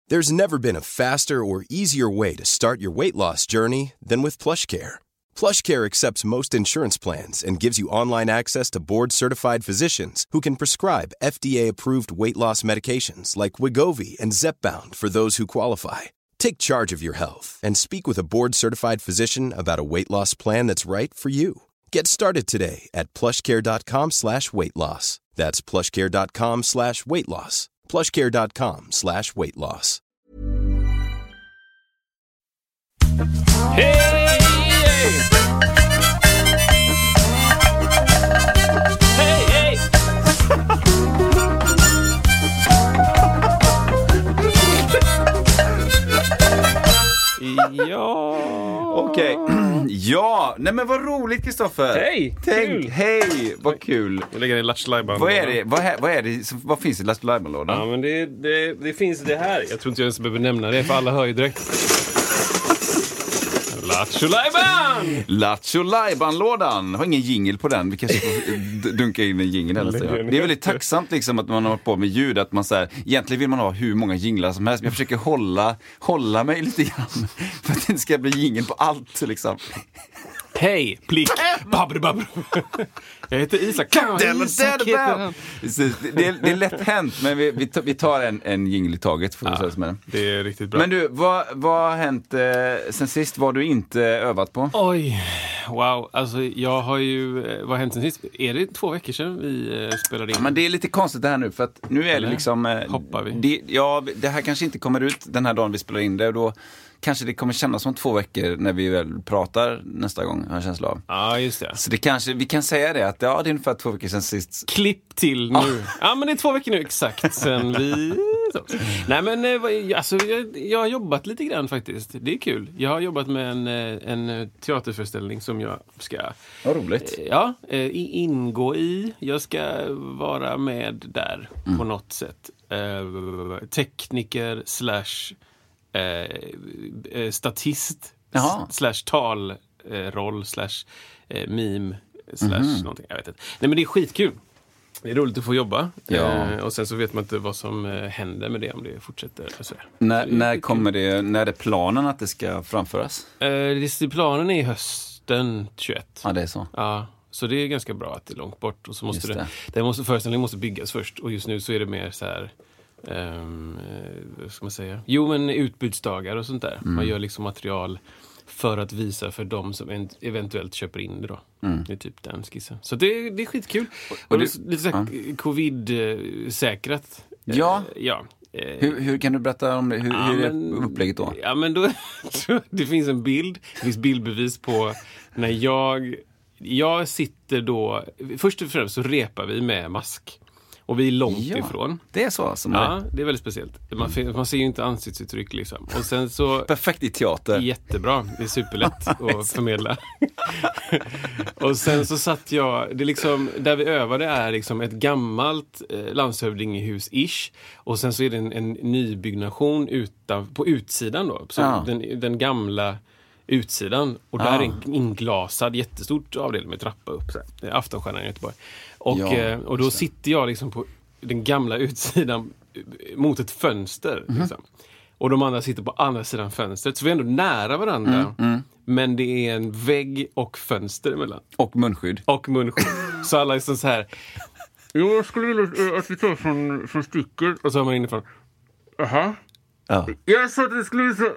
There's never been a faster or easier way to start your weight loss journey than with PlushCare. PlushCare accepts most insurance plans and gives you online access to board-certified physicians who can prescribe FDA-approved weight loss medications like Wegovy and Zepbound for those who qualify. Take charge of your health and speak with a board-certified physician about a weight loss plan that's right for you. Get started today at plushcare.com/weightloss. That's plushcare.com/weightloss. plushcare.com/weightloss. Hey! Hey, hey! Ja. Okej. Ja, nej men vad roligt, Kristoffer. Hej, kul. Hej, vad kul. Jag lägger i Lattjo Lajban. Vad är det? Vad finns i Lattjo Lajban-lådan? Ja, men det finns det här. Jag tror inte jag ens behöver nämna det, för alla hör ju direkt. Lattjo Lajban! Lattjo Lajban-lådan. Har ingen jingle på den. Vi kanske får dunka in en jingle eller. Det är väldigt tacksamt liksom att man har på med ljud, att man så här, egentligen vill man ha hur många jinglar som helst, men jag försöker hålla mig lite grann för att det inte ska bli jingle på allt liksom. Hej, plick, babbru. Jag heter Isak. Isak heter han. Det är lätt hänt, men vi tar en jingle i taget. Får vi säga med den. Det är riktigt bra. Men du, vad har hänt sen sist? Vad har du inte övat på? Oj, wow. Alltså jag har ju, vad har hänt sen sist? Är det 2 veckor sedan vi spelade in? Ja, men det är lite konstigt det här nu, för att nu är det liksom... Hoppar vi? Det här kanske inte kommer ut den här dagen vi spelar in det, och då kanske det kommer kännas som 2 veckor när vi väl pratar nästa gång, har jag känsla av. Ja, just det. Så det kanske, vi kan säga det, att det är ungefär 2 veckor sedan sist. Klipp till nu. Ja, men det är 2 veckor nu exakt sen vi... Så. Nej, men alltså, jag har jobbat lite grann faktiskt. Det är kul. Jag har jobbat med en teaterföreställning som jag ska... Vad roligt. Ingå i. Jag ska vara med där på något sätt. Tekniker / statist / talroll / meme / någonting, jag vet inte. Nej, men det är skitkul. Det är roligt att få jobba. Och sen så vet man inte vad som händer med det om det fortsätter. Så när kommer det, när är det planen att det ska framföras? Planen är hösten 21. Ja, det är så. Ja, så det är ganska bra att det är långt bort. Och så måste föreställningen måste byggas först. Och just nu så är det mer så här... vad ska man säga? Jo, men utbudsdagar och sånt där. Man gör liksom material för att visa för dem som eventuellt köper in det då. Det är typ den skissen. Så det är skitkul. Och lite så här covid-säkrat. Ja. Hur kan du berätta om det? Hur är upplägget då? Ja, men då det finns en bild. Det finns bildbevis på när jag sitter då... Först och främst så repar vi med mask. Och vi är långt ifrån. Det är så som det är väldigt speciellt. Man ser ju inte ansiktsuttryck liksom. Och sen så... Perfekt i teater. Jättebra. Det är superlätt att förmedla. Och sen så satt jag... Det är liksom, där vi övade är liksom ett gammalt landshövdingehus-ish. Och sen så är det en nybyggnation på utsidan då. Så den gamla utsidan. Och där är en inglasad jättestort avdelning med trappa upp. Så här. Aftonstjärnan i Göteborg. Och då sitter jag liksom på den gamla utsidan mot ett fönster. Liksom. Och de andra sitter på andra sidan fönstret. Så vi är ändå nära varandra. Men det är en vägg och fönster emellan. Och munskydd. Så alla är så här... Jag skulle vilja att vi tar från stycker. Och så har man inifrån... Aha. Ja. Jag sa att det skulle så...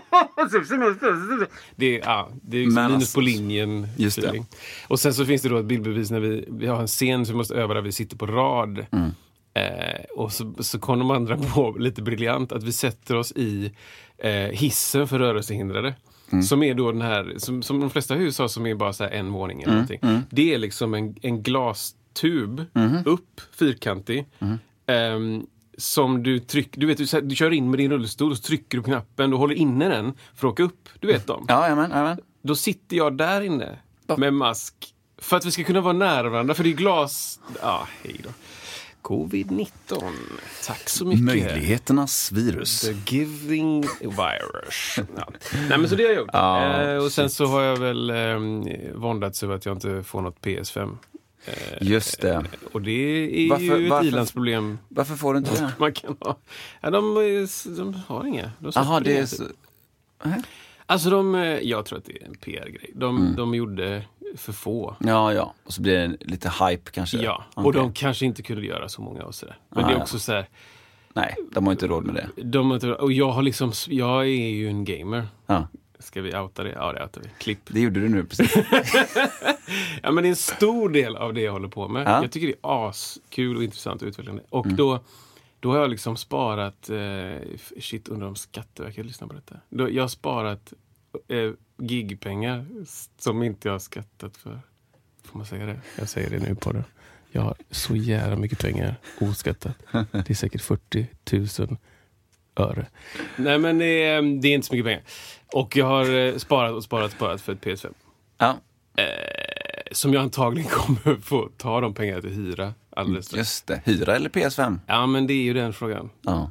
det är liksom minus på linjen. Just det. Och sen så finns det då ett bildbevis när vi har en scen som vi måste öva där vi sitter på rad. Och så kom de andra på lite briljant att vi sätter oss i hissen för rörelsehindrade. Som är då den här, som de flesta hus har, som är bara så här en våning eller någonting. Det är liksom en glastub upp, fyrkantig. Som du trycker, du vet, du kör in med din rullstol och så trycker du på knappen och håller inne den för att åka upp. Du vet dem. Ja. Då sitter jag där inne med mask för att vi ska kunna vara nära varandra, för det är glas. Ja, hej då. Covid-19. Tack så mycket. Möjligheternas virus. The giving virus. Ja. Nej, men så det har jag gjort. Och sen så har jag väl våndats över att jag inte får något PS5. Just det. Och det är ju ett ilandsproblem. Varför får du inte det? Man kan ha. Ja, de har inga. Jaha, det är så... Alltså jag tror att det är en PR-grej. De gjorde för få. Ja. Och så blir det lite hype kanske. Ja, och de kanske inte kunde göra så många och sådär. Men det är också så här... Nej, de har inte råd med det. Och jag är ju en gamer. Ja. Ska vi outa det? Ja, det outar vi. Klipp. Det gjorde du nu, precis. Ja, men det är en stor del av det jag håller på med. Ja. Jag tycker det är askul och intressant och utvecklande. Och då har jag liksom sparat... undrar om Skatteverket lyssnar på detta. Jag har sparat gigpengar som inte jag har skattat för. Får man säga det? Jag säger det nu på det. Jag har så jävla mycket pengar oskattat. Det är säkert 40 000 öre. Nej, men det är inte så mycket pengar. Och jag har sparat för ett PS5. Ja. Som jag antagligen kommer få ta de pengarna till hyra alldeles strax. Just det. Hyra eller PS5? Ja, men det är ju den frågan. Ja.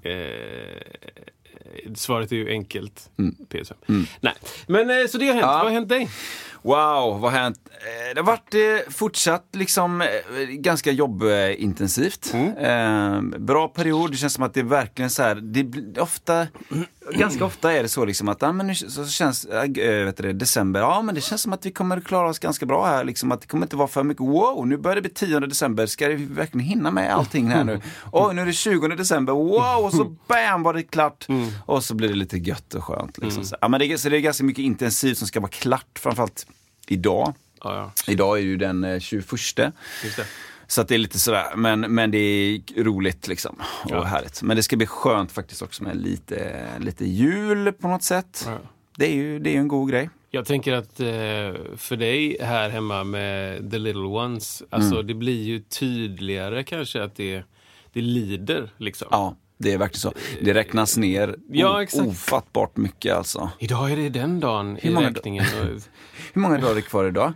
Svaret är ju enkelt. PS5. Nej, men så det har hänt. Vad har hänt dig? Wow, vad har hänt? Det har varit fortsatt liksom ganska jobbintensivt. Bra period. Det känns som att det är verkligen så här. Ganska ofta är det så liksom att men nu så känns december. Ja, men det känns som att vi kommer klara oss ganska bra här liksom, att det kommer inte vara för mycket. Wow, nu börjar det bli 10 december. Ska vi verkligen hinna med allting här nu? Nu är det 20 december. Wow, och så bam var det klart. Och så blir det lite gött och skönt liksom. Så men det är ganska mycket intensivt som ska vara klart, framförallt idag. Idag är ju den 21. Just det. Så att det är lite sådär, men det är roligt liksom och härligt. Men det ska bli skönt faktiskt också med lite jul på något sätt. Ja. Det är ju en god grej. Jag tänker att för dig här hemma med The Little Ones, alltså det blir ju tydligare kanske att det lider liksom. Ja. Det är verkligen så. Det räknas ner ofattbart mycket alltså. Idag är det den dagen i räkningen. Hur många dagar är kvar idag?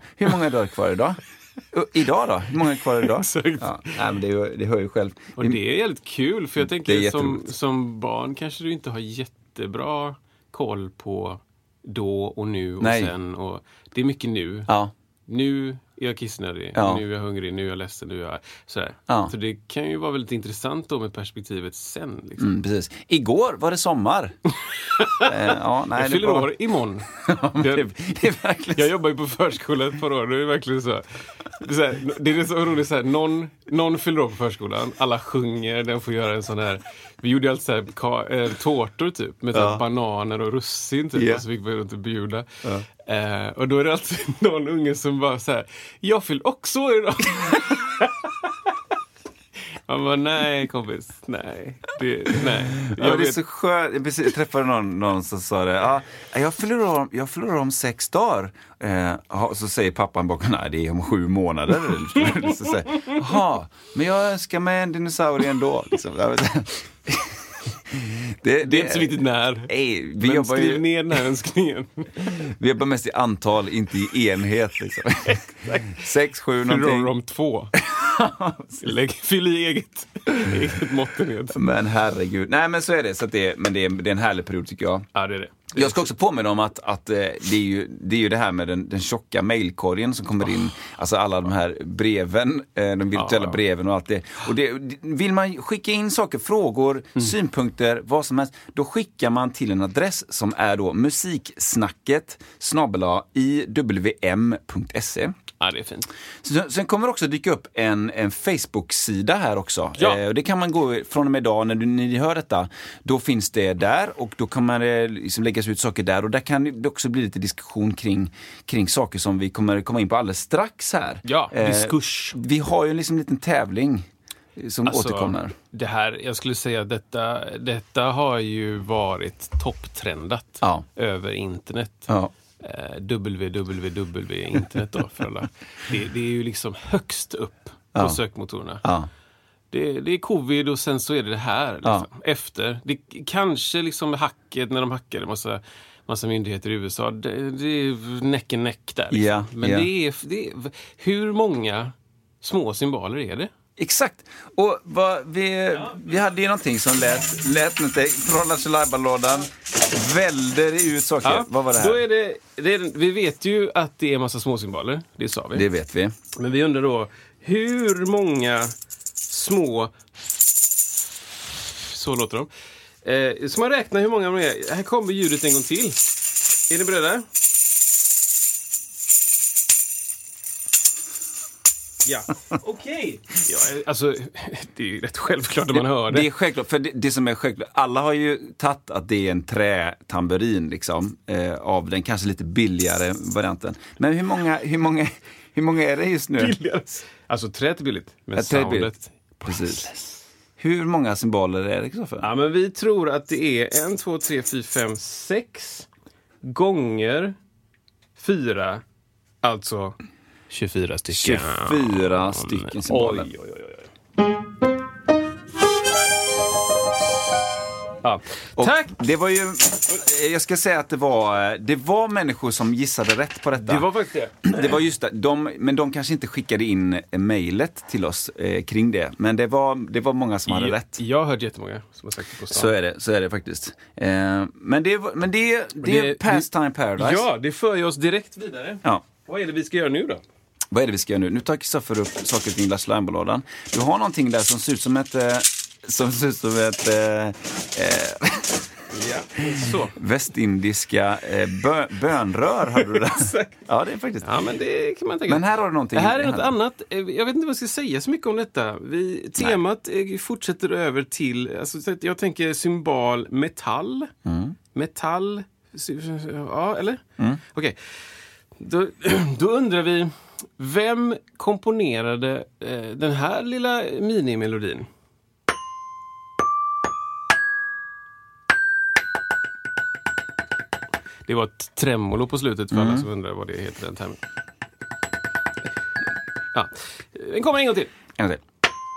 Idag då? Hur många är kvar idag? Ja, men det hör ju själv. Och det är helt kul, för jag tänker som barn kanske du inte har jättebra koll på då och nu och sen. Och det är mycket nu. Ja. Nu är jag kissnödig, nu är jag hungrig, nu är jag ledsen, nu är jag sådär. Så det kan ju vara väldigt intressant då med perspektivet sen. Liksom. Precis. Igår var det sommar. Jag fyller år imorgon. Det är verkligen jag jobbar ju på förskolan ett par år, det är verkligen så. Det är så roligt så här, någon fyller år på förskolan, alla sjunger, den får göra en sån här. Vi gjorde alltid så här tårtor typ med så här bananer och russin typ, och så fick vi runt och bjuda. Och då är det alltid någon unge som bara så här: jag fyller också år idag. Man bara, nej kompis, nej. Det är så skönt. Jag träffade någon som sa det. Jag fyller om 6 dagar. Så säger pappan bakom, nej det är om 7 månader. Så säger, jaha, men jag önskar mig en dinosaurie ändå. Liksom. Det är inte så viktigt när. Men skriv ner den här önskningen. Vi jobbar mest i antal, inte i enhet liksom. 6, 7 någonting. Fyller om 2. Fyll i eget måttenhet. Men herregud. Nej, men så är det. Så att det är en härlig period tycker jag. Ja, det är det. Jag ska också påminna om att det är ju det här med den tjocka mailkorgen som kommer in. Alltså alla de här breven, de virtuella breven och allt det. Och vill man skicka in saker, frågor, synpunkter, vad som helst, då skickar man till en adress som är då musiksnacket@iwm.se. Ja, det är fint. Sen kommer det också dyka upp en Facebook-sida här också. Ja. Och det kan man gå från och med idag när ni hör detta. Då finns det där och då kan man liksom läggas ut saker där. Och där kan det också bli lite diskussion kring saker som vi kommer komma in på alldeles strax här. Ja, diskurs. Vi har ju liksom en liten tävling som återkommer. Det här, jag skulle säga att detta har ju varit topptrendat över internet. Ja. www-internet då för alla. Det är ju liksom högst upp på sökmotorerna. Ja. Det är covid och sen så är det här liksom. Efter. Det kanske liksom hacket när de hackade massa myndigheter i USA. Det är näck där liksom. Men det är hur många små symboler är det? Exakt. Och vi hade ju någonting som lät inte från Lattjo-lajban-lådan välder ut saker. Ja, vad var det här? Då är det vi vet ju att det är massa små symboler. Det sa vi. Det vet vi. Men vi undrar då hur många små... Så låter de. Ska man räkna hur många de är? Här kommer ljudet en gång till. Är ni beredda? Ja, okej. Ja, alltså, det är ju rätt självklart när man hör det. Det är självklart, för det som är självklart, alla har ju tagit att det är en trätamburin liksom, av den kanske lite billigare varianten. Men hur många är det just nu? Billigare. Alltså träet är billigt, men soundet... Precis. Hur många symboler är det, Kristoffer? Ja, men vi tror att det är 1, 2, 3, 4, 5, 6 gånger 4, alltså 24 stycken. 24 stycken symboler. Oj. Ja. Tack! Det var ju, jag ska säga att det var människor som gissade rätt på detta. Det var faktiskt det. Det var just det. Men de kanske inte skickade in mejlet till oss kring det. Men det var många som hade rätt. Jag har hört jättemånga som har sagt det på stan. Så är det faktiskt. Men det är Pastime Paradise. Ja, det för oss direkt vidare. Ja. Vad är det vi ska göra nu då? Vad är det vi ska göra nu? Nu tar Kristoffer upp saker kring Lasse Lambolådan. Du har någonting där som ser ut som ett... Så. Västindiska bönrör hade du där. Ja, det är faktiskt. Ja, men det kan man tänka. Men här har du någonting. Det här är något annat. Jag vet inte vad jag ska säga så mycket om detta. Temat fortsätter över till, alltså, jag tänker symbol metall. Metall. Ja, eller? Okej. Då undrar vi, vem komponerade den här lilla minimelodin? Det var ett tremolo på slutet för alla som undrar vad det heter den termen. Ja, den kommer en gång till. En gång till.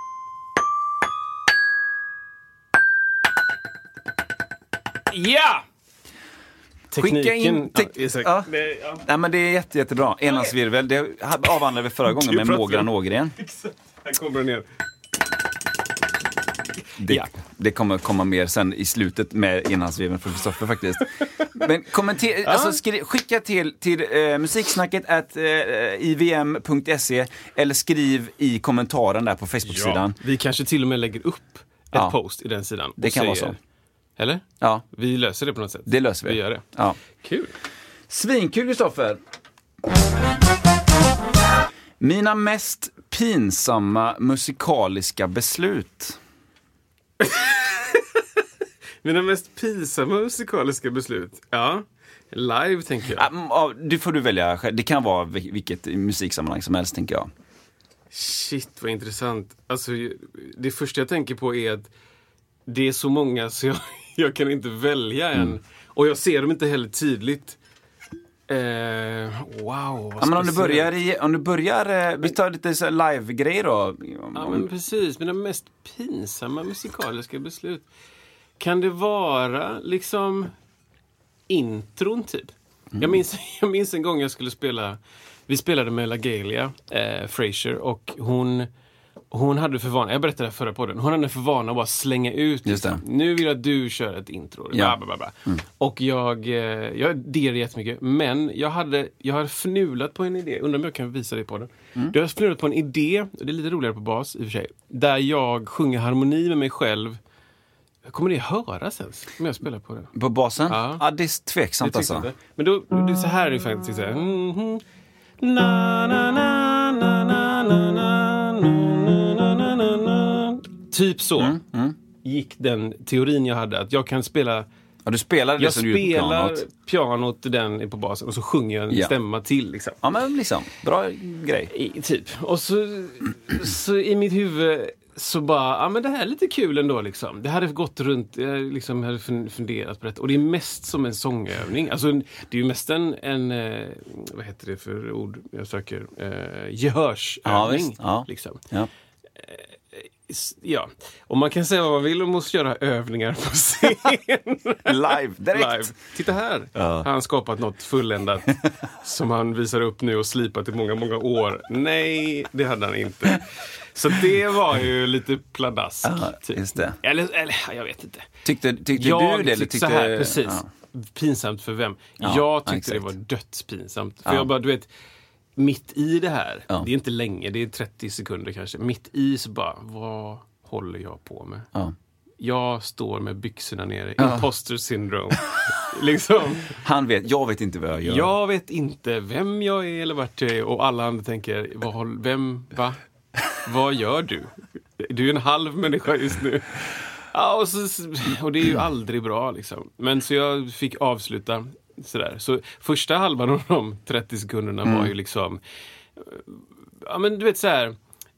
Ja! Tekniken. Ja. Nej, men det är jättebra. Enhandsvirvel, det avhandlade vi förra gången med Mågran Ågren. Exakt. Här kommer den ner. Det kommer komma mer sen i slutet med enhandsvirveln för Kristoffer faktiskt. Men skicka till musiksnacket@ivm.se eller skriv i kommentaren där på Facebook-sidan. Ja, vi kanske till och med lägger upp ett post i den sidan. Det kan vara så. Eller? Ja. Vi löser det på något sätt. Det löser vi. Vi gör det. Ja. Kul. Svinkul, Kristoffer. Mina mest pinsamma musikaliska beslut. Mina mest pinsamma musikaliska beslut? Ja. Live, tänker jag. Ja, det får du välja själv. Det kan vara vilket musiksammanhang som helst, tänker jag. Shit, vad intressant. Alltså, det första jag tänker på är att det är så många så jag kan inte välja en. Och jag ser dem inte heller tydligt. Wow, vad men om du börjar vi tar lite så live-grejer då. Ja, men precis. Mina mest pinsamma musikaliska beslut. Kan det vara liksom intron typ? Jag minns en gång jag skulle spela. Vi spelade med LaGalia, Fraser, och hon hade för vana, jag berättade det förra podden, hon hade för vana att bara slänga ut liksom, nu vill jag att du kör ett intro. Ja. Och jag dirrade jättemycket, men jag hade fnulat på en idé, undrar om jag kan visa det på den. Jag har fnulat på en idé, det är lite roligare på bas i och för sig, där jag sjunger harmoni med mig själv. Kommer det höras ens om jag spelar på den? På basen? Ja, ja, det är tveksamt alltså. Inte. Men då, det är så här är det faktiskt så här. Na na na na na na na na na. Typ så gick den teorin jag hade, att jag kan spela. Ja, du spelar det som du gjorde på pianot. Pianot, den är på basen, och så sjunger jag en stämma till liksom. Ja, men liksom, bra grej. Typ. Och så i mitt huvud så bara, men det här är lite kul ändå liksom. Det hade gått runt, jag liksom hade funderat på det. Och det är mest som en sångövning. Alltså det är ju mest en vad heter det för ord jag söker? Gehörsövning. Ja, liksom. Ja. Ja, och man kan säga vad man vill och måste göra övningar på scen. Live, direkt. Live. Titta här. Har han skapat något fulländat som han visar upp nu och slipat i många, många år? Nej, det hade han inte. Så det var ju lite pladask. Typ. Just det. Eller jag vet inte. Tyckte du det? Eller tyckte så här, precis. Pinsamt för vem? Jag tyckte det var dödspinsamt. För jag bara, du vet, mitt i det här, det är inte länge, det är 30 sekunder kanske, mitt i så bara, vad håller jag på med? Ja. Jag står med byxorna nere, imposter syndrome. Liksom. Jag vet inte vad jag gör. Jag vet inte vem jag är eller vart jag är, och alla andra tänker, vad gör du? Du är en halv människa just nu. Ja, och det är ju aldrig bra liksom. Men så jag fick avsluta sådär. Så första halvan av de 30 sekunderna var ju liksom, ja men du vet så här,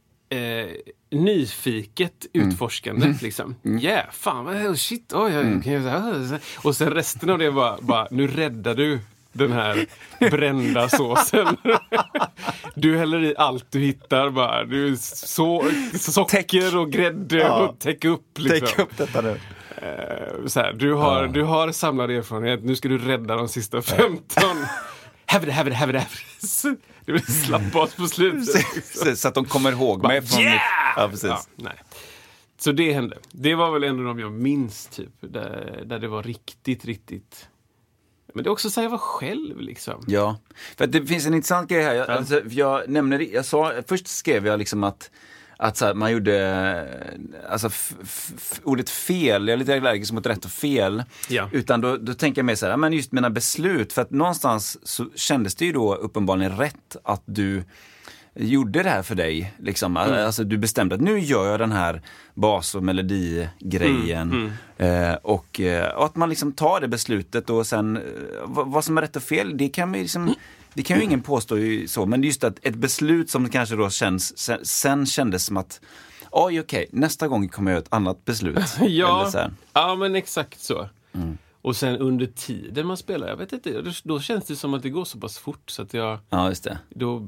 nyfiket utforskande liksom. Fan, shit, och sen resten av det var bara, nu räddar du den här brända såsen. Du häller i allt du hittar bara. Du socker och grädde och täck upp liksom. Täck upp detta nu. Så här, du har samlad erfarenhet. Nu ska du rädda de sista 15. Have it. Du vill slappa oss på slutet. Så att de kommer ihåg mig från mitt... Ja, precis. Ja, nej. Så det hände. Det var väl ändå de jag minns typ. Där det var riktigt... Men det är också så här, jag var själv liksom. Ja, för att det finns en intressant grej här. Jag nämnde det, först skrev jag liksom att så här, man gjorde alltså ordet fel, jag är lite allergisk mot rätt och fel. Ja. Utan då tänker jag mer så här, men just mina beslut, för att någonstans så kändes det ju då uppenbarligen rätt att du gjorde det här för dig liksom. Alltså du bestämde att nu gör jag den här bas- och melodigrejen och att man liksom tar det beslutet och sen vad som är rätt och fel, det kan ju liksom, det kan ju ingen påstå så, men just att ett beslut som kanske då sen kändes som att okej, nästa gång kommer jag göra ett annat beslut. Ja, men exakt så. Och sen under tiden man spelar, jag vet inte, då känns det som att det går så pass fort så att jag... Ja, just det.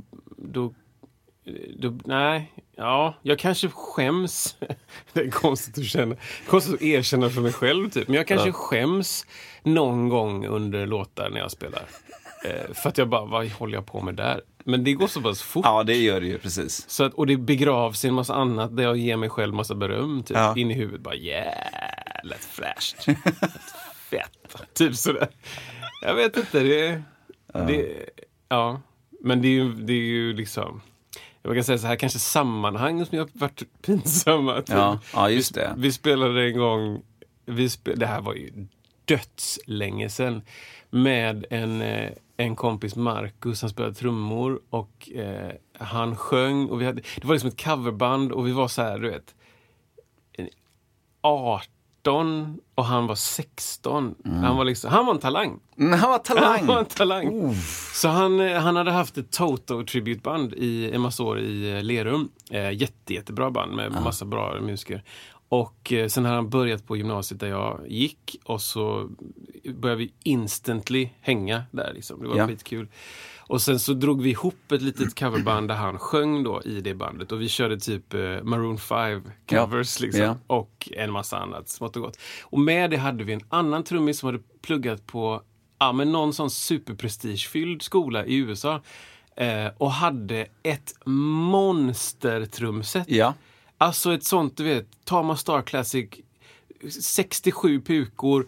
Jag kanske skäms. Det är konstigt att erkänna för mig själv typ. Men jag kanske skäms någon gång under låtar när jag spelar. För att jag bara, vad håller jag på med där? Men det går så pass fort. Ja, det gör det ju, precis. Så att, och det begravs i en massa annat där jag ger mig själv massa beröm typ, in i huvudet. Bara, lätt flasht. Fett. Typ sådär. Jag vet inte, men det är ju liksom... Jag kan säga så här, kanske sammanhang som jag har varit pinsamma. Typ. Ja, just det. Vi spelade en gång, det här var ju dödslänge sedan, med en kompis, Marcus, han spelade trummor och han sjöng och det var liksom ett coverband och vi var så här, du vet, 18 och han var 16. Han var en talang. Han var en talang. Så han hade haft ett Toto-tributeband i en massa år i Lerum. Jättebra band med massa bra musiker. Och sen har han börjat på gymnasiet där jag gick och så började vi instantly hänga där liksom. Det var skitkul. Och sen så drog vi ihop ett litet coverband där han sjöng då i det bandet. Och vi körde typ Maroon 5 covers liksom. Och en massa annat smått och gott. Och med det hade vi en annan trummis som hade pluggat på men någon sån superprestigefylld skola i USA. Och hade ett monstertrumset. Ja. Alltså ett sånt, du vet, Tama Star Classic, 67 pukor,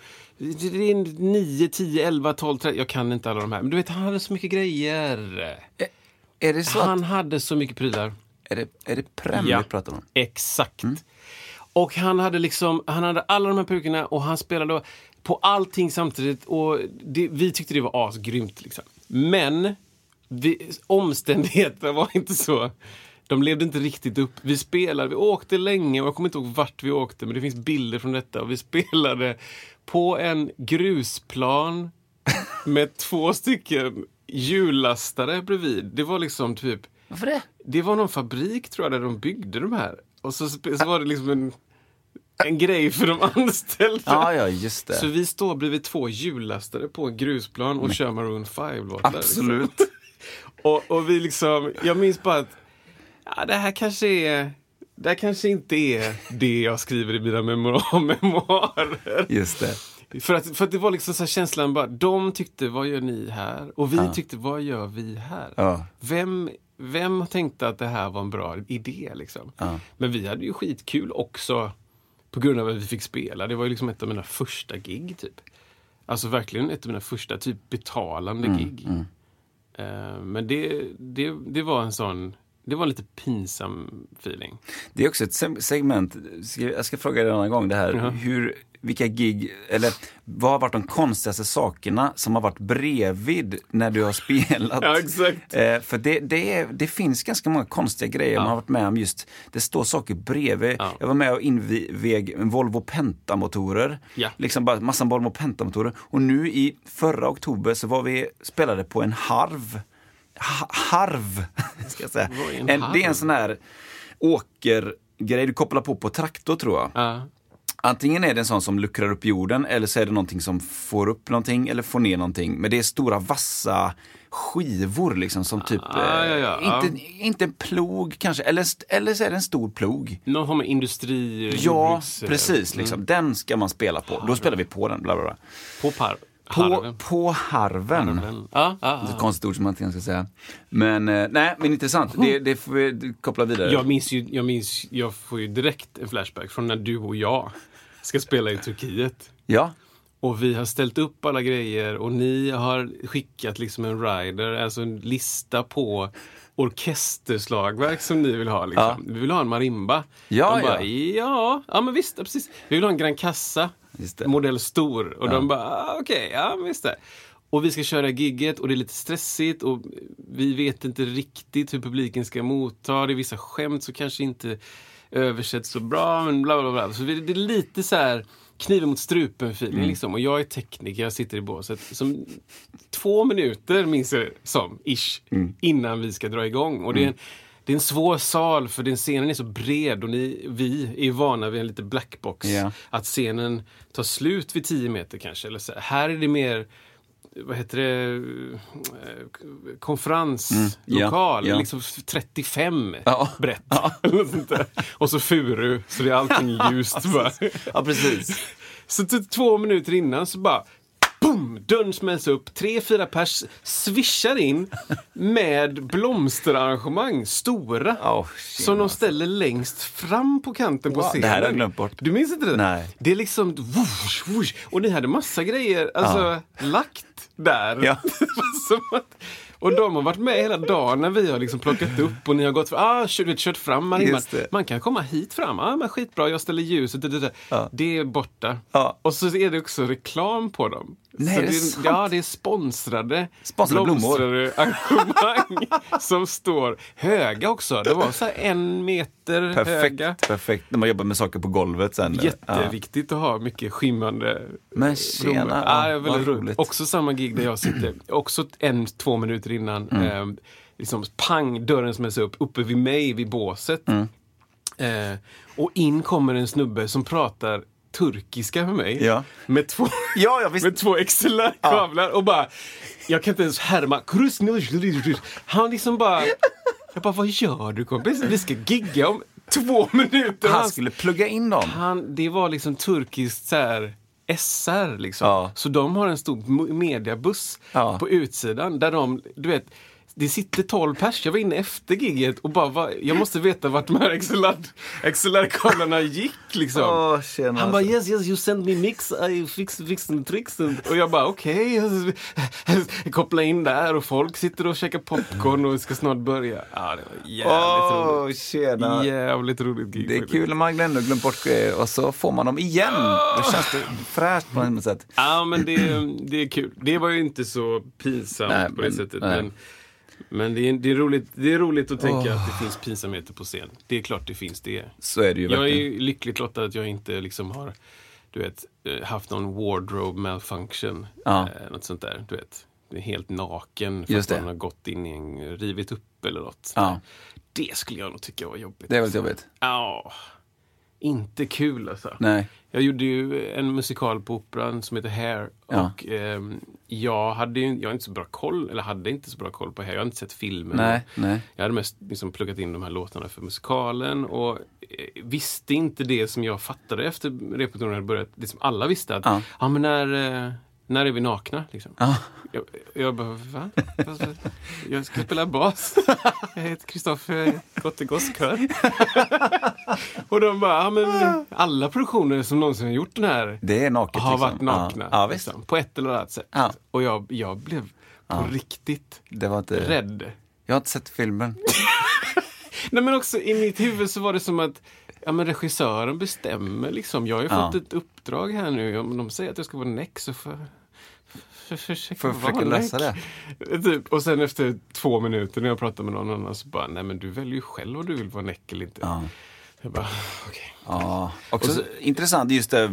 9, 10, 11, 12, 13, jag kan inte alla de här. Men du vet, han hade så mycket grejer. Är det så han hade så mycket prylar. Är det Prem vi pratar om? Exakt. Och han hade alla de här pukorna och han spelade på allting samtidigt och vi tyckte det var asgrymt liksom. Men omständigheterna var inte så. De levde inte riktigt upp. Vi åkte länge och jag kommer inte ihåg vart vi åkte, men det finns bilder från detta. Och vi spelade på en grusplan med 2 stycken hjullastare bredvid. Det var liksom typ... Varför det? Det var någon fabrik, tror jag, där de byggde de här. Och så var det liksom en grej för de anställda. Ja, just det. Så vi står bredvid 2 hjullastare på en grusplan och kör Maroon 5-låtar. Absolut. Liksom. och vi liksom... Jag minns bara att det här kanske inte är det jag skriver i mina memoarer. Just det. För att det var liksom så här känslan bara, de tyckte, vad gör ni här? Och vi tyckte, vad gör vi här? Ja. Vem tänkte att det här var en bra idé liksom? Ja. Men vi hade ju skitkul också på grund av att vi fick spela. Det var ju liksom ett av mina första gig typ. Alltså verkligen ett av mina första typ betalande gig. Men det var en sån... Det var en lite pinsam feeling. Det är också ett segment, jag ska fråga dig en annan gång det här, vilka gig, eller vad har varit de konstigaste sakerna som har varit bredvid när du har spelat? Ja, exakt. För det finns ganska många konstiga grejer man har varit med om just, det står saker bredvid. Ja. Jag var med och invig en Volvo Penta-motorer, liksom bara massan Volvo Penta-motorer, och nu i förra oktober så var vi spelade på en harv ska jag säga. Det är en sån här åkergrej du kopplar på traktor, tror jag. Antingen är det en sån som luckrar upp jorden, eller så är det någonting som får upp någonting eller får ner någonting. Men det är stora vassa skivor liksom, som typ inte en plog kanske, eller så är det en stor plog. Någon har med industri. Ja, precis liksom. Den ska man spela på. Då spelar vi på den, bla bla bla. På harven. Det är ett konstigt ord som man inte ska säga. Men intressant. Det får vi koppla vidare. Jag får ju direkt en flashback från när du och jag ska spela i Turkiet. Ja. Och vi har ställt upp alla grejer och ni har skickat liksom en rider, alltså en lista på orkesterslagverk som ni vill ha liksom. Vi vill ha en marimba. Men visst, precis. Vi vill ha en Gran Cassa. Modell stor. Och de bara, visst det. Och vi ska köra gigget och det är lite stressigt och vi vet inte riktigt hur publiken ska motta. Det är vissa skämt som kanske inte översätts så bra, men bla bla bla. Så det är lite så här kniven mot strupen feeling liksom. Och jag är tekniker, jag sitter i båset som 2 minuter minns jag som innan vi ska dra igång. Och det är en svår sal, för den scenen är så bred och vi är vana vid en lite blackbox. Att scenen tar slut vid 10 meter kanske. Eller så. Här är det mer, vad heter det, konferenslokal. Liksom 35 brett. Eller sånt där. Och så furu, så det är allting ljust. Ja, precis. Så 2 minuter innan så bara... Boom! Dörren smälls upp. 3-4 pers svischar in med blomsterarrangemang. Stora. Som de ställer längst fram på kanten på scenen. Det här har jag glömt bort. Du minns inte det? Nej. Det är liksom... Whoosh, whoosh, och ni hade massa grejer lagt där. Ja. Och de har varit med hela dagen när vi har liksom plockat upp och ni har gått kört fram. Man kan komma hit fram. Men skitbra, jag ställer ljuset. Det är borta. Och så är det också reklam på dem. Nej, det är sponsrade blommor. Arrangemang som står höga också. Det var så här 1 meter höga. Perfekt, när man jobbar med saker på golvet sen. Jätteviktigt att ha mycket skimmande men tjena, väldigt roligt. Också samma gig där jag sitter. Också 1-2 minuter innan liksom pang, dörren smäller upp uppe vid mig vid båset. Och in kommer en snubbe som pratar turkiska för mig med 2 med 2 XLR-kablar och bara, jag kan inte ens härma. Han liksom bara, jag bara, vad gör du kompis? Vi ska gigga om 2 minuter. Han skulle plugga in dem. Det var liksom turkiskt så här SR liksom. Så de har en stor mediabuss på utsidan där de, du vet, det sitter 12 pers. Jag var inne efter gigget och bara, jag måste veta vart de här XLR-kablarna gick liksom. Han bara, yes, you send me mix, I fix the tricks. Och jag bara, okej. Koppla in där och folk sitter och käkar popcorn och ska snart börja. Ja, det var jävligt roligt. Jävligt roligt gig. Det är kul när man glömt bort grejer och så får man dem igen. Det känns fräscht på något sätt. Ja, men det är kul. Det var ju inte så pinsamt på det sättet, men det är roligt att tänka att det finns pinsamheter på scen. Det är klart det finns det. Så är det ju verkligen. Jag är lyckligt lottad att jag inte liksom har, du vet, haft någon wardrobe malfunction. Något sånt där, du vet. Det är helt naken för att man har gått in i en, rivit upp eller något. Det skulle jag nog tycka var jobbigt. Det är väldigt jobbigt. Ja. Inte kul alltså. Nej. Jag gjorde ju en musikal på Operan som heter Hair. Och jag hade inte så bra koll, eller hade inte så bra koll på Hair. Jag hade inte sett filmen. Nej. Jag hade mest liksom pluggat in de här låtarna för musikalen. Och visste inte det som jag fattade efter repetitionen hade börjat. Det som alla visste att men när är vi nakna liksom? Jag bara, va? Jag ska spela bas. Jag heter Kristoffer Gottegåskör. Och de bara, men alla produktioner som någonsin har gjort den här det är naket, har liksom. varit nakna. Ja, visst. Liksom, på ett eller annat sätt. Ja. Och jag blev på riktigt det var inte... rädd. Jag har inte sett filmen. Nej, men också i mitt huvud så var det som att men regissören bestämmer liksom. Jag har ju fått ett uppdrag här nu. Om de säger att jag ska vara näck så får försöka lösa det. Typ. Och sen efter 2 minuter när jag pratar med någon annan så bara, nej men du väljer ju själv om du vill vara näck eller inte. Ja. Jag bara, okej. Ja, också intressant just det,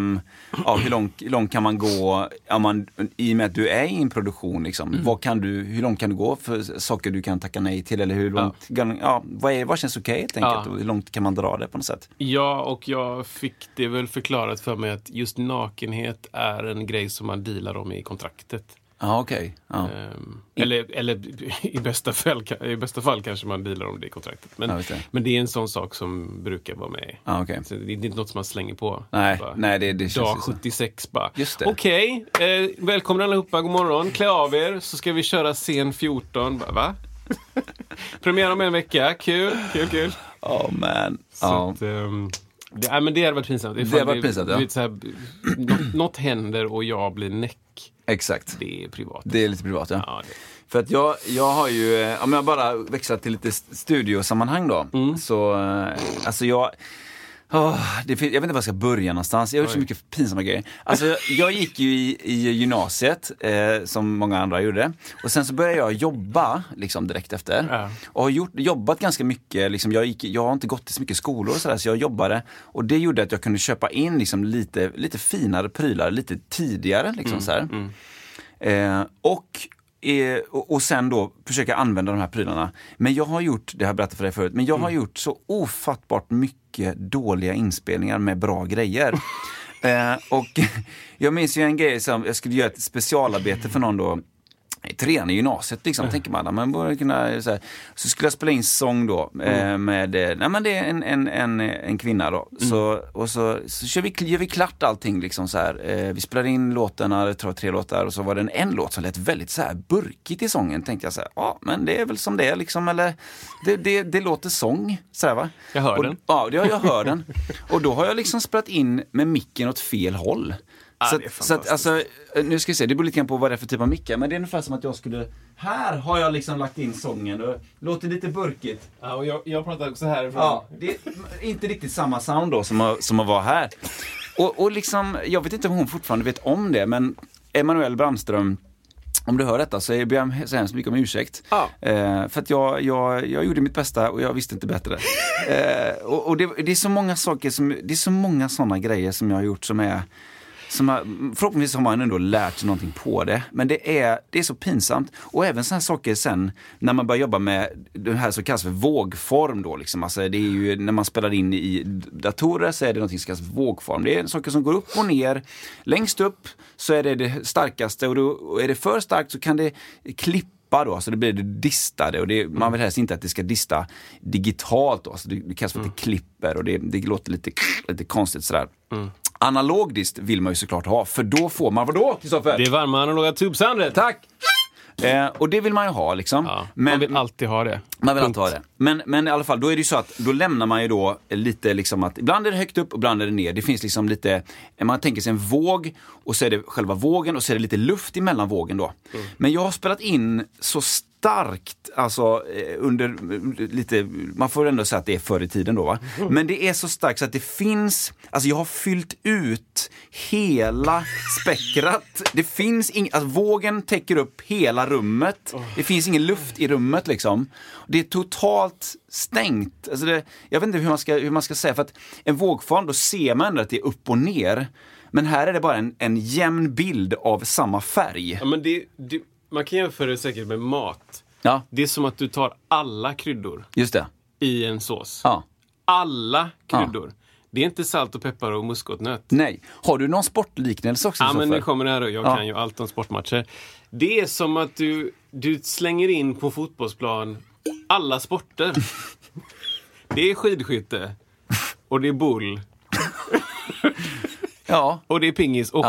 hur långt kan man gå i och med att du är i en produktion liksom. Hur långt kan du gå för saker du kan tacka nej till eller hur långt vad känns okej helt enkelt och hur långt kan man dra det på något sätt? Ja, och jag fick det väl förklarat för mig att just nakenhet är en grej som man dealar om i kontraktet. Ja, okej. Ja. Eller i bästa fall kanske man dealar om det i kontraktet. Men det är en sån sak som brukar vara med. Ja, okay. Så det är inte något som man slänger på. Nej, det känns dag 76 bara. Okej, välkomna allihopa, god morgon. Klä av er så ska vi köra scen 14. Bara, va? Premiär om en vecka. Kul. Oh man. Så att, men det hade varit pinsamt. Det hade varit pinsamt, vet, så här, något händer och jag blir näck. Exakt. Det är privat. Det är lite privat, ja. Ja, det. För att jag har ju, om jag bara växlat till lite studiosammanhang då. Så, alltså jag vet inte var jag ska börja någonstans. Jag har gjort så mycket pinsamma grejer. Alltså jag gick ju i gymnasiet som många andra gjorde. Och sen så började jag jobba liksom direkt efter. Och har jobbat ganska mycket liksom, jag har inte gått till så mycket skolor och sådär, så jag jobbade. Och det gjorde att jag kunde köpa in liksom lite finare prylar lite tidigare liksom så här. Och sen då försöka använda de här prylarna. Men jag har gjort, det har jag berättat för dig förut, men jag har gjort så ofattbart mycket dåliga inspelningar med bra grejer. Och jag minns ju en grej som jag skulle göra ett specialarbete för någon då. Trean i gymnasiet liksom, tänker man. Man borde kunna, så skulle jag spela in sång då med, det är en kvinna då. Så gör vi klart allting liksom så här. Vi spelade in låtarna, jag tror 3 låtar, och så var det en låt som lät väldigt så här burkigt i sången. Tänkte jag så här, men det är väl som det är liksom, eller det låter sång så här, va? Jag hör den. Ja, jag hör den. Och då har jag liksom spelat in med micken åt fel håll. Så att, alltså, nu ska vi se, det beror lite grann på vad det är för typ av mickar. Men det är ungefär som att jag skulle... Här har jag liksom lagt in sången. Och låter lite burkigt. Ja, och jag pratar också härifrån. Ja, det är inte riktigt samma sound då som att vara här. Och liksom, jag vet inte om hon fortfarande vet om det. Men Emanuel Brandström, om du hör detta så ber jag så hemskt mycket om ursäkt. För att jag gjorde mitt bästa och jag visste inte bättre. Och det är så många saker det är så många sådana grejer som jag har gjort förhoppningsvis har man ändå lärt sig någonting på det. Men det är så pinsamt. Och även sådana saker sen när man börjar jobba med det här så kallas för vågform då liksom. Alltså det är ju när man spelar in i datorer så är det någonting som kallas för vågform. Det är saker som går upp och ner. Längst upp så är det starkaste, och då är det för starkt så kan det klippa då, så det blir det distade, och man vill helst inte att det ska dista digitalt då, så det kallas för att det klipper, och det låter lite konstigt sådär. Analogdist vill man ju såklart ha, för då får man, vadå Kristoffer? Det är varma analoga tubsoundet. Tack! Och det vill man ju ha liksom. Ja, man vill alltid ha det. Man vill alltid ha det. Men i alla fall, då är det ju så att då lämnar man ju då lite liksom att ibland är det högt upp och ibland är det ner. Det finns liksom lite, man tänker sig en våg och så är det själva vågen och så är det lite luft emellan vågen då. Men jag har spelat in så starkt, alltså under lite, man får ändå säga att det är förr i tiden då, va? Men det är så starkt så att det finns, alltså jag har fyllt ut hela spektrat. Det finns alltså vågen täcker upp hela rummet. Det finns ingen luft i rummet liksom. Det är totalt stängt. Alltså jag vet inte hur man ska säga, för att en vågform, då ser man ändå att det är upp och ner. Men här är det bara en jämn bild av samma färg. Ja, men man kan jämföra det säkert med mat. Ja. Det är som att du tar alla kryddor. Just det. I en sås. Ja. Alla kryddor. Ja. Det är inte salt och peppar och muskotnöt. Nej. Har du någon sportliknelse också? Ja, men nu kommer det här och jag kan ju allt om sportmatcher. Det är som att du slänger in på fotbollsplan alla sporter. Det är skidskytte. Och det är boll. Ja. Och det är pingis och schack.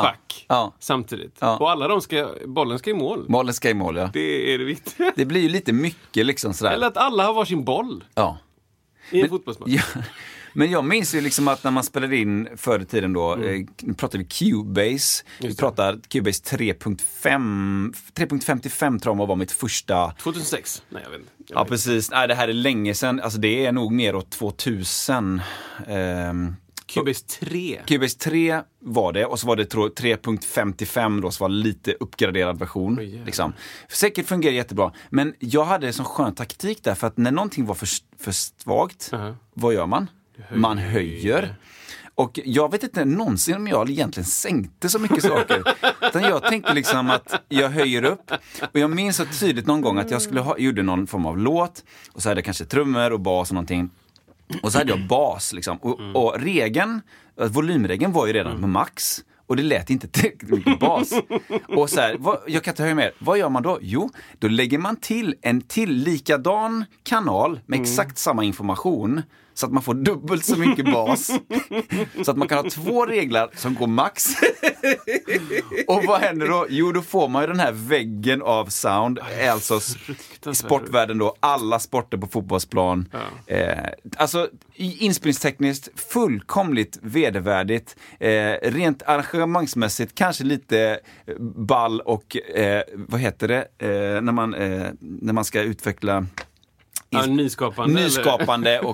samtidigt. Och alla bollen ska i mål. Bollen ska i mål, ja. Det är det viktiga. Det blir ju lite mycket liksom sådär. Eller att alla har varsin boll. Ja. I en fotbollsmatch. Ja. Men jag minns ju liksom att när man spelade in förr i tiden då, pratade vi Cubase. Vi pratade Cubase 3.5. 3.55 tror jag var mitt första. 2006? Nej, jag vet inte. Ja, precis. Nej, det här är länge sedan. Alltså det är nog neråt 2000. Cubase 3. Cubase 3 var det, och så var det 3.55 då, så var det lite uppgraderad version. Liksom. Säkert fungerar jättebra. Men jag hade en sån skön taktik där, för att när någonting var för svagt, vad gör man? Man höjer. Och jag vet inte någonsin om jag egentligen sänkte så mycket saker. Utan jag tänkte liksom att jag höjer upp. Och jag minns så tydligt någon gång att jag gjorde någon form av låt. Och så hade jag kanske trummor och bas och någonting. Och så hade jag bas liksom. Och volymregeln var ju redan på max. Och det lät inte tillräckligt mycket bas. Och så här, jag kan inte höra mer. Vad gör man då? Jo, då lägger man till en likadan kanal med exakt samma information. Så att man får dubbelt så mycket bas. Så att man kan ha 2 regler som går max. Och vad händer då? Jo, då får man ju den här väggen av sound. Alltså sportvärlden då. Alla sporter på fotbollsplan. Alltså inspelningstekniskt fullkomligt vedervärdigt. Rent arrangemangsmässigt kanske lite ball och vad heter det? När man ska utveckla nyskapande och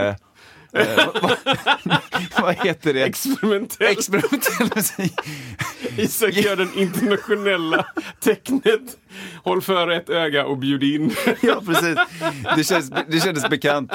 vad heter det? Experimentell musik. Isak gör den internationella tecknet. Håll för ett öga och bjud in. Ja, precis. Det kändes bekant.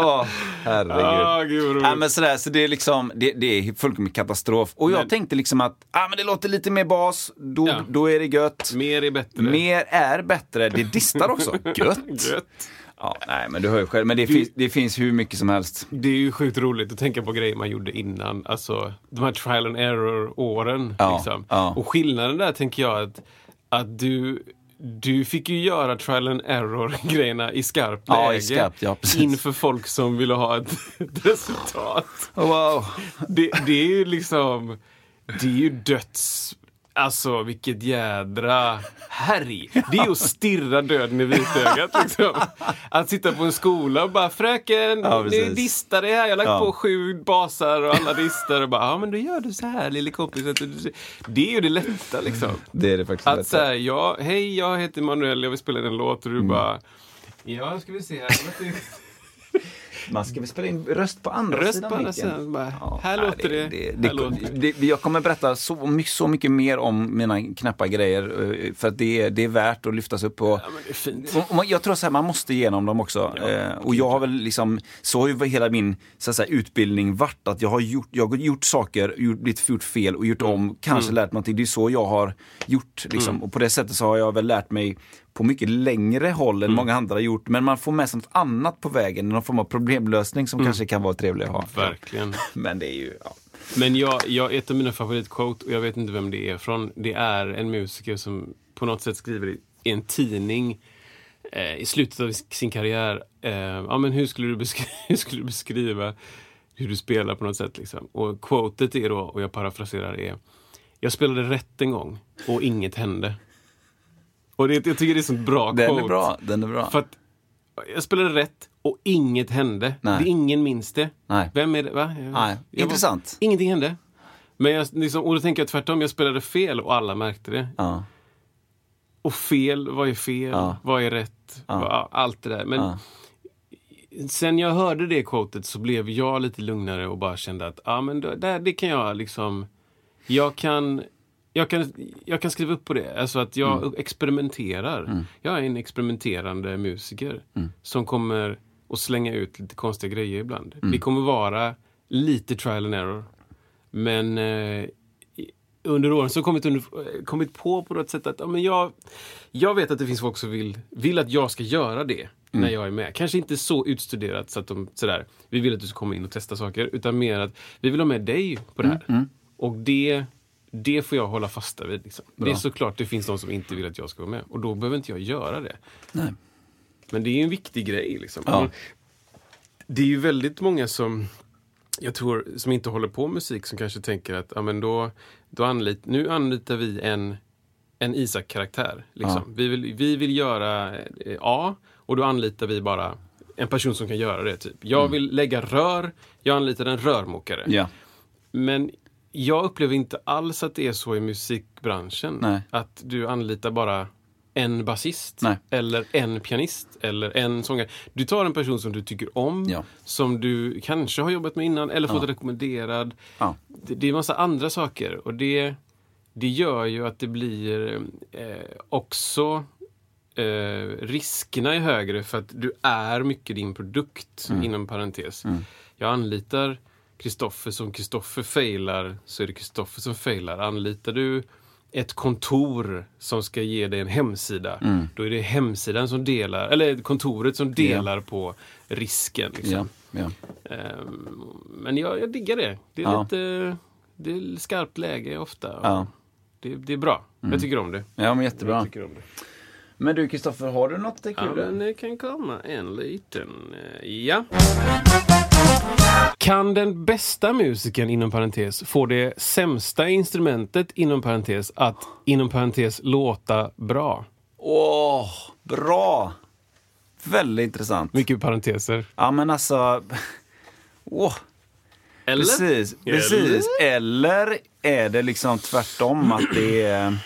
Herregud. Men sådär, så det är liksom det är fullkomligt katastrof. Och jag tänkte liksom att men det låter lite mer bas, då är det gött. Mer är bättre. Mer är bättre. Det distar också. Gött. Ja, nej, men du hör ju själv. Men det finns hur mycket som helst. Det är ju sjukt roligt att tänka på grejer man gjorde innan. Alltså, de här trial and error-åren. Liksom. Och skillnaden där tänker jag att du fick ju göra trial and error-grejerna i skarpt läge. Inför folk som ville ha ett resultat. Wow. Det är ju liksom... Det är ju döds... Alltså, vilket jädra härj. Det är att stirra döden i vitögat liksom. Att sitta på en skola och bara, fröken, det distar det här. Jag har lagt på 7 basar och alla distar och bara, men då gör du så här, lille kompis. Det är ju det lätta liksom. Det är det faktiskt att säga, hej, jag heter Manuel, jag vill spela en låt och du bara, ska vi se här. Man ska väl spela in röst på andra sidan. Här låter det. Jag kommer berätta så mycket mer om mina knappa grejer, för att det är värt att lyftas upp på. Men det är fint. Jag tror att man måste igenom dem också. Och jag har väl liksom, så har ju hela min så att säga, utbildning varit att jag har gjort saker, blivit gjort fel och gjort om, kanske lärt mig någonting. Det är så jag har gjort liksom. Och på det sättet så har jag väl lärt mig på mycket längre håll än många andra har gjort. Men man får med sig något annat på vägen. Någon form av problemlösning som kanske kan vara trevlig att ha. Verkligen. Men det är ju... Ja. Men jag ett av mina favoritquote, och jag vet inte vem det är från. Det är en musiker som på något sätt skriver i en tidning i slutet av sin karriär. Men hur skulle du beskriva hur du spelar på något sätt liksom. Och quotet är då, och jag parafraserar, är: jag spelade rätt en gång och inget hände. Och jag tycker det är sånt bra quote. Den är bra. För att jag spelade rätt och inget hände. Nej. Det ingen minns det. Nej. Vem är det? Va? Intressant. Ingenting hände. Men och då tänker jag tvärtom. Jag spelade fel och alla märkte det. Ja. Och fel, vad är fel? Ja. Vad är rätt? Allt det där. Men sen jag hörde det quotet så blev jag lite lugnare och bara kände att det kan jag liksom... Jag kan skriva upp på det. Alltså att jag experimenterar. Jag är en experimenterande musiker som kommer att slänga ut lite konstiga grejer ibland. Det kommer vara lite trial and error. Men under åren så kommit på något sätt att jag vet att det finns folk som vill att jag ska göra det när jag är med. Kanske inte så utstuderat så att vi vill att du ska komma in och testa saker, utan mer att vi vill ha med dig på det här. Och det får jag hålla fasta vid. Liksom. Det är såklart, det finns de som inte vill att jag ska vara med. Och då behöver inte jag göra det. Nej. Men det är ju en viktig grej. Liksom. Ja. Det är ju väldigt många som jag tror, som inte håller på musik, som kanske tänker att ja, men då nu anlitar vi en Isak-karaktär. Liksom. Ja. Vi vill göra A, och då anlitar vi bara en person som kan göra det. Typ. Jag vill lägga rör, jag anlitar en rörmokare. Ja. Men jag upplever inte alls att det är så i musikbranschen. Nej. Att du anlitar bara en basist. Nej. Eller en pianist. Eller en sångare. Du tar en person som du tycker om. Som du kanske har jobbat med innan. Eller fått rekommenderad. Ja. Det är en massa andra saker. Och det gör ju att det blir också riskerna är högre. För att du är mycket din produkt. Inom parentes. Jag anlitar Kristoffer som Kristoffer failar, så är det Kristoffer som failar. Anlitar du ett kontor som ska ge dig en hemsida, då är det hemsidan som delar, eller kontoret som delar på risken. Liksom. Men jag diggar det. Det är lite, det är skarpt läge ofta. Det är bra. Jag tycker om det. Ja, men jättebra. Jag tycker om det. Men du, Kristoffer, har du något kul? Ja, men det kan komma en liten. Ja. Kan den bästa musiken inom parentes få det sämsta instrumentet inom parentes att inom parentes låta bra? Bra! Väldigt intressant. Mycket parenteser. Ja, men alltså... Eller? Precis. Eller är det liksom tvärtom att det är...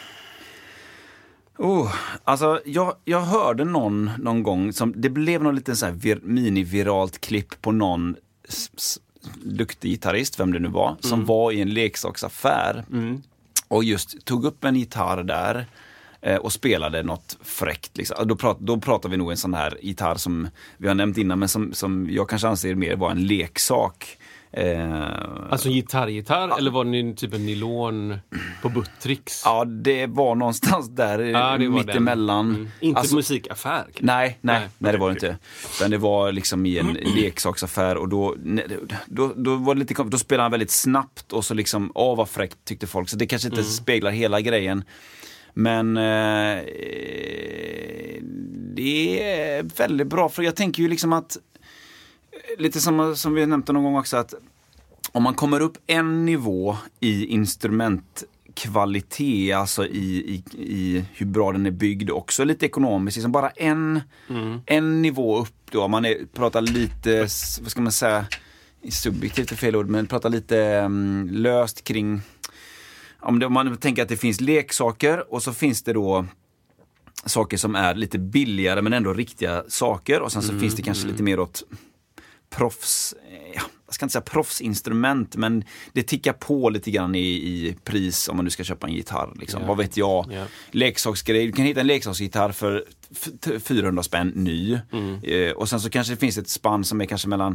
Alltså jag hörde någon gång som det blev någon liten så här mini-viralt klipp på någon duktig gitarrist, vem det nu var, som var i en leksaksaffär och just tog upp en gitarr där och spelade något fräckt liksom. Då pratar vi nog en sån här gitarr som vi har nämnt innan, men som jag kanske anser mer var en leksak. Alltså gitarr eller var det typ en nylon på Buttricks? Ja, det var någonstans där mittemellan. Inte alltså, musikaffär? Nej, det var det inte. Men det var liksom i en leksaksaffär, och då var det lite, då spelade han väldigt snabbt och så liksom, vad fräckt tyckte folk. Så det kanske inte speglar hela grejen. Men det är väldigt bra, för jag tänker ju liksom att lite som vi nämnde någon gång också, att om man kommer upp en nivå i instrumentkvalitet, alltså i hur bra den är byggd, också lite ekonomiskt, liksom bara en nivå upp då, man pratar lite, vad ska man säga, subjektivt är fel ord, men pratar lite löst kring, om man tänker att det finns leksaker och så finns det då saker som är lite billigare men ändå riktiga saker, och sen så finns det kanske lite mer åt proffs, jag ska inte säga proffsinstrument, men det tickar på lite grann i pris om man nu ska köpa en gitarr liksom. Vad vet jag, leksaksgrej, du kan hitta en leksaksgitarr för 400 spänn ny, och sen så kanske det finns ett spann som är kanske mellan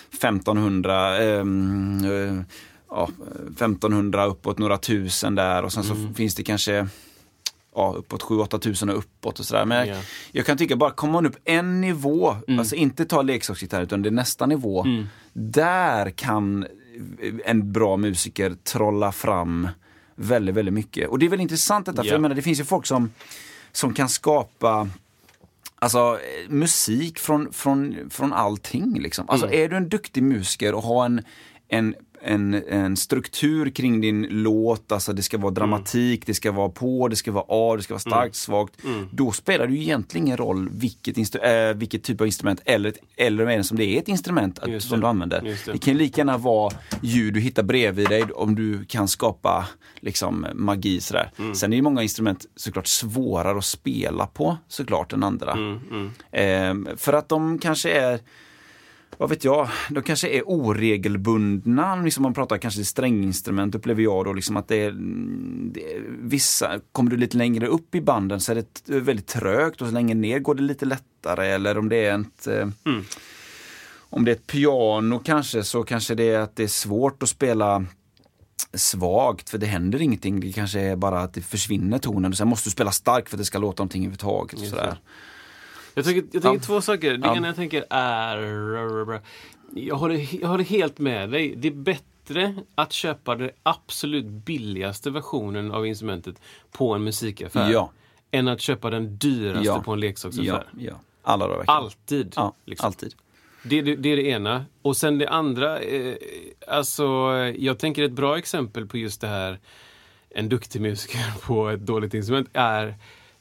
1500 uppåt några tusen där, och sen så finns det kanske uppåt 7-8 tusen och uppåt och sådär. Men jag kan tycka, bara kommer man upp en nivå, alltså inte ta leksaksgitarr utan det är nästa nivå, där kan en bra musiker trolla fram väldigt, väldigt mycket. Och det är väl intressant detta, för jag menar, det finns ju folk som kan skapa alltså musik från allting liksom. Alltså är du en duktig musiker och har en struktur kring din låt, alltså det ska vara dramatik, det ska vara på, det ska vara A, det ska vara starkt, svagt, då spelar det ju egentligen ingen roll vilket typ av instrument eller som det är ett instrument som du använder. Det kan ju lika gärna vara ljud du hittar bredvid dig, om du kan skapa liksom magi sådär. Sen är ju många instrument såklart svårare att spela på såklart än andra. För att de kanske är, vad vet jag, de kanske är oregelbundna, liksom man pratar kanske stränginstrument, upplever jag då liksom att det är vissa, kommer du lite längre upp i banden så är det väldigt trögt, och så längre ner går det lite lättare, eller om det är om det är ett piano kanske, så kanske det är att det är svårt att spela svagt, för det händer ingenting, det kanske är bara att det försvinner tonen, och sen måste du spela starkt för att det ska låta någonting överhuvudtaget och sådär. Jag tänker två saker. Det ena jag tänker är, jag håller helt med dig. Det är bättre att köpa det absolut billigaste versionen av instrumentet på en musikaffär än att köpa den dyraste på en leksaksaffär. Alla dagar. Alltid. Liksom. Alltid. Det är det ena. Och sen det andra, alltså jag tänker ett bra exempel på just det här, en duktig musiker på ett dåligt instrument är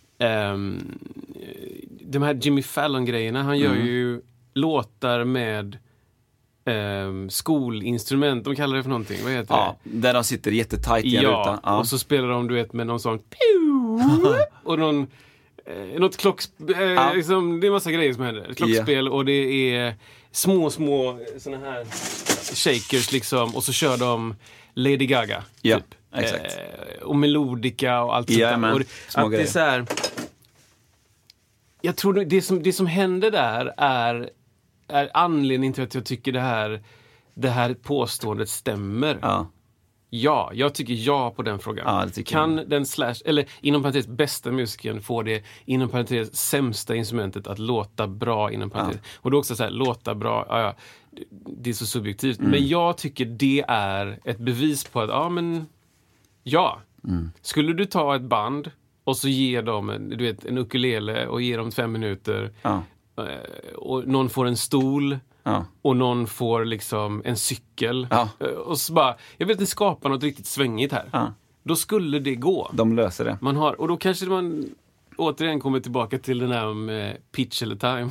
de här Jimmy Fallon-grejerna. Han gör ju låtar med skolinstrument, de kallar det för någonting, vad heter det? Där de sitter jättetajt i en ruta. Ja, och så spelar de duett med någon sån och någon något klockspel, liksom, det är massa grejer som händer. Klockspel och det är små såna här shakers liksom, och så kör de Lady Gaga typ. Exakt. Och melodika och allt sånt där. Och att det är så här, jag tror det som händer där är anledningen till att jag tycker det här påståendet stämmer. Ja, jag tycker ja på den frågan. Kan den eller inom parentes bästa musikern få det inom parentes sämsta instrumentet att låta bra inom parentes. Och då också så här, låta bra, det är så subjektivt. Men jag tycker det är ett bevis på att skulle du ta ett band och så ge dem en ukulele och ge dem 5 minuter och någon får en stol och någon får liksom en cykel och så bara, jag vill inte skapa något riktigt svängigt här. Då skulle det gå. De löser det. Och då kanske man återigen kommer tillbaka till den här om pitch eller time.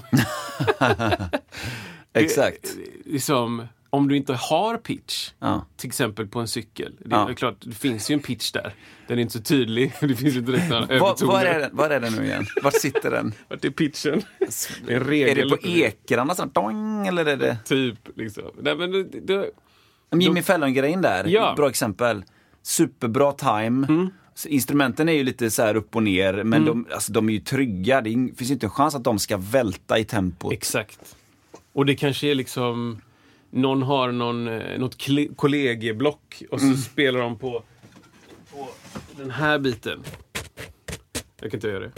Exakt. Liksom, om du inte har pitch, till exempel på en cykel. Det är klart, det finns ju en pitch där. Den är inte så tydlig. Det finns ju direkt några övertoner. Var är den nu igen? Var sitter den? Vart är pitchen? Det är en regel. Är det på ekrarna sån doing, eller är det? Typ, liksom. Nej, men Jimmy Fallon-grejen där, bra exempel. Superbra time. Instrumenten är ju lite så här upp och ner, men de är ju trygga. Det finns ju inte en chans att de ska välta i tempot. Exakt. Och det kanske är liksom, någon har något kollegieblock och så spelar de på den här biten. Jag kan inte göra det.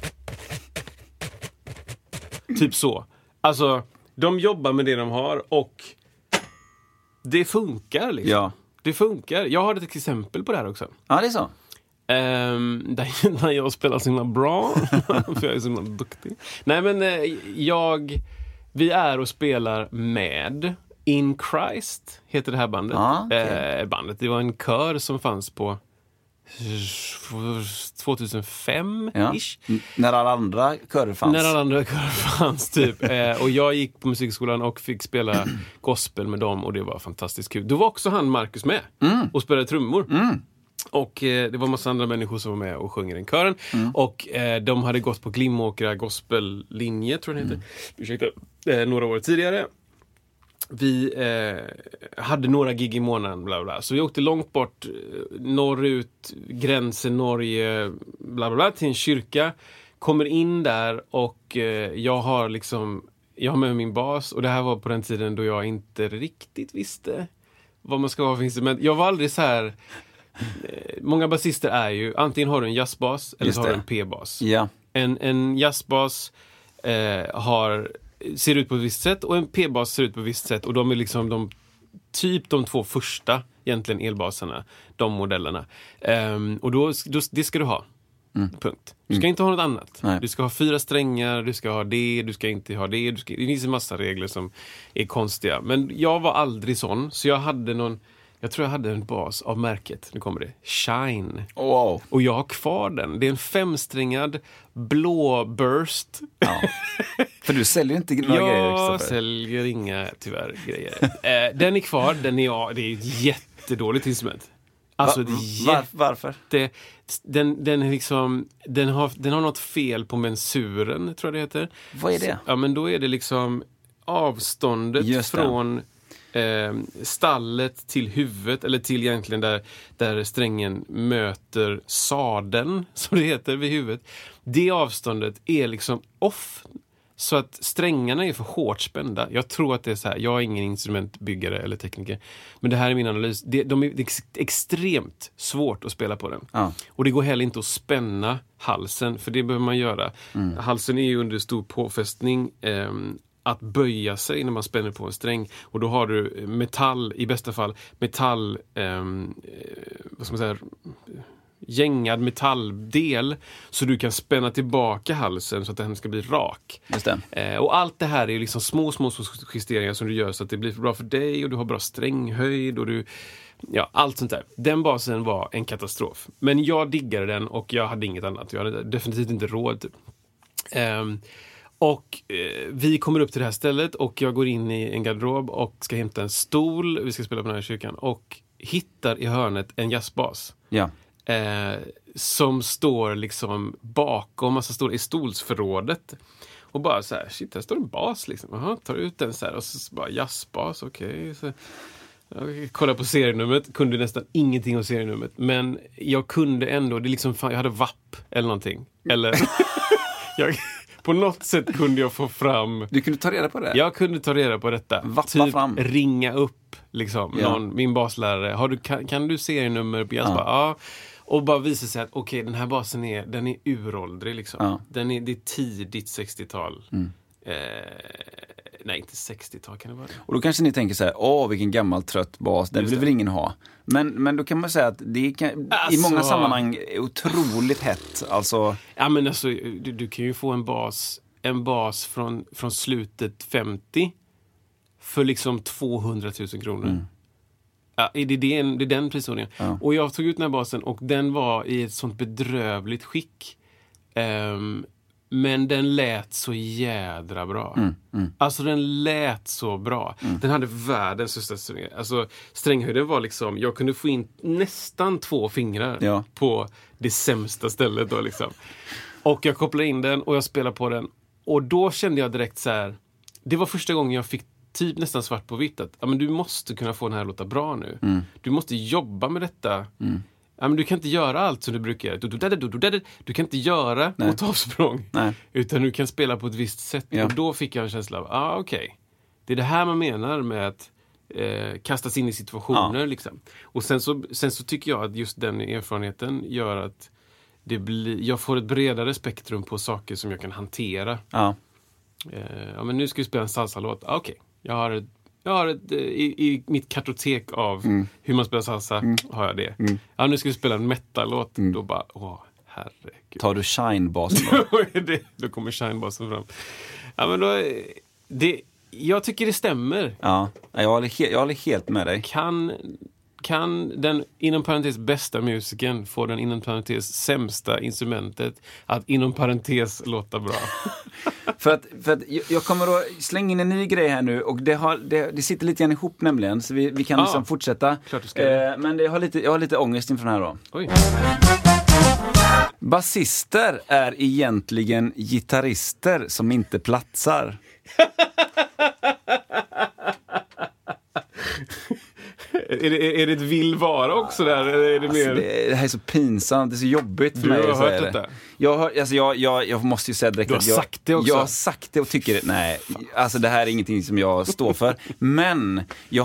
Typ så. Alltså, de jobbar med det de har och det funkar liksom. Ja. Det funkar. Jag har ett exempel på det här också. Ja, det är så. Där jag spelar så himla bra. För jag är så himla duktig. Nej, men vi är och spelar med In Christ, heter det här bandet. Bandet, det var en kör som fanns på 2005-ish. När alla andra körer fanns. Typ. Och jag gick på musikskolan och fick spela gospel med dem och det var fantastiskt kul. Då var också han Marcus med och spelade trummor. Och det var en massa andra människor som var med och sjöng i den kören. Och de hade gått på Glimåkra gospellinje, tror jag det heter. Några år tidigare. Vi hade några gig i månaden, bla bla. Så vi åkte långt bort, norrut, gränsen Norge, bla bla, till en kyrka. Kommer in där och jag har med min bas. Och det här var på den tiden då jag inte riktigt visste vad man ska ha för instrument. Jag var aldrig så här. Många basister är ju, antingen har du en jazzbas eller så har du en p-bas. En jazzbas ser ut på ett visst sätt och en p-bas ser ut på ett visst sätt och de är liksom de 2 första egentligen elbaserna, de modellerna. Och då det ska du ha. Punkt. Du ska inte ha något annat. Du ska ha 4 strängar, du ska ha det, du ska inte ha det. Det finns en massa regler som är konstiga. Men jag var aldrig sån, så jag tror jag hade en bas av märket, nu kommer det, Shine. Wow. Och jag har kvar den. Det är en 5-strängad blå burst. För du säljer inte några grejer. Jag säljer inga, tyvärr, grejer. Den är kvar, det är ett jättedåligt instrument. Alltså, varför? Den är liksom, den har något fel på mensuren, tror jag det heter. Vad är det? Ja, men då är det liksom avståndet från stallet till huvudet, eller till egentligen där strängen möter sadeln, som det heter, vid huvudet. Det avståndet är liksom off, så att strängarna är för hårt spända. Jag tror att det är så här, jag är ingen instrumentbyggare eller tekniker, men det här är min analys. Det är extremt svårt att spela på den. Och det går heller inte att spänna halsen, för det behöver man göra. Halsen är ju under stor påfästning att böja sig när man spänner på en sträng. Och då har du metall, i bästa fall, vad ska man säga, gängad metalldel så du kan spänna tillbaka halsen så att den ska bli rak. Just det. Och allt det här är ju liksom små justeringar som du gör så att det blir bra för dig och du har bra stränghöjd och du... Ja, allt sånt där. Den basen var en katastrof. Men jag diggade den och jag hade inget annat. Jag hade definitivt inte råd. Vi kommer upp till det här stället och jag går in i en garderob och ska hämta en stol. Vi ska spela på den här kyrkan. Och hittar i hörnet en jazzbas. Ja. Som står liksom bakom, alltså står i stolsförrådet. Och bara så här, shit, här står en bas liksom. Aha, tar ut den så här och så bara jazzbas, okej. Så jag kollade på serienumret, kunde nästan ingenting om serienumret. Men jag kunde ändå, det är liksom, fan, jag hade VAP eller någonting. Eller, på något sätt kunde jag få fram... Du kunde ta reda på det? Jag kunde ta reda på detta. Vappa fram. Ringa upp, liksom, min baslärare. Kan du serienummer på jazz? Ja. Och bara visa sig att okej, den här basen den är uråldrig liksom. Ja. Det är tidigt 60-tal. Nej, inte 60-tal kan det vara. Och då kanske ni tänker så här, vilken gammal trött bas, den vill väl ingen ha. Men då kan man säga att det kan, i många sammanhang är otroligt hett. Alltså... Ja, men alltså, du kan ju få en bas från slutet 50 för liksom 200 000 kronor. Ja, det är den prisordningen. Ja. Och jag tog ut den här basen och den var i ett sånt bedrövligt skick. Men den lät så jädra bra. Alltså den lät så bra. Den hade världens största sträng. Alltså stränghöjden var liksom, jag kunde få in nästan 2 fingrar på det sämsta stället då liksom. Och jag kopplade in den och jag spelade på den. Och då kände jag direkt så här, det var första gången jag fick typ nästan svart på vitt att men du måste kunna få den här att låta bra nu. Du måste jobba med detta. Ja, men du kan inte göra allt som du brukar göra. Du kan inte göra åtavsprång. Utan du kan spela på ett visst sätt. Ja. Och då fick jag en känsla av, okej. Det är det här man menar med att kastas in i situationer. Liksom. Och sen så tycker jag att just den erfarenheten gör att jag får ett bredare spektrum på saker som jag kan hantera. Ja. Men nu ska vi spela en salsa-låt. Okej. Jag har ett i mitt kartotek av hur man spelar salsa har jag det. Ja, nu ska vi spela en metal-låt. Då bara, herregud. Tar du shine-basen då? Då kommer shine-basen fram. Ja, men då... Jag tycker det stämmer. Ja, jag håller helt med dig. Kan den inom parentes bästa musiken få den inom parentes sämsta instrumentet att inom parentes låta bra? för att jag kommer att slänga in en ny grej här nu och det sitter lite grann ihop nämligen så vi kan liksom fortsätta. Men jag har lite ångest inför den här då. Oj. Basister är egentligen gitarrister som inte platsar. Är det ett villvara också där? Eller är det mer... det här är så pinsamt, det är så jobbigt för mig. Du har hört detta? Jag måste ju säga direkt att sagt det också. Jag har sagt det och tycker det. Nej, alltså det här är ingenting som jag står för. Men jag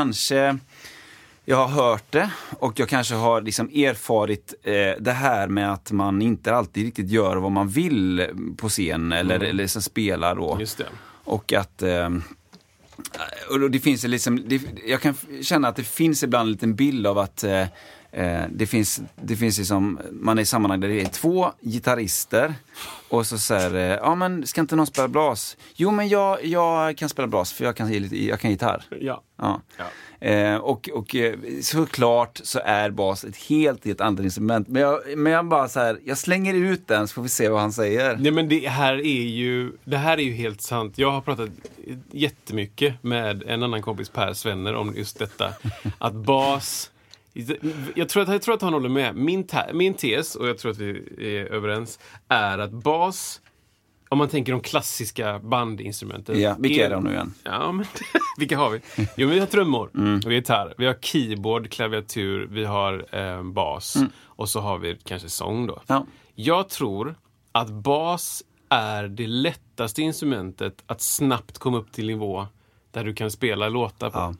har hört det och jag kanske har liksom erfarit det här med att man inte alltid riktigt gör vad man vill på scen eller som spelar då. Just det. Och att och det finns liksom, jag kan känna att det finns ibland en liten bild av att det finns liksom, man är i sammanhang där det är 2 gitarrister och så säger men ska inte någon spela bas? Jo, men jag kan spela bas för jag kan gitarr. Ja. Och såklart så är bas ett helt annat instrument. Men jag bara så här, jag slänger ut den så får vi se vad han säger. Nej, men det här är ju helt sant. Jag har pratat jättemycket med en annan kompis, Per Svenner, om just detta. Att bas... Jag tror att han håller med. Min tes, och jag tror att vi är överens, är att bas, om man tänker de klassiska bandinstrumenten. Ja, vilka är de nu igen? Ja, men vilka har vi? Jo, vi har trummor, och gitarr, vi har keyboard, klaviatur, vi har bas, och så har vi kanske sång då. Ja. Jag tror att bas är det lättaste instrumentet att snabbt komma upp till nivå där du kan spela låtar på. Ja.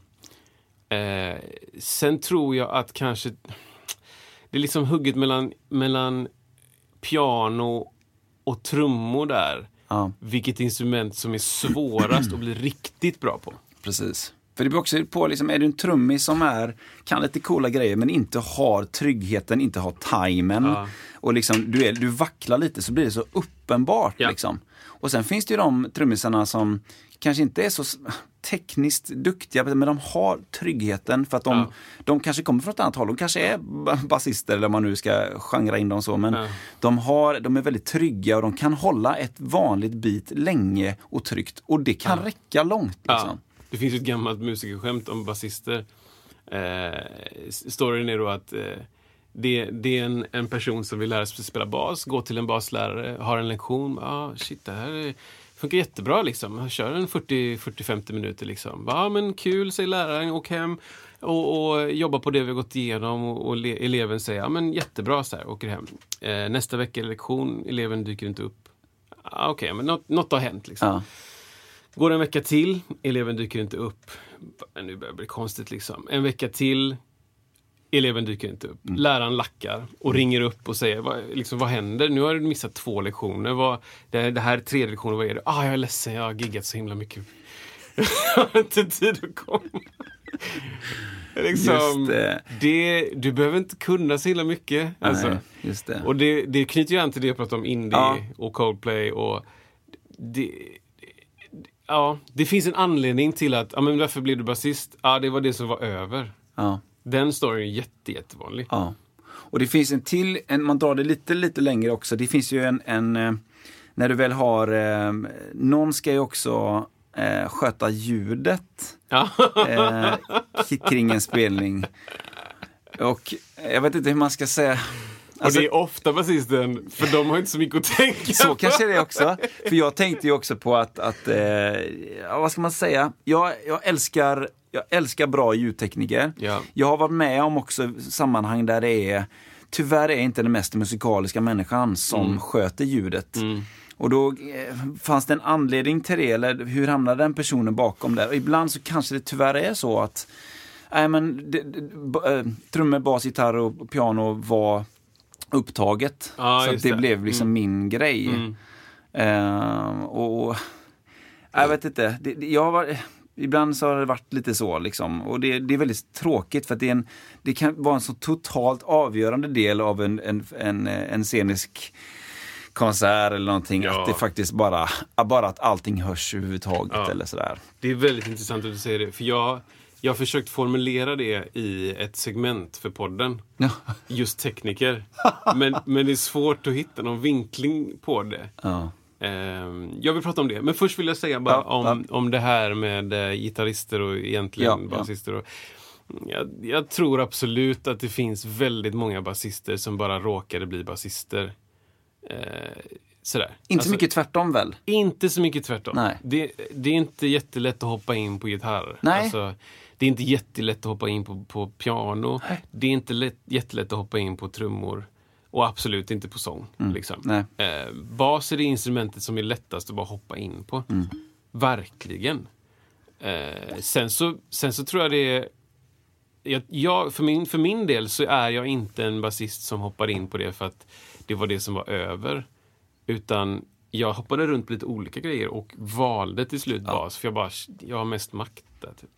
Sen tror jag att kanske det är liksom hugget mellan piano och trummor där. Ja. Vilket instrument som är svårast att bli riktigt bra på. Precis. För det blir också på, liksom, är du en trummis som kan lite coola grejer men inte har tryggheten, inte har timen och liksom, du vacklar lite, så blir det så uppenbart liksom. Och sen finns det ju de trummisarna som kanske inte är så tekniskt duktiga, men de har tryggheten för att de kanske kommer från ett annat håll. De kanske är basister, eller om man nu ska genra in dem så, men de är väldigt trygga och de kan hålla ett vanligt beat länge och tryggt. Och det kan räcka långt liksom. Det finns ju ett gammalt musikerskämt om basister. Storyn är då att det är en person som vill lära sig spela bas, går till en baslärare, har en lektion. Shit, det här funkar jättebra liksom. Jag kör en 40-50 minuter liksom. Men kul, säger läraren, åk hem och jobba på det vi har gått igenom, och eleven säger, men jättebra, så här, åker hem. Nästa vecka är lektion, eleven dyker inte upp. Okej, men något har hänt liksom. Går en vecka till, eleven dyker inte upp. Nu börjar det bli konstigt liksom. En vecka till, eleven dyker inte upp. Läraren lackar och ringer upp och säger, vad händer? Nu har du missat 2 lektioner. Det här är 3 lektioner, vad är det? Jag är ledsen, jag har giggat så himla mycket. Jag har inte tid att komma. Liksom, du behöver inte kunna så himla mycket. Alltså. Nej, just det. Och det knyter ju an till det jag pratade om indie och Coldplay. Och det finns en anledning till att men varför blev du basist? Det var det som var över. Den storyn är jättevanlig. Och det finns man drar det lite längre också. Det finns ju en när du väl har någon ska ju också sköta ljudet kring en spelning. Och jag vet inte hur man ska säga. Alltså, och det är ofta basisten, för de har inte så mycket att tänka. Så kanske det är också. För jag tänkte ju också på att vad ska man säga? Jag älskar bra ljudtekniker. Jag har varit med om också sammanhang där det är, tyvärr är inte den mest musikaliska människan som sköter ljudet. Och då fanns det en anledning till det, eller hur hamnade den personen bakom där? Och ibland så kanske det tyvärr är så att trummor, bas, gitarr och piano var upptaget. Så att det blev liksom min grej. Och jag vet inte, ibland så har det varit lite så liksom. Och det är väldigt tråkigt, för att det kan vara en så totalt avgörande del av en scenisk konsert eller någonting, att det faktiskt bara att allting hörs överhuvudtaget eller sådär. Det är väldigt intressant att du säger det, för jag har försökt formulera det i ett segment för podden. Just tekniker. Men det är svårt att hitta någon vinkling på det. Jag vill prata om det. Men först vill jag säga bara om det här med gitarrister och egentligen basister. Och, jag tror absolut att det finns väldigt många basister som bara råkade bli basister. Sådär. Inte så mycket tvärtom väl? Inte så mycket tvärtom. Nej. Det är inte jättelätt att hoppa in på gitarr. Nej. Alltså, det är inte jättelätt att hoppa in på piano. Nej. Det är inte jättelätt att hoppa in på trummor. Och absolut inte på sång. Liksom. Bas är det instrumentet som är lättast att bara hoppa in på. Verkligen. Sen så tror jag det är... För min del så är jag inte en basist som hoppar in på det för att det var det som var över. Utan jag hoppade runt på lite olika grejer och valde till slut bas. För jag har mest makt där, typ.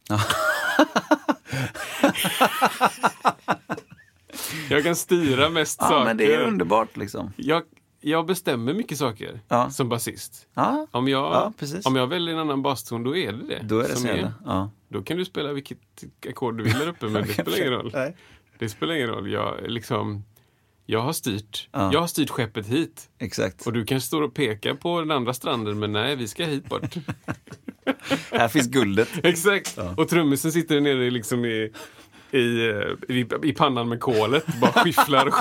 Jag kan styra mest saker. Men det är underbart liksom. Jag bestämmer mycket saker som basist. Om jag väljer en annan baston, då är det. Då är det så. Då kan du spela vilket ackord du vill där uppe, men det spelar ingen roll. Det spelar ingen roll. Jag har styrt skeppet hit. Exakt. Och du kan stå och peka på den andra stranden, men nej, vi ska hit bort. Här finns guldet. Exakt. Och trummisen sitter nere liksom i pannan med kolet. Bara skyfflar.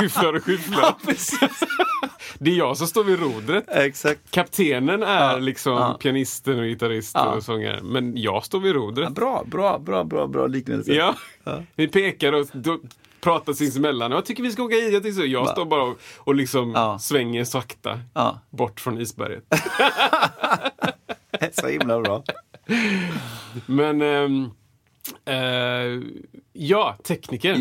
Det är jag som står vid rodret. Exakt. Kaptenen är liksom pianisten och gitarristen och sångare. Men jag står vid rodret. Bra liknelse. Ja. Vi pekar och pratar sinsemellan. Jag tycker vi ska åka hit. Jag står bara och liksom svänger sakta bort från isberget. Så himla bra. Men tekniker.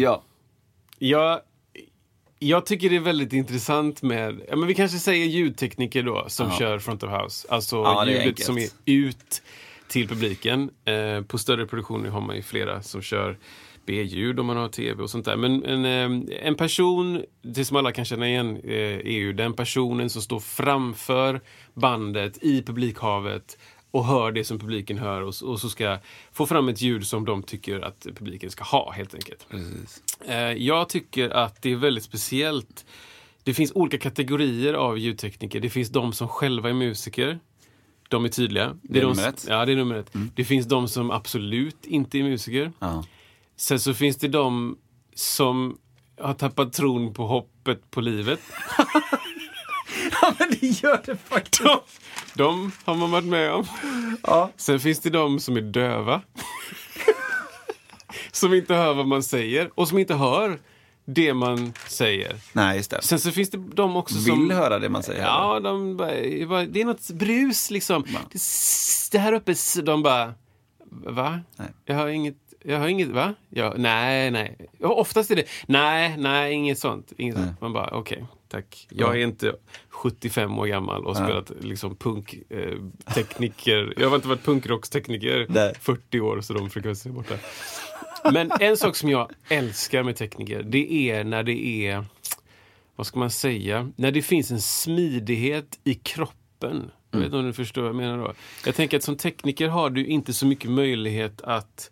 Jag tycker det är väldigt intressant med, men vi kanske säger ljudtekniker då som kör front of house. Alltså ljudet som är ut till publiken. På större produktioner har man ju flera som kör B-ljud om man har tv och sånt där. Men en person, det som alla kan känna igen, är ju den personen som står framför bandet i publikhavet och hör det som publiken hör och så ska få fram ett ljud som de tycker att publiken ska ha, helt enkelt. Precis. Jag tycker att det är väldigt speciellt. Det finns olika kategorier av ljudtekniker. Det finns de som själva är musiker. De är tydliga. Det är numret. Ja, det är numret. Det finns de som absolut inte är musiker. Ja. Sen så finns det de som har tappat tron på hoppet på livet. Ja, men det gör det faktiskt. De har man varit med om. Ja. Sen finns det de som är döva. Som inte hör vad man säger. Och som inte hör det man säger. Nej, just det. Sen så finns det de också som vill höra det man säger. Ja, det är något brus liksom. Ja. Det här uppe, de bara, va? Nej. Jag har inget, va? Ja, nej. Oftast är det, nej, inget sånt. Man bara, okej, tack. Jag är inte 75 år gammal och spelat liksom punktekniker. Jag har inte varit punkrockstekniker 40 år, så de frekvenser är borta. Men en sak som jag älskar med tekniker, det är när det är, vad ska man säga, när det finns en smidighet i kroppen. Jag vet inte om du förstår vad jag menar då. Jag tänker att som tekniker har du inte så mycket möjlighet att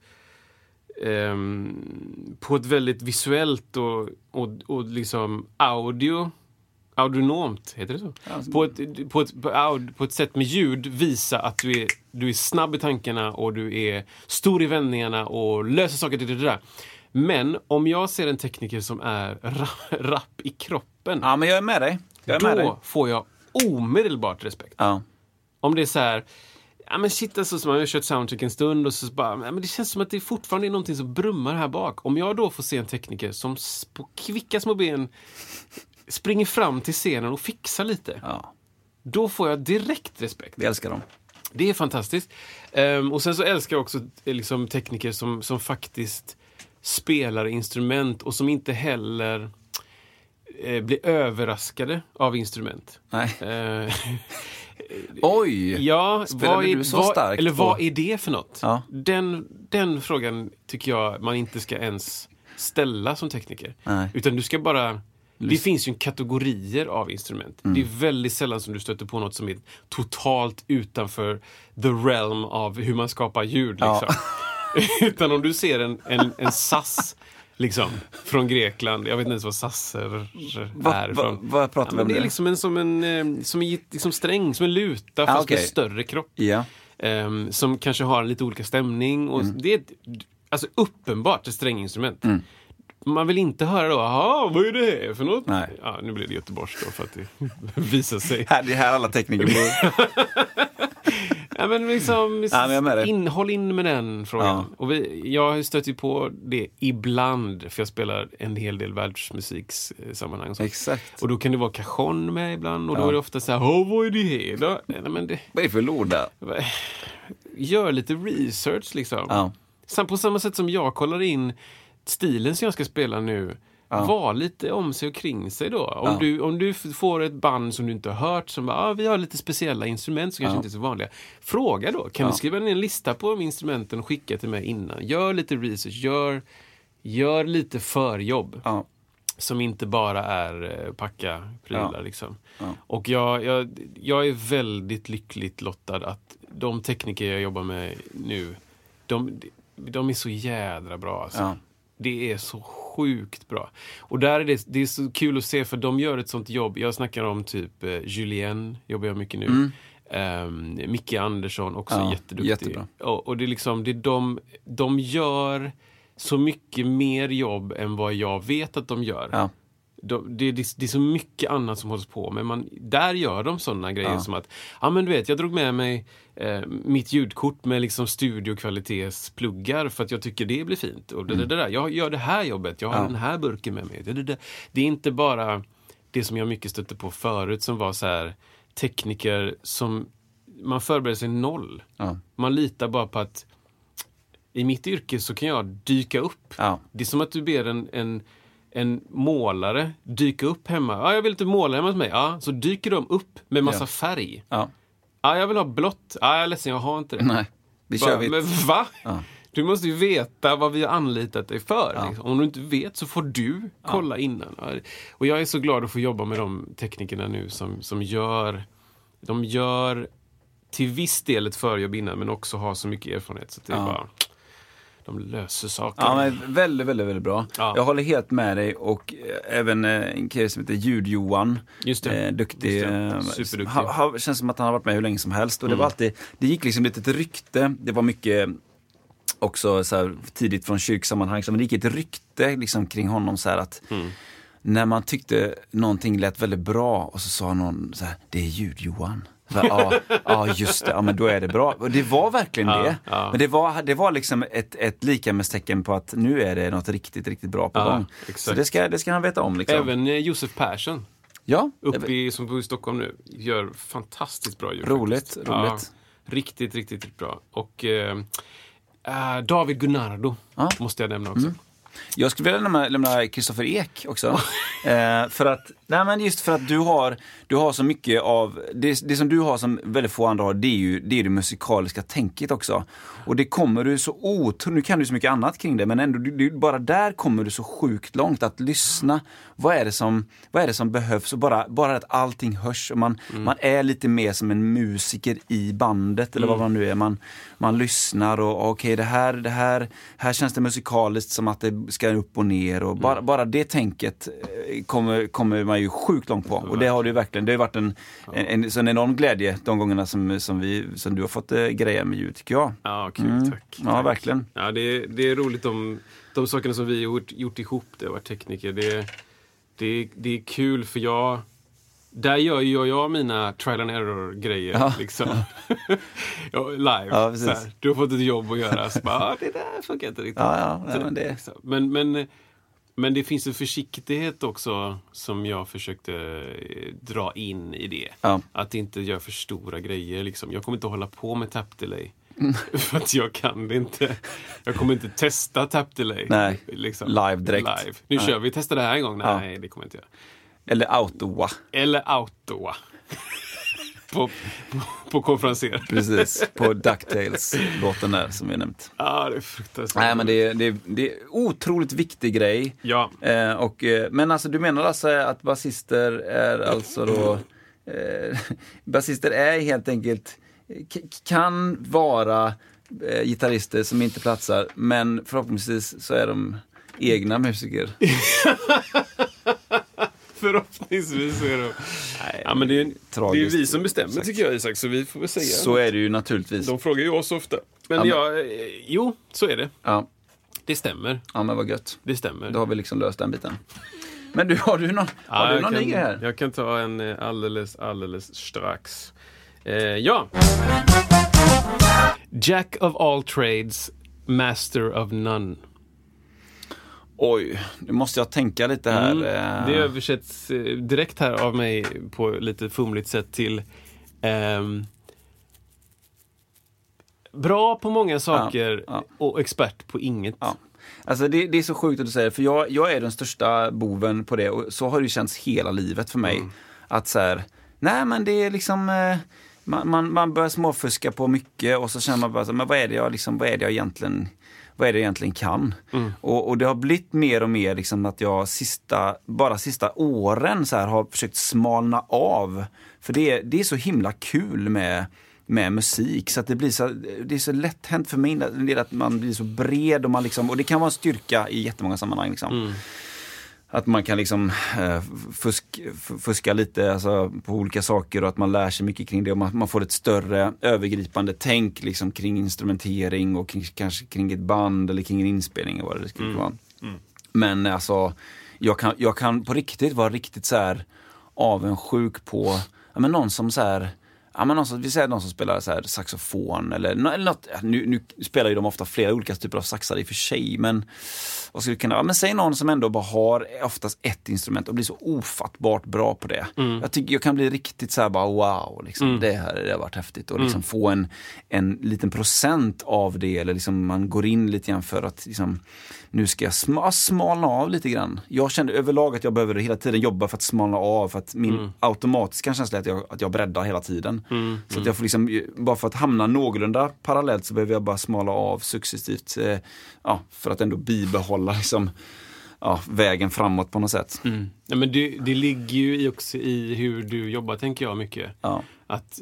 på ett väldigt visuellt och liksom audionomt, heter det så? På ett sätt med ljud visa att du är snabb i tankarna och du är stor i vändningarna och löser saker till det där. Men om jag ser en tekniker som är rapp i kroppen, ja, men jag är med dig. Då får jag omedelbart respekt. Ja. Om det är så här, ja men shit, alltså, som man har kört soundcheck en stund och så bara, ja, men det känns som att det fortfarande är någonting som brummar här bak. Om jag då får se en tekniker som på kvicka små ben springer fram till scenen och fixar lite, då får jag direkt respekt. Vi älskar dem. Det är fantastiskt. Och sen så älskar jag också liksom tekniker som faktiskt spelar instrument och som inte heller blir överraskade av instrument. Nej. Oj, ja, spelade du så starkt? Eller vad är det för något? Ja. Den frågan tycker jag man inte ska ens ställa som tekniker. Nej. Utan du ska bara... Det finns ju kategorier av instrument. Det är väldigt sällan som du stöter på något som är totalt utanför the realm av hur man skapar ljud. Liksom. Utan om du ser en sass liksom, från Grekland. Jag vet inte ens vad sasser är. Vad pratar vi om? Det är liksom som en sträng, som en luta fast med större kropp. Ja. Som kanske har en lite olika stämning. Och det är alltså uppenbart ett stränginstrument. Man vill inte höra då, vad är det här för något? Nej. Ja, nu blir det Göteborgs då för att det visar sig. Det är här alla tekniker blir. Ja, men liksom håll in med den frågan. Ja. Och jag har stött ju på det ibland, för jag spelar en hel del världsmusiksammanhang. Exakt. Och då kan det vara cajon med ibland, och då är det ofta så här, vad är det här då? Nej, men vad är det för låda? Gör lite research liksom. Ja. På samma sätt som jag kollar in stilen som jag ska spela nu, var lite om sig och kring sig då. Om du får ett band som du inte har hört, som bara, vi har lite speciella instrument som kanske inte är så vanliga. Fråga då, kan du skriva ner en lista på instrumenten och skicka till mig innan? Gör lite research, gör lite förjobb. Som inte bara är packa prylar liksom. Och jag är väldigt lyckligt lottad att de tekniker jag jobbar med nu, de är så jädra bra alltså. Det är så sjukt bra. Och där är det är så kul att se, för de gör ett sånt jobb. Jag snackar om typ Julien, jobbar jag mycket nu. Micke Andersson, också jätteduktig. Jättebra. Och det är liksom, de gör så mycket mer jobb än vad jag vet att de gör. Det är så mycket annat som hålls på, men där gör de sådana grejer som att, men du vet, jag drog med mig mitt ljudkort med liksom studiokvalitetspluggar för att jag tycker det blir fint, och det där. Jag gör det här jobbet, jag har den här burken med mig. Det är inte bara det som jag mycket stötte på förut, som var så här tekniker som man förbereder sig noll. Man litar bara på att i mitt yrke så kan jag dyka upp. Det är som att du ber en målare dyka upp hemma. Jag vill inte måla hemma hos mig. Så dyker de upp med massa färg. Jag vill ha blått. Jag är ledsen, jag har inte det. Nej. Vi kör Men va? Ja. Du måste ju veta vad vi har anlitat dig för. Ja. Liksom. Om du inte vet så får du kolla innan. Och jag är så glad att få jobba med de teknikerna nu som gör... De gör till viss del ett förjobb innan, men också har så mycket erfarenhet. Så det är bara... De löser saker. Ja, men väldigt, väldigt, väldigt bra. Ja. Jag håller helt med dig, och även en kille som heter Ljud-Johan. Just det. Duktig. Just det. Superduktig. Känns som att han har varit med hur länge som helst. Och det var alltid, det gick liksom lite ett rykte. Det var mycket också så här, tidigt från kyrksammanhang. Men det gick ett rykte liksom kring honom så här att när man tyckte någonting lät väldigt bra och så sa någon så här, det är Ljud-Johan. Ja, just det. Ja, men då är det bra. Och det var verkligen det. Ja. Men det var liksom ett likamästecken på att nu är det något riktigt, riktigt bra på gång. Exakt. Så det ska han veta om. Liksom. Även Josef Persson, Ja. som bor i Stockholm nu, gör fantastiskt bra ljud. Roligt. Ja, riktigt, riktigt bra. Och David Gunnardo måste jag nämna också. Jag skulle vilja lämna Kristoffer Ek också. För att du har så mycket av det som du har som väldigt få andra har, det är det musikaliska tänket också. Och det kommer du så nu kan du så mycket annat kring det, men ändå bara där kommer du så sjukt långt att lyssna. Vad är det som behövs, och bara att allting hörs, och man är lite mer som en musiker i bandet eller vad man nu är. Man lyssnar och okej, det här känns det musikaliskt som att det ska upp och ner, och bara det tänket kommer man ju sjukt långt på. Och det har du verkligen. Det har varit en enorm glädje de gångerna som du har fått grejer med ljud, tycker jag. Ja, kul, tack. Ja, verkligen. Ja, det är roligt de sakerna som vi har gjort ihop, det har varit tekniker. Det är kul, för där gör jag mina trial and error grejer liksom. Live. Ja, så här. Du har fått ett jobb att göra, så bara, det där funkar inte riktigt. Men det finns en försiktighet också som jag försökte dra in i det. Ja. Att inte göra för stora grejer liksom. Jag kommer inte att hålla på med tap delay. För att jag kan det inte. Jag kommer inte testa tap delay. Nej, liksom. Live direkt. Nu kör vi, testa det här en gång. Nej, det kommer jag inte göra. Eller Autowa. på konferenser. Precis, på DuckTales-låten där som vi nämnt. Ja, det är fruktansvärt. Nej, men det är otroligt viktig grej. Ja. Men alltså, du menar alltså att basister är alltså då... basister är helt enkelt... kan vara gitarrister som inte platsar, men förhoppningsvis så är de egna musiker. Förhoppningsvis är det. Ja, men det är vi som bestämmer, tycker jag, Isak, så vi får väl säga. Så är det ju naturligtvis. De frågar ju oss ofta. Men jo, så är det. Ja. Det stämmer. Ja, men vad gött. Det stämmer. Då har vi liksom löst den biten. Men har du någon ny grej här? Jag kan ta en alldeles strax. Ja. Jack of all trades, master of none. Oj, nu måste jag tänka lite här. Det översätts direkt här av mig på lite fumligt sätt till bra på många saker och expert på inget. Ja. Alltså det är så sjukt att du säger, för jag är den största boven på det, och så har det känts hela livet för mig. Att så här, nej men det är liksom... Man börjar småfuska på mycket, och så känner man bara så, men vad är det jag egentligen kan? Och det har blivit mer och mer liksom att jag sista åren så här har försökt smalna av, för det är så himla kul med musik, så att det är så lätt hänt för mig att man blir så bred, och man liksom, och det kan vara en styrka i jättemånga sammanhang liksom. Att man kan liksom fuska lite alltså, på olika saker, och att man lär sig mycket kring det, och man får ett större övergripande tänk liksom, kring instrumentering och kanske kring ett band eller kring en inspelning och vad det skulle vara. Men alltså jag kan på riktigt vara riktigt så här avundsjuk på någon som så här, vi säger någon som spelar så här saxofon eller något. Nu spelar ju de ofta flera olika typer av saxar i och för sig, men vad skulle kunna, men säg någon som ändå bara har oftast ett instrument och blir så ofattbart bra på det. Jag tycker jag kan bli riktigt så här bara wow liksom, det har varit häftigt, och liksom få en liten procent av det, eller liksom man går in lite grann för att liksom, nu ska jag smalna av lite grann. Jag kände överlag att jag behöver hela tiden jobba för att smalna av, för att min automatiska känsla är att jag breddar hela tiden. Så att jag får liksom, bara för att hamna någorlunda parallellt så behöver jag bara smala av successivt för att ändå bibehålla liksom, vägen framåt på något sätt. Ja, men det ligger ju också i hur du jobbar, tänker jag mycket. Att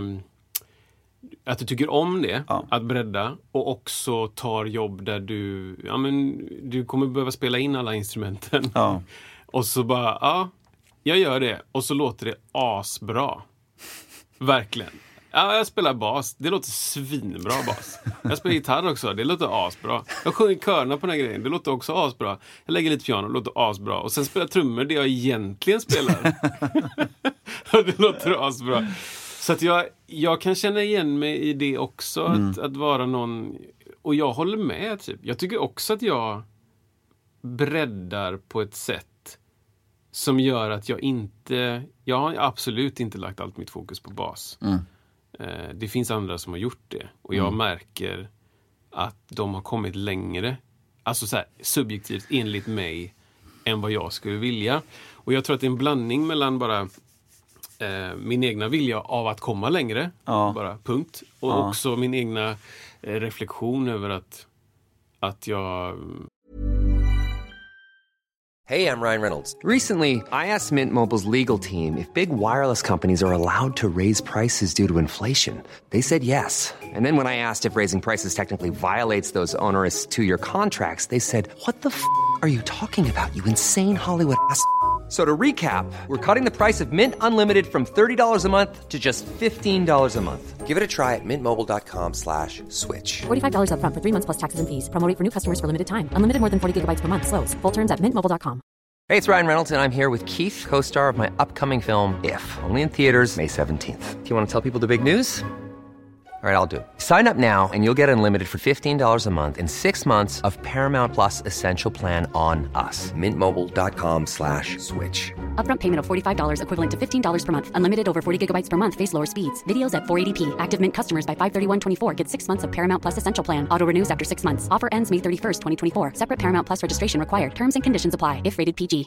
du tycker om det, att bredda, och också tar jobb där du kommer behöva spela in alla instrumenten. Och så bara, jag gör det, och så låter det asbra. Verkligen. Ja, jag spelar bas. Det låter svinbra bas. Jag spelar gitarr också. Det låter asbra. Jag sjunger körna på den här grejen. Det låter också asbra. Jag lägger lite piano. Det låter asbra. Och sen spelar trummor det jag egentligen spelar. Och det låter asbra. Så att jag kan känna igen mig i det också. Att vara någon... Och jag håller med, typ. Jag tycker också att jag breddar på ett sätt som gör att jag har absolut inte lagt allt mitt fokus på bas. Det finns andra som har gjort det. Och jag märker att de har kommit längre. Alltså så här, subjektivt enligt mig än vad jag skulle vilja. Och jag tror att det är en blandning mellan bara min egna vilja av att komma längre. Bara punkt. Och också min egna reflektion över att jag... Hey, I'm Ryan Reynolds. Recently, I asked Mint Mobile's legal team if big wireless companies are allowed to raise prices due to inflation. They said yes. And then when I asked if raising prices technically violates those onerous 2-year contracts, they said, "What the f*** are you talking about, you insane Hollywood ass?" So to recap, we're cutting the price of Mint Unlimited from $30 a month to just $15 a month. Give it a try at mintmobile.com/switch. $45 up front for 3 months plus taxes and fees. Promo rate for new customers for limited time. Unlimited more than 40 gigabytes per month. Slows full terms at mintmobile.com. Hey, it's Ryan Reynolds, and I'm here with Keith, co-star of my upcoming film, If, only in theaters May 17th. Do you want to tell people the big news? All right, I'll do it. Sign up now and you'll get unlimited for $15 a month and 6 months of Paramount Plus Essential Plan on us. mintmobile.com/switch. Upfront payment of $45 equivalent to $15 per month. Unlimited over 40 gigabytes per month. Face lower speeds. Videos at 480p. Active Mint customers by 531.24 get 6 months of Paramount Plus Essential Plan. Auto renews after 6 months. Offer ends May 31st, 2024. Separate Paramount Plus registration required. Terms and conditions apply if rated PG.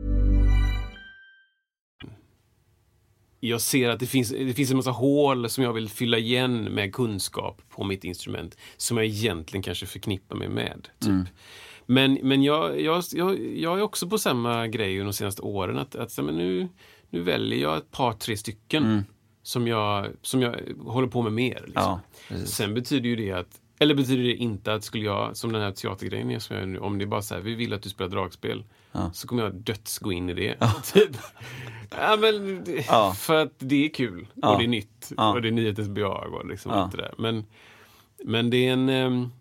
Jag ser att det finns en massa hål som jag vill fylla igen med kunskap på mitt instrument som jag egentligen kanske förknippar mig med. Typ. Men jag är också på samma grej de senaste åren att men nu väljer jag ett par, 3 stycken som jag håller på med mer. Liksom. Sen betyder ju det att, eller betyder det inte att skulle jag, som den här teatergrejen som jag nu, om det är bara så här, vi vill att du spelar dragspel, så kommer jag gå in i det. Typ. För att det är kul och det är nytt och det är nyhetens behag och liksom allt det där. Men det är en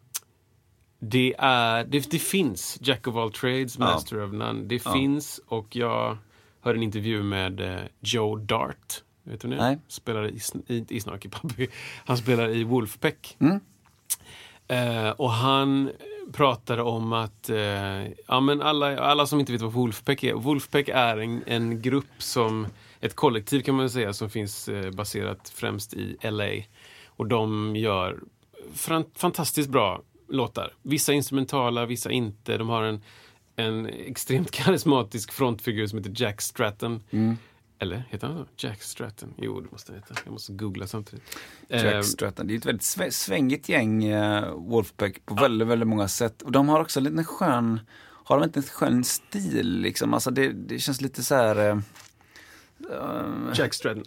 det finns Jack of all trades, master of none. Det finns, och jag hörde en intervju med Joe Dart. Vet du det? Spelar i Snarky Puppy. Han spelar i Wolfpack. Och han pratade om att men alla som inte vet vad Wolfpack är en grupp, som ett kollektiv kan man säga, som finns baserat främst i LA, och de gör fantastiskt bra låtar. Vissa instrumentala, vissa inte. De har en extremt karismatisk frontfigur som heter Jack Stratton. Eller heter han så? Jack Stratton. Jo, det måste han heta. Jag måste googla samtidigt. Jack Stratton. Det är ett väldigt svängigt gäng, Wolfpack, på väldigt, väldigt många sätt. Och de har också lite har de inte en skön stil liksom? Alltså det känns lite så här... Jack Stratton.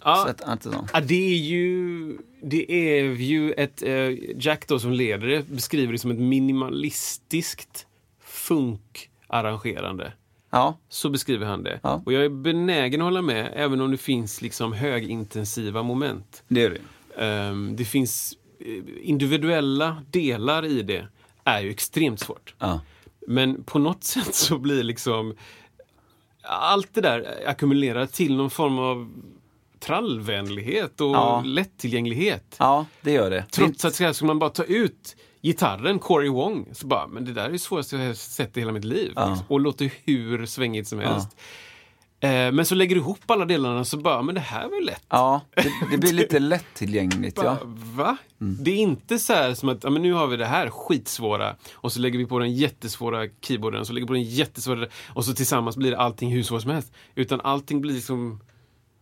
Det är ju ett Jack då som leder det, beskriver det som ett minimalistiskt funkarrangerande. Så beskriver han det. Och jag är benägen att hålla med, även om det finns liksom högintensiva moment. Det är det. Det finns individuella delar i det, är ju extremt svårt. Men på något sätt så blir liksom allt det där ackumulerat till någon form av trallvänlighet och lättillgänglighet. Ja, det gör det. Trots att ska man bara ta ut gitarren, Corey Wong, så bara, men det där är det svåraste jag har sett i hela mitt liv. Liksom. Och låter hur svängigt som helst. Men så lägger du ihop alla delarna, så bara, men det här var ju lätt. Ja, det blir lite lättillgängligt. Bara, va? Det är inte så här som att men nu har vi det här skitsvåra, och så lägger vi på den jättesvåra keyboarden, och så lägger vi på den jättesvåra, och så tillsammans blir allting hur svårt som helst. Utan allting blir liksom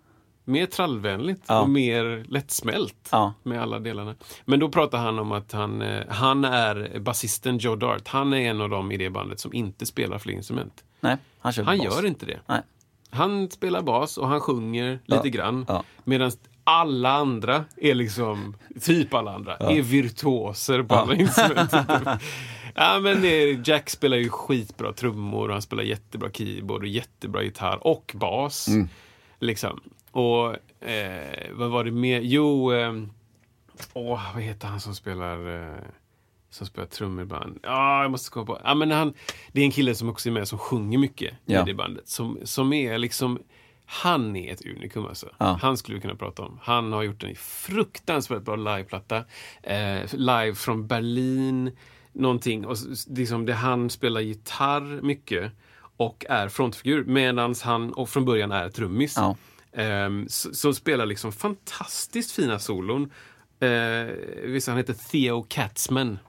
mer trallvänligt och mer lättsmält med alla delarna. Men då pratar han om att han är basisten Joe Dart. Han är en av dem i det bandet som inte spelar fler instrument. Nej, han gör inte det. Nej. Han spelar bas och han sjunger lite grann. Medan alla andra är liksom, typ alla andra, är virtuoser på alla instrument. Ja, men Jack spelar ju skitbra trummor och han spelar jättebra keyboard och jättebra gitarr och bas. Liksom. Och vad var det mer? Jo, vad heter han som spelar trummor i band? Jag måste komma på. Ja, men det är en kille som också är med som sjunger mycket i det bandet. Som är liksom, han är ett unikum alltså. Han skulle vi kunna prata om. Han har gjort en fruktansvärt bra liveplatta. Live från Berlin. Någonting. Och liksom det han spelar gitarr mycket och är frontfigur. Medan han och från början är trummis. Som spelar liksom fantastiskt fina solon. Han heter Theo Katzman.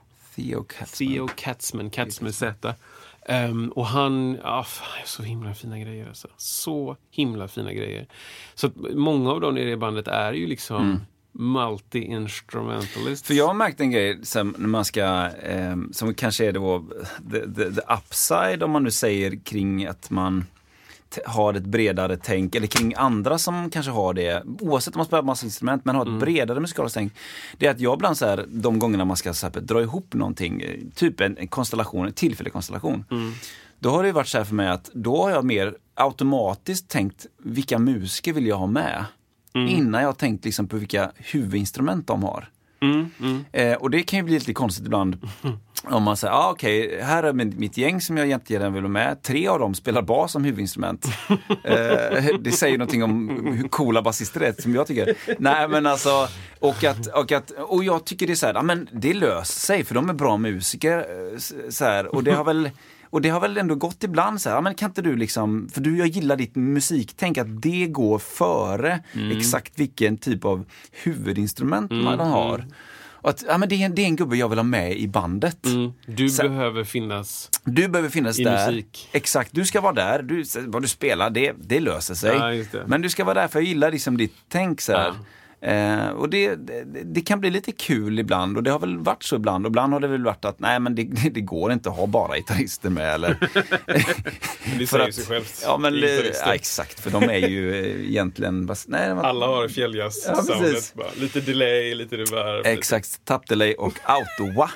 Katzman Z. Och han så himla fina grejer alltså. Så himla fina grejer. Så att många av dem i det bandet är ju liksom multi-instrumentalist. För jag har märkt en grej som när man ska som kanske är då the upside, om man nu säger, kring att man har ett bredare tänk, eller kring andra som kanske har det, oavsett om man spelar massa instrument, men har ett bredare musikaliskt tänk. Det är att jag ibland så här, de gångerna man ska så här, dra ihop någonting, typ en konstellation, en tillfällig konstellation, då har det varit så här för mig att då har jag mer automatiskt tänkt vilka musiker vill jag ha med innan jag har tänkt liksom på vilka huvudinstrument de har. Och det kan ju bli lite konstigt ibland om man säger, okej, här är mitt gäng som jag egentligen vill ha med. 3 av dem spelar bas som huvudinstrument. Det säger någonting om hur coola basister det är, som jag tycker. Nej, men alltså, och jag tycker det är så här, men det löser sig, för de är bra musiker så här, och det har väl ändå gått ibland så här, men kan inte du liksom, för jag gillar ditt musiktänk, att det går före exakt vilken typ av huvudinstrument man har. Och att, men det är en gubbe jag vill ha med i bandet. Du behöver finnas i där. Musik. Exakt, du ska vara där. Vad du spelar, det löser sig. Ja, just det. Men du ska vara där, för jag gillar liksom ditt tänk så här. Och det kan bli lite kul ibland, och det har väl varit så ibland, och ibland har det väl varit att nej, men det går inte att ha bara gitarrister med, eller det säger sig självt. Ja, men exakt, för de är ju egentligen alla har fjälljazz-soundet, lite delay, lite reverb. Exakt, tappdelay och auto-wah.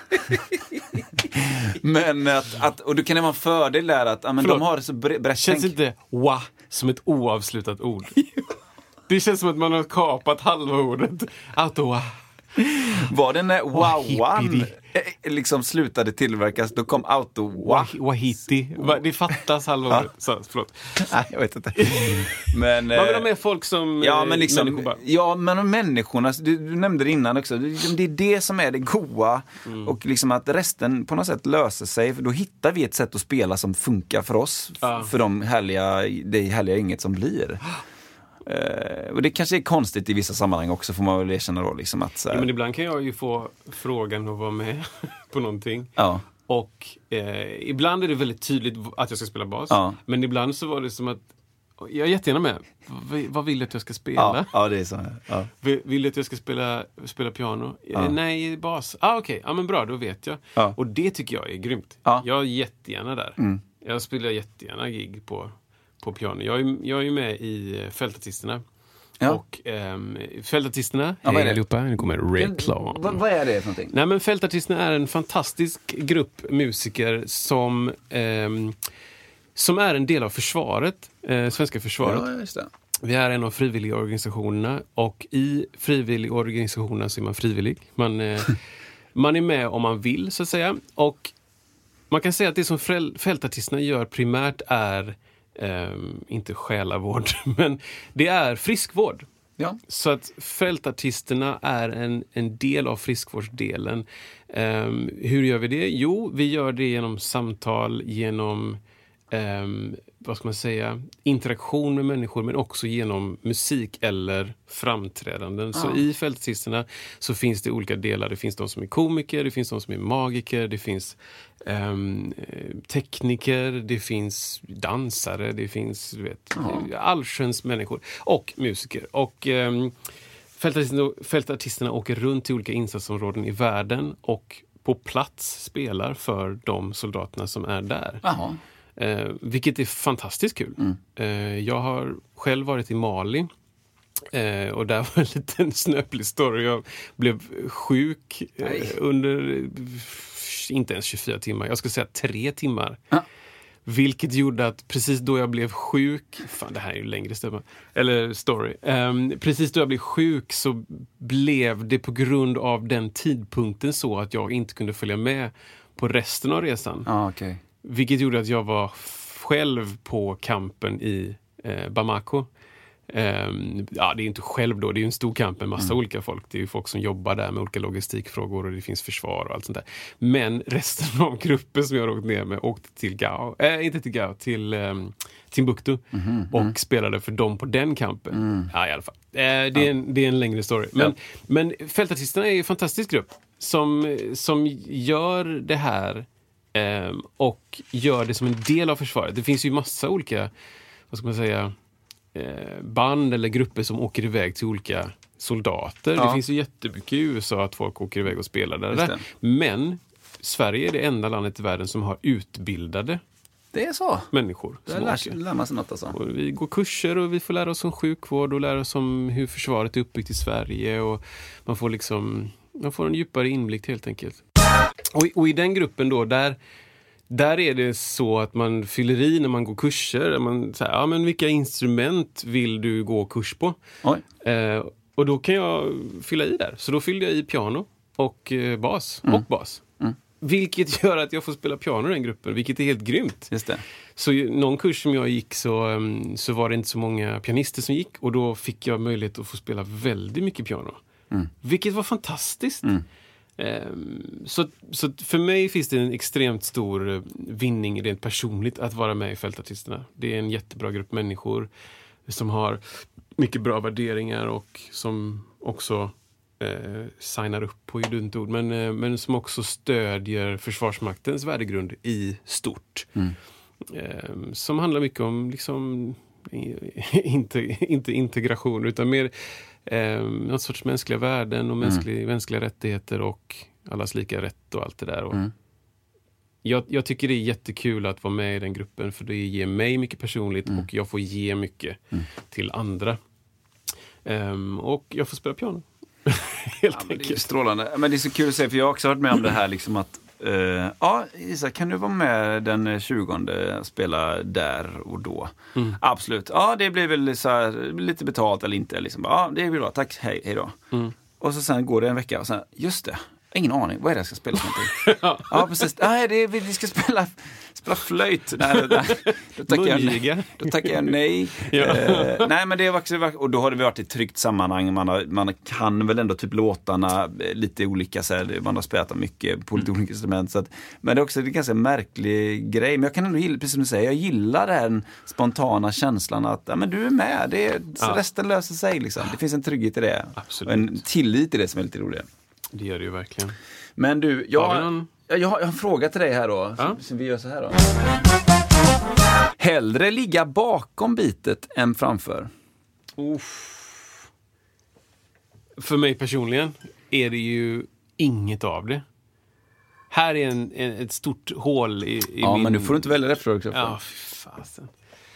Men och du kan ha en fördel där att de har så brett. Känns inte wah som ett oavslutat ord? Det känns som att man har kapat halva ordet. Auto. Var det när wow liksom slutade tillverkas, då kom auto Wahiti. Det fattas halva ordet. Så, förlåt. Nej, jag vet inte. Men vad vill de med folk som men liksom, men människorna, du nämnde det innan också. Det är det som är det goa, och liksom att resten på något sätt löser sig, för då hittar vi ett sätt att spela som funkar för oss, för det härliga inget som blir. Och det kanske är konstigt i vissa sammanhang också, får man väl erkänna då, liksom att så här. Men ibland kan jag ju få frågan att vara med på någonting. Och ibland är det väldigt tydligt att jag ska spela bas. Men ibland så var det som att jag är jättegärna med. Vad vill du att jag ska spela? Ja, det är så här. Ja. Vill du att jag ska spela piano? Nej, bas. Okej. Ja, men bra, då vet jag. Och det tycker jag är grymt. Jag är jättegärna där. Jag spelar jättegärna gig på piano. Jag är ju med i Fältartisterna. Och Fältartisterna, hej allihopa, nu kommer reklam. Vad är det för någonting? Nej, men Fältartisterna är en fantastisk grupp musiker som är en del av försvaret, svenska försvaret. Ja, just det. Vi är en av frivilliga organisationerna, och i frivilliga organisationer så är man frivillig. Man är med om man vill, så att säga. Och man kan säga att det som Fältartisterna gör primärt är inte själavård, men det är friskvård. Så att Fältartisterna är en del av friskvårdsdelen. Hur gör vi det? Jo, vi gör det genom samtal, genom vad ska man säga, interaktion med människor, men också genom musik eller framträdanden. Så i fältartisterna så finns det olika delar. Det finns de som är komiker, det finns de som är magiker, det finns tekniker, det finns dansare, det finns allsköns människor och musiker. Och fältartisterna åker runt till olika insatsområden i världen och på plats spelar för de soldaterna som är där. Vilket är fantastiskt kul. Jag har själv varit i Mali och där var en liten snöplig story. Jag blev sjuk under inte ens 24 timmar. Jag skulle säga 3 timmar. Vilket gjorde att precis då jag blev sjuk, fan det här är ju längre stämma, eller story, precis då jag blev sjuk så blev det på grund av den tidpunkten så att jag inte kunde följa med på resten av resan. Okay. Vilket gjorde att jag var själv på campen i Bamako. Ja, det är inte själv då, det är ju en stor kamp med massa olika folk. Det är ju folk som jobbar där med olika logistikfrågor och det finns försvar och allt sånt där. Men resten av gruppen som jag åkt ner med åkte till till Timbuktu och spelade för dem på den kampen. Ja, i alla fall. Det är en längre story. Men fältartisterna är ju en fantastisk grupp som gör det här och gör det som en del av försvaret. Det finns ju massa olika, vad ska man säga, band eller grupper som åker iväg till olika soldater. Det finns ju jättemycket i USA att folk åker iväg och spelar där. Men Sverige är det enda landet i världen som har utbildade människor. Där lär man sig något alltså. Och vi går kurser och vi får lära oss om sjukvård och lära oss om hur försvaret är uppbyggt i Sverige och man får en djupare inblick helt enkelt. Och i den gruppen då, där är det så att man fyller i när man går kurser. Man säger, men vilka instrument vill du gå kurs på? Och då kan jag fylla i där. Så då fyllde jag i piano och bas. Vilket gör att jag får spela piano i den gruppen, vilket är helt grymt. Just det. Så någon kurs som jag gick så var det inte så många pianister som gick. Och då fick jag möjlighet att få spela väldigt mycket piano. Vilket var fantastiskt. Så för mig finns det en extremt stor vinning rent personligt att vara med i fältartisterna. Det är en jättebra grupp människor som har mycket bra värderingar och som också signar upp på dumt ord, men som också stödjer Försvarsmaktens värdegrund i stort. Som handlar mycket om liksom inte integration utan mer någon sorts mänskliga värden och mänskliga rättigheter och allas lika rätt och allt det där. Och jag tycker det är jättekul att vara med i den gruppen för det ger mig mycket personligt och jag får ge mycket till andra. Och jag får spela piano. Helt enkelt. Det är strålande. Men det är så kul att se för jag har också varit med om det här liksom att Isa, kan du vara med den 20:e spela där och då? Absolut. Ja, det blir väl så här, lite betalt eller inte liksom. Ja, det blir bra. Tack. Hej då. Och så sen går det en vecka och sen just det. Ingen aning. Vad är det jag ska spela för någonting? Ja, precis. Nej, vi ska spela flöjt. Nej, då tackar jag nej. Nej, men det var också, och då har det varit i ett tryggt sammanhang. Man kan väl ändå typ låtarna lite olika. Så här, man har spelat mycket på lite olika instrument. Så att, men det är också en ganska märklig grej. Men jag kan ändå gilla, precis som du säger, jag gillar den spontana känslan att men du är med. Resten löser sig liksom. Det finns en trygghet i det. Absolut. Och en tillit i det som är lite roligt. Det gör det ju verkligen. Men du, jag har en fråga till dig här då. Så vi gör så här då. Hellre ligga bakom bitet än framför? För mig personligen är det ju inget av det. Här är ett stort hål i min... men nu får du inte välja rätt för också. Ja, fasen.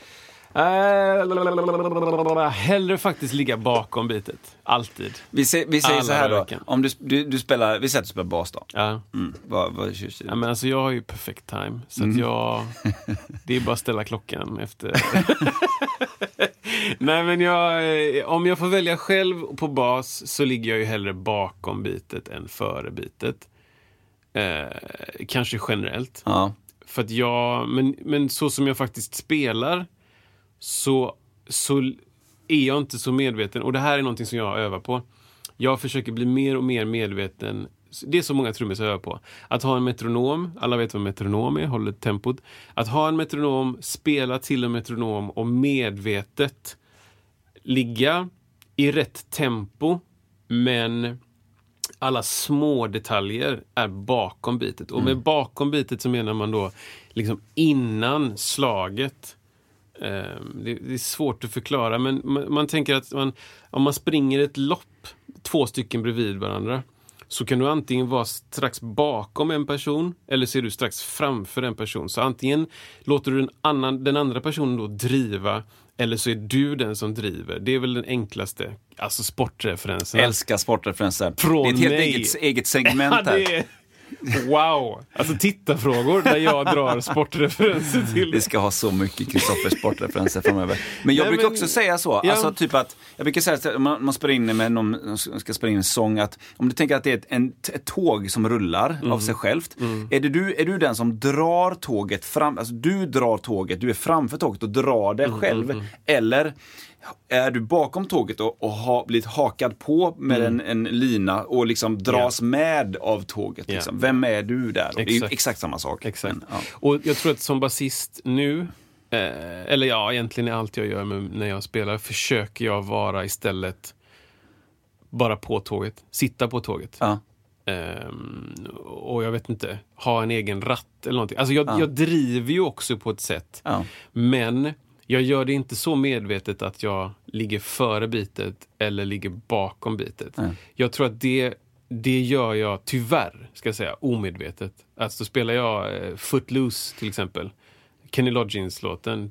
Hellre faktiskt ligga bakom bitet. Alltid. Vi säger så här då. Om du spelar, vi säger att du spelar bas då. Ja. Vad körs men alltså jag har ju perfect time. Så att det är bara att ställa klockan efter. Nej men om jag får välja själv på bas så ligger jag ju hellre bakom bitet än före bitet. Kanske generellt. Ja. För att men så som jag faktiskt spelar så är jag inte så medveten. Och det här är någonting som jag övar på. Jag försöker bli mer och mer medveten det är så många trummor som jag övar på. Att ha en metronom, alla vet vad metronom är, håller tempot. Att ha en metronom, spela till en metronom och medvetet ligga i rätt tempo, men alla små detaljer är bakom bitet. Och med bakom bitet så menar man då liksom innan slaget. Det är svårt att förklara, men man tänker att om man springer ett lopp 2 stycken bredvid varandra, så kan du antingen vara strax bakom en person eller ser du strax framför en person. Så antingen låter du den andra personen då driva, eller så är du den som driver. Det är väl den enklaste, alltså sportreferensen. Älskar sportreferenser. Från det är ett helt eget segment här. Wow! Alltså tittarfrågor där jag drar sportreferenser till. Vi ska ha så mycket Kristoffers sportreferenser framöver. Men jag brukar också säga så. Ja. Alltså typ att, jag brukar säga att man spelar in med någon, ska spela in en sång, att om du tänker att det är ett tåg som rullar av sig självt. Är du den som drar tåget fram, alltså du drar tåget, du är framför tåget och drar det själv. Eller är du bakom tåget och har blivit hakad på med en lina och liksom dras med av tåget liksom. Vem är du där? Det är ju exakt samma sak. Exakt. Men, och jag tror att som basist nu, eller ja, egentligen är allt jag gör när jag spelar, försöker jag vara istället bara på tåget, sitta på tåget. Och jag vet inte, ha en egen ratt eller någonting. Alltså jag driver ju också på ett sätt. Men jag gör det inte så medvetet att jag ligger före bitet eller ligger bakom bitet. Jag tror att det gör jag tyvärr, ska jag säga, omedvetet. Alltså spelar jag Footloose till exempel, Kenny Loggins-låten,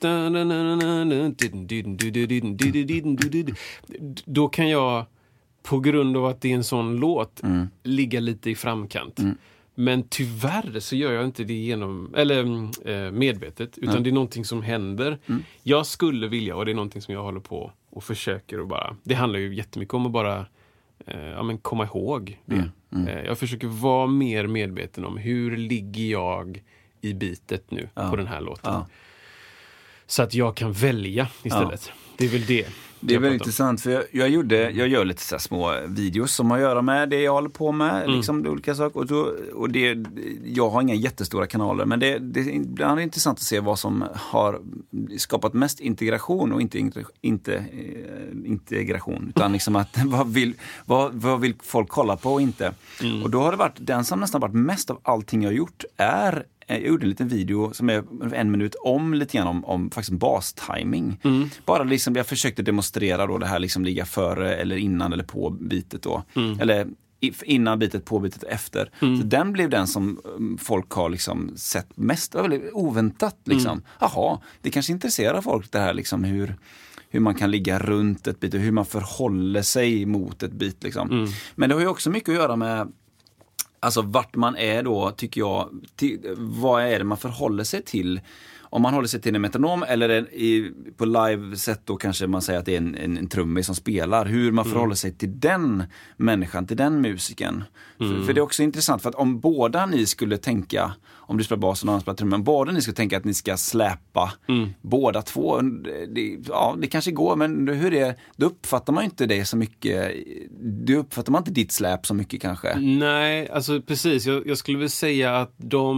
då kan jag, på grund av att det är en sån låt, ligga lite i framkant. Men tyvärr så gör jag inte det medvetet, utan det är någonting som händer. Jag skulle vilja, och det är någonting som jag håller på och försöker, och bara, det handlar ju jättemycket om att bara komma ihåg det. Jag försöker vara mer medveten om hur ligger jag i bitet nu på den här låten. Så att jag kan välja istället. Det är väl det. Det är väldigt intressant, för jag gör lite så här små videos som har att göra med det jag håller på med, liksom olika saker. Och jag har inga jättestora kanaler, men det är intressant att se vad som har skapat mest integration och inte integration, utan liksom att vad vill folk kolla på och inte. Och då har det varit den som nästan varit mest av allting jag har gjort jag gjorde en liten video som är 1 minut om lite grann om faktiskt bastiming. Bara liksom jag försökte demonstrera då det här liksom ligga före eller innan eller på bitet då. Eller innan bitet, på bitet, efter. Så den blev den som folk har liksom sett mest. Det var väldigt oväntat liksom. Jaha, det kanske intresserar folk det här liksom hur man kan ligga runt ett bit och hur man förhåller sig mot ett bit liksom. Men det har ju också mycket att göra med, alltså vart man är då, tycker jag, vad är det man förhåller sig till? Om man håller sig till en metronom eller på live-set då kanske man säger att det är en trummis som spelar. Hur man förhåller sig till den människan, till den musiken. För det är också intressant, för att om båda ni skulle tänka, om du spelar bas och någon spelar trummen, båda ni skulle tänka att ni ska släpa båda två. Det kanske går, men då uppfattar man ju inte det så mycket. Du uppfattar man inte ditt släp så mycket kanske. Nej, alltså precis. Jag skulle väl säga att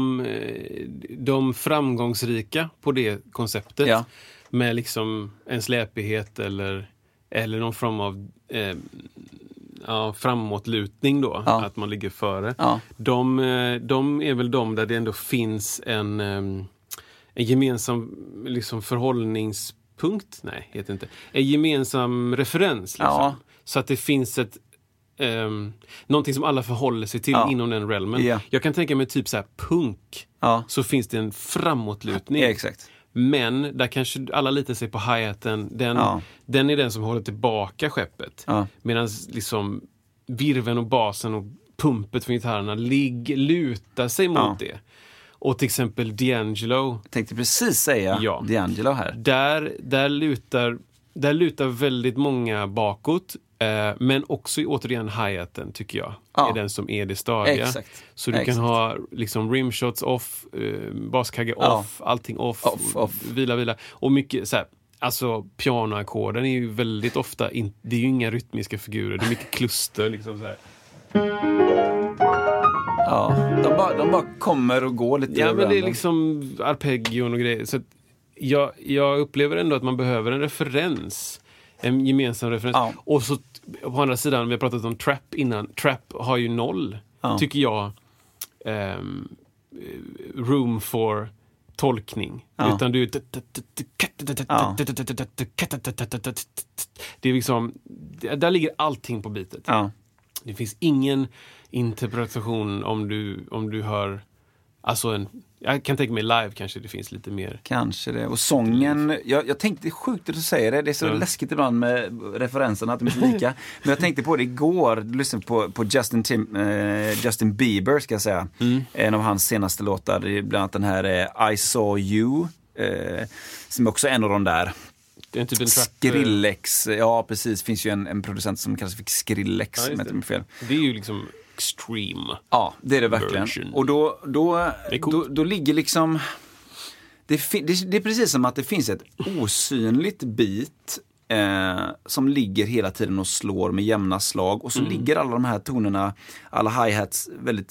de framgångsrika på det konceptet med liksom en släpighet eller någon form av framåtlutning då, att man ligger före. De är väl de där det ändå finns en gemensam liksom förhållningspunkt. Nej, heter inte. En gemensam referens liksom. Så att det finns någonting som alla förhåller sig till inom den realmen. Jag kan tänka mig typ så här punk. Så finns det en framåtlutning. Exakt. Men där kanske alla litar sig på hi-haten. Den är den som håller tillbaka skeppet. Medan liksom virven och basen och pumpet från gitarrerna lutar sig mot det. Och till exempel D'Angelo. Jag tänkte precis säga D'Angelo här. Där lutar väldigt många bakåt. Men också återigen hi-haten tycker jag är den som är det stadiga. Exakt. Så du kan ha liksom rimshots off, baskagge off, allting off. Vila. Och mycket så här, alltså pianoackorden är ju väldigt ofta det är ju inga rytmiska figurer, det är mycket kluster liksom så här. Ja, de bara kommer och går lite. Ja, men det är liksom arpeggion och grejer. Så att jag upplever ändå att man behöver en referens. En gemensam referens. Ja. Och så på andra sidan, vi har pratat om trap innan. Trap har ju noll, tycker jag, room for tolkning. Utan du det är liksom, där ligger allting på bitet. Det finns ingen interpretation om du hör, alltså jag kan tänka mig live kanske det finns lite mer. Kanske det. Och sången, jag tänkte, det är sjukt att du säger det. Det är så läskigt ibland med referenserna att de är så lika. Men jag tänkte på det igår, lyssnade på Justin Bieber, ska jag säga. En av hans senaste låtar, bland annat den här I Saw You, som också är en av de där. Det är typ en Skrillex, ja precis. Finns ju en producent som kallas för Skrillex, om jag inte är fel. Det är ju liksom extreme. Ja, det är det verkligen. Version. Och då ligger liksom det är precis som att det finns ett osynligt beat som ligger hela tiden och slår med jämna slag, och så ligger alla de här tonerna, alla hi-hats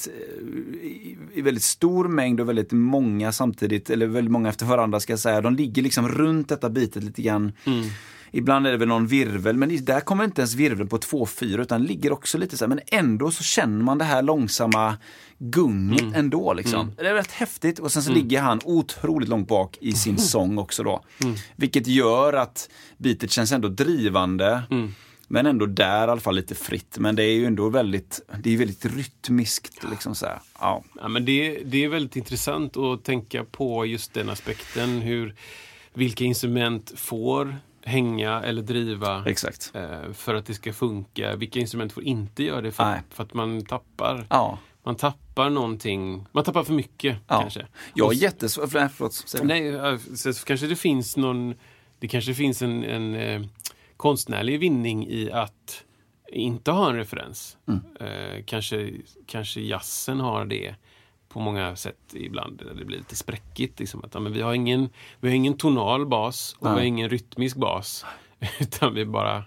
i väldigt stor mängd och väldigt många samtidigt, eller väldigt många efter varandra ska jag säga. De ligger liksom runt detta beatet lite grann. Ibland är det väl någon virvel, men där kommer inte ens virveln på 2-4, utan ligger också lite så här, men ändå så känner man det här långsamma gunget ändå liksom. Det är rätt häftigt, och sen så ligger han otroligt långt bak i sin sång också då. Vilket gör att beatet känns ändå drivande, men ändå där i alla fall lite fritt, men det är ju ändå väldigt rytmiskt liksom så här. Ja, men det är väldigt intressant att tänka på just den aspekten, vilka instrument får hänga eller driva. Exakt. För att det ska funka. Vilka instrument får inte göra det för att man tappar. Man tappar någonting. Man tappar för mycket kanske. Jag är jättesvårt. Nej, så kanske det finns det kanske finns en konstnärlig vinning i att inte ha en referens. Kanske jazzen har det på många sätt ibland, där det blir lite spräckigt liksom, att men vi har ingen tonal bas och vi har ingen rytmisk bas, utan vi bara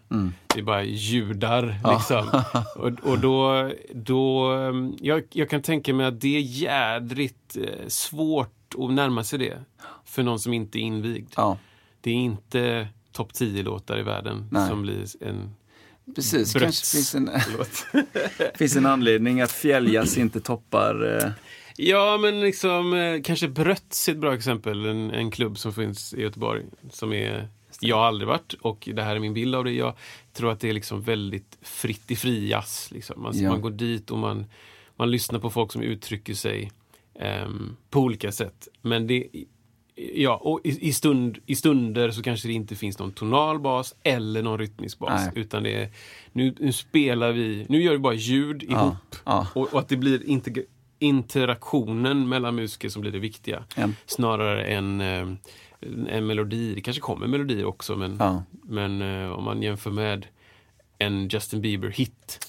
ljudar liksom. och då jag kan tänka mig att det är jädrigt svårt att närma sig det för någon som inte är invigd. Det är inte topp 10 låtar i världen som blir en precis, kanske finns en anledning att fjälljazz inte toppar. Ja, men liksom kanske Brötts är ett bra exempel, en klubb som finns i Göteborg som jag har aldrig varit, och det här är min bild av det. Jag tror att det är liksom väldigt fritt i fri jazz liksom. Man går dit och man lyssnar på folk som uttrycker sig på olika sätt, men och i stunder så kanske det inte finns någon tonal bas eller någon rytmisk bas. Nej. Utan det är nu spelar vi, nu gör vi bara ljud ihop och att det blir interaktionen mellan musiker som blir det viktiga snarare än en melodi. Det kanske kommer melodier också, men om man jämför med en Justin Bieber hit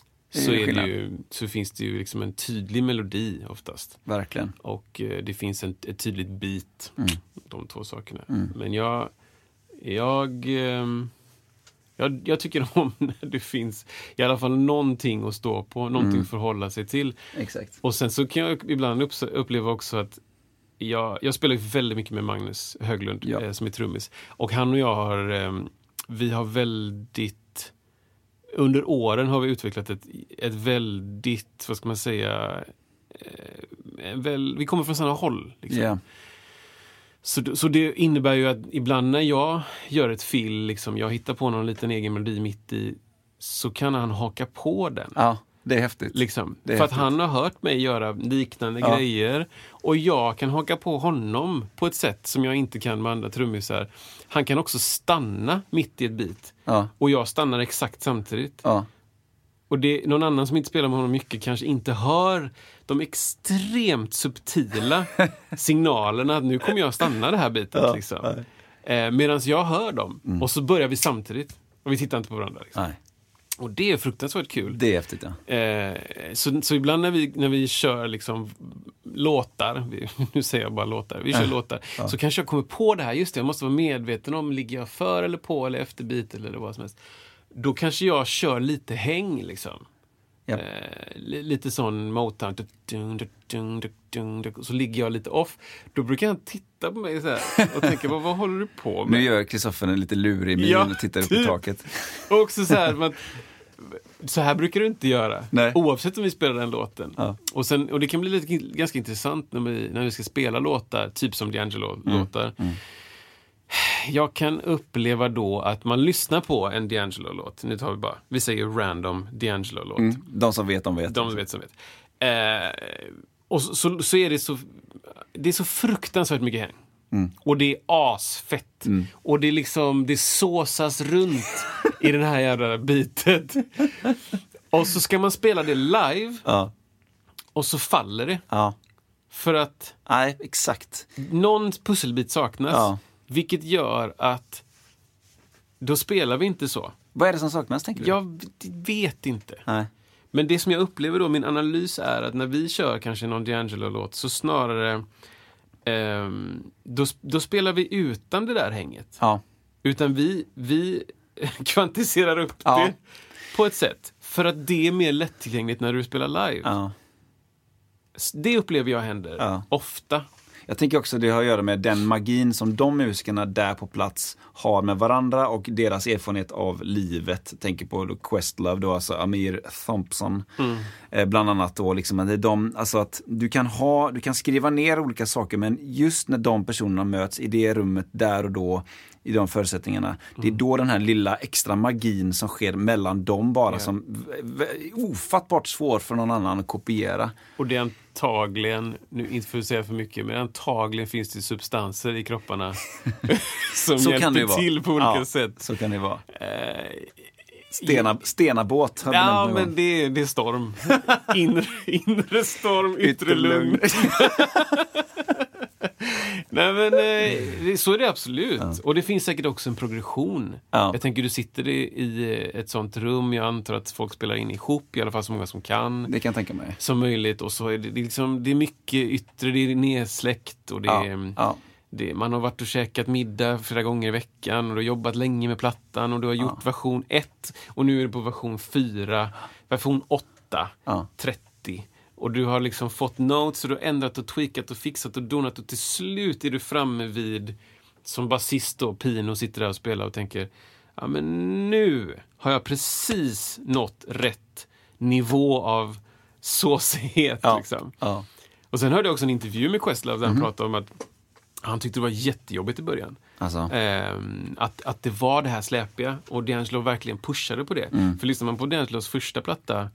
så finns det ju liksom en tydlig melodi oftast. Verkligen. Och det finns ett tydligt beat, de två sakerna. Men jag tycker om när det finns i alla fall någonting att stå på, någonting att förhålla sig till. Exakt. Och sen så kan jag ibland uppleva också att jag spelar väldigt mycket med Magnus Höglund som är trummis. Och han och jag vi har väldigt, under åren har vi utvecklat ett väldigt, vad ska man säga, vi kommer från samma håll liksom. Yeah. Så det innebär ju att ibland när jag gör ett fill, liksom, jag hittar på någon liten egen melodi mitt i, så kan han haka på den. Ja, det är häftigt. Liksom. För att han har hört mig göra liknande grejer, och jag kan haka på honom på ett sätt som jag inte kan med andra trummisar. Han kan också stanna mitt i ett beat. Och jag stannar exakt samtidigt. Och det, någon annan som inte spelar med honom mycket kanske inte hör de extremt subtila signalerna att nu kommer jag stanna det här bitet. Liksom. Medan jag hör dem. Och så börjar vi samtidigt. Och vi tittar inte på varandra. Liksom. Och det är fruktansvärt kul. Det är häftigt, så ibland när vi kör liksom låtar, nu säger jag bara låtar, vi kör låtar, så kanske jag kommer på det här, just det, jag måste vara medveten om, ligger jag för eller på eller efter beat eller vad som helst. Då kanske jag kör lite häng liksom. Japp. Lite sån Motown. Så ligger jag lite off. Då brukar han titta på mig så här och tänka, vad håller du på med? Nu gör Kristoffer en lite lurig min och tittar upp i taket. Och också så här, så här brukar du inte göra. Nej. Oavsett om vi spelar den låten. Ja. Och det kan bli ganska intressant när vi ska spela låtar, typ som D'Angelo-låtar. Jag kan uppleva då att man lyssnar på en D'Angelo-låt. Nu tar vi säger random D'Angelo-låt. De som vet, de vet. De som vet. Och så är det är så fruktansvärt mycket häng. Och det är asfett. Och det är liksom, det såsas runt i den här jävla bitet. Och så ska man spela det live. Ja. Och så faller det. Ja. För att Nej, exakt. någon pusselbit saknas. Ja. Vilket gör att då spelar vi inte så. Vad är det som saknas, tänker du? Jag vet inte. Nej. Men det som jag upplever då, min analys är att när vi kör kanske någon D'Angelo-låt så snarare då spelar vi utan det där hänget. Ja. Utan vi kvantiserar upp Ja. det på ett sätt. För att det är mer lättillgängligt när du spelar live. Ja. Det upplever jag händer ofta. Jag tänker också det har att göra med den magin som de musikerna där på plats har med varandra och deras erfarenhet av livet. Jag tänker på Questlove då, alltså Amir Thompson bland annat då, liksom att det är de, alltså att du kan skriva ner olika saker, men just när de personerna möts i det rummet där och då i de förutsättningarna, det är då den här lilla extra magin som sker mellan dem bara som ofattbart svår för någon annan att kopiera. Och det är antagligen, nu inte för att säga för mycket, men antagligen finns det substanser i kropparna som Så kan det hjälper vara. till på olika sätt. Så kan det vara. Stenabåt. Ja, men det är storm. Inre storm, yttre lugn. Nej, men så är det absolut. Ja. Och det finns säkert också en progression. Ja. Jag tänker, du sitter i ett sånt rum. Jag antar att folk spelar in ihop, i alla fall så många som kan. Det kan jag tänka mig. Som möjligt. Och så är det liksom, det är mycket yttre, det är nedsläckt. Och det är, man har varit och käkat middag flera gånger i veckan. Och du har jobbat länge med plattan. Och du har gjort version 1. Och nu är det på version 4. Version 8. 30. Och du har liksom fått notes och du har ändrat och tweakat och fixat och donat och till slut är du framme vid, som basist och Pino sitter där och spelar och tänker, ja men nu har jag precis nått rätt nivå av såsighet liksom. Ja. Och sen hörde jag också en intervju med Questlove där han pratade om att han tyckte det var jättejobbigt i början. Alltså. Att det var det här släpiga och D'Angelo verkligen pushade på det. För lyssnar man på D'Angelos första platta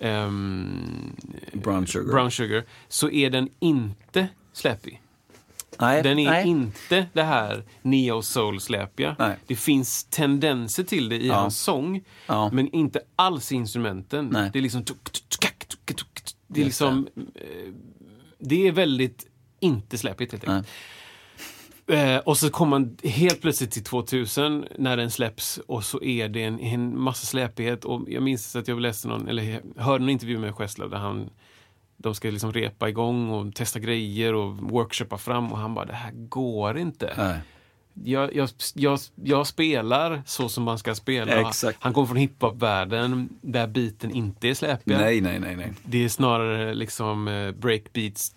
Brown Sugar, så är den inte släpig. Nej, den är inte det här neo-soul-släpiga. Nej. Det finns tendenser till det i hans sång, men inte alls i instrumenten. Nej. Det är liksom det är liksom det är väldigt inte släpigt helt enkelt. Och så kommer man helt plötsligt till 2000 när den släpps och så är det en massa släpighet. Och jag minns att jag läste hörde någon intervju med Questlove där de ska liksom repa igång och testa grejer och workshoppa fram och han bara, det här går inte. Nej. Jag spelar så som man ska spela. Exakt. Han kommer från hiphop-världen där beaten inte är släpiga. Nej. Det är snarare liksom breakbeats.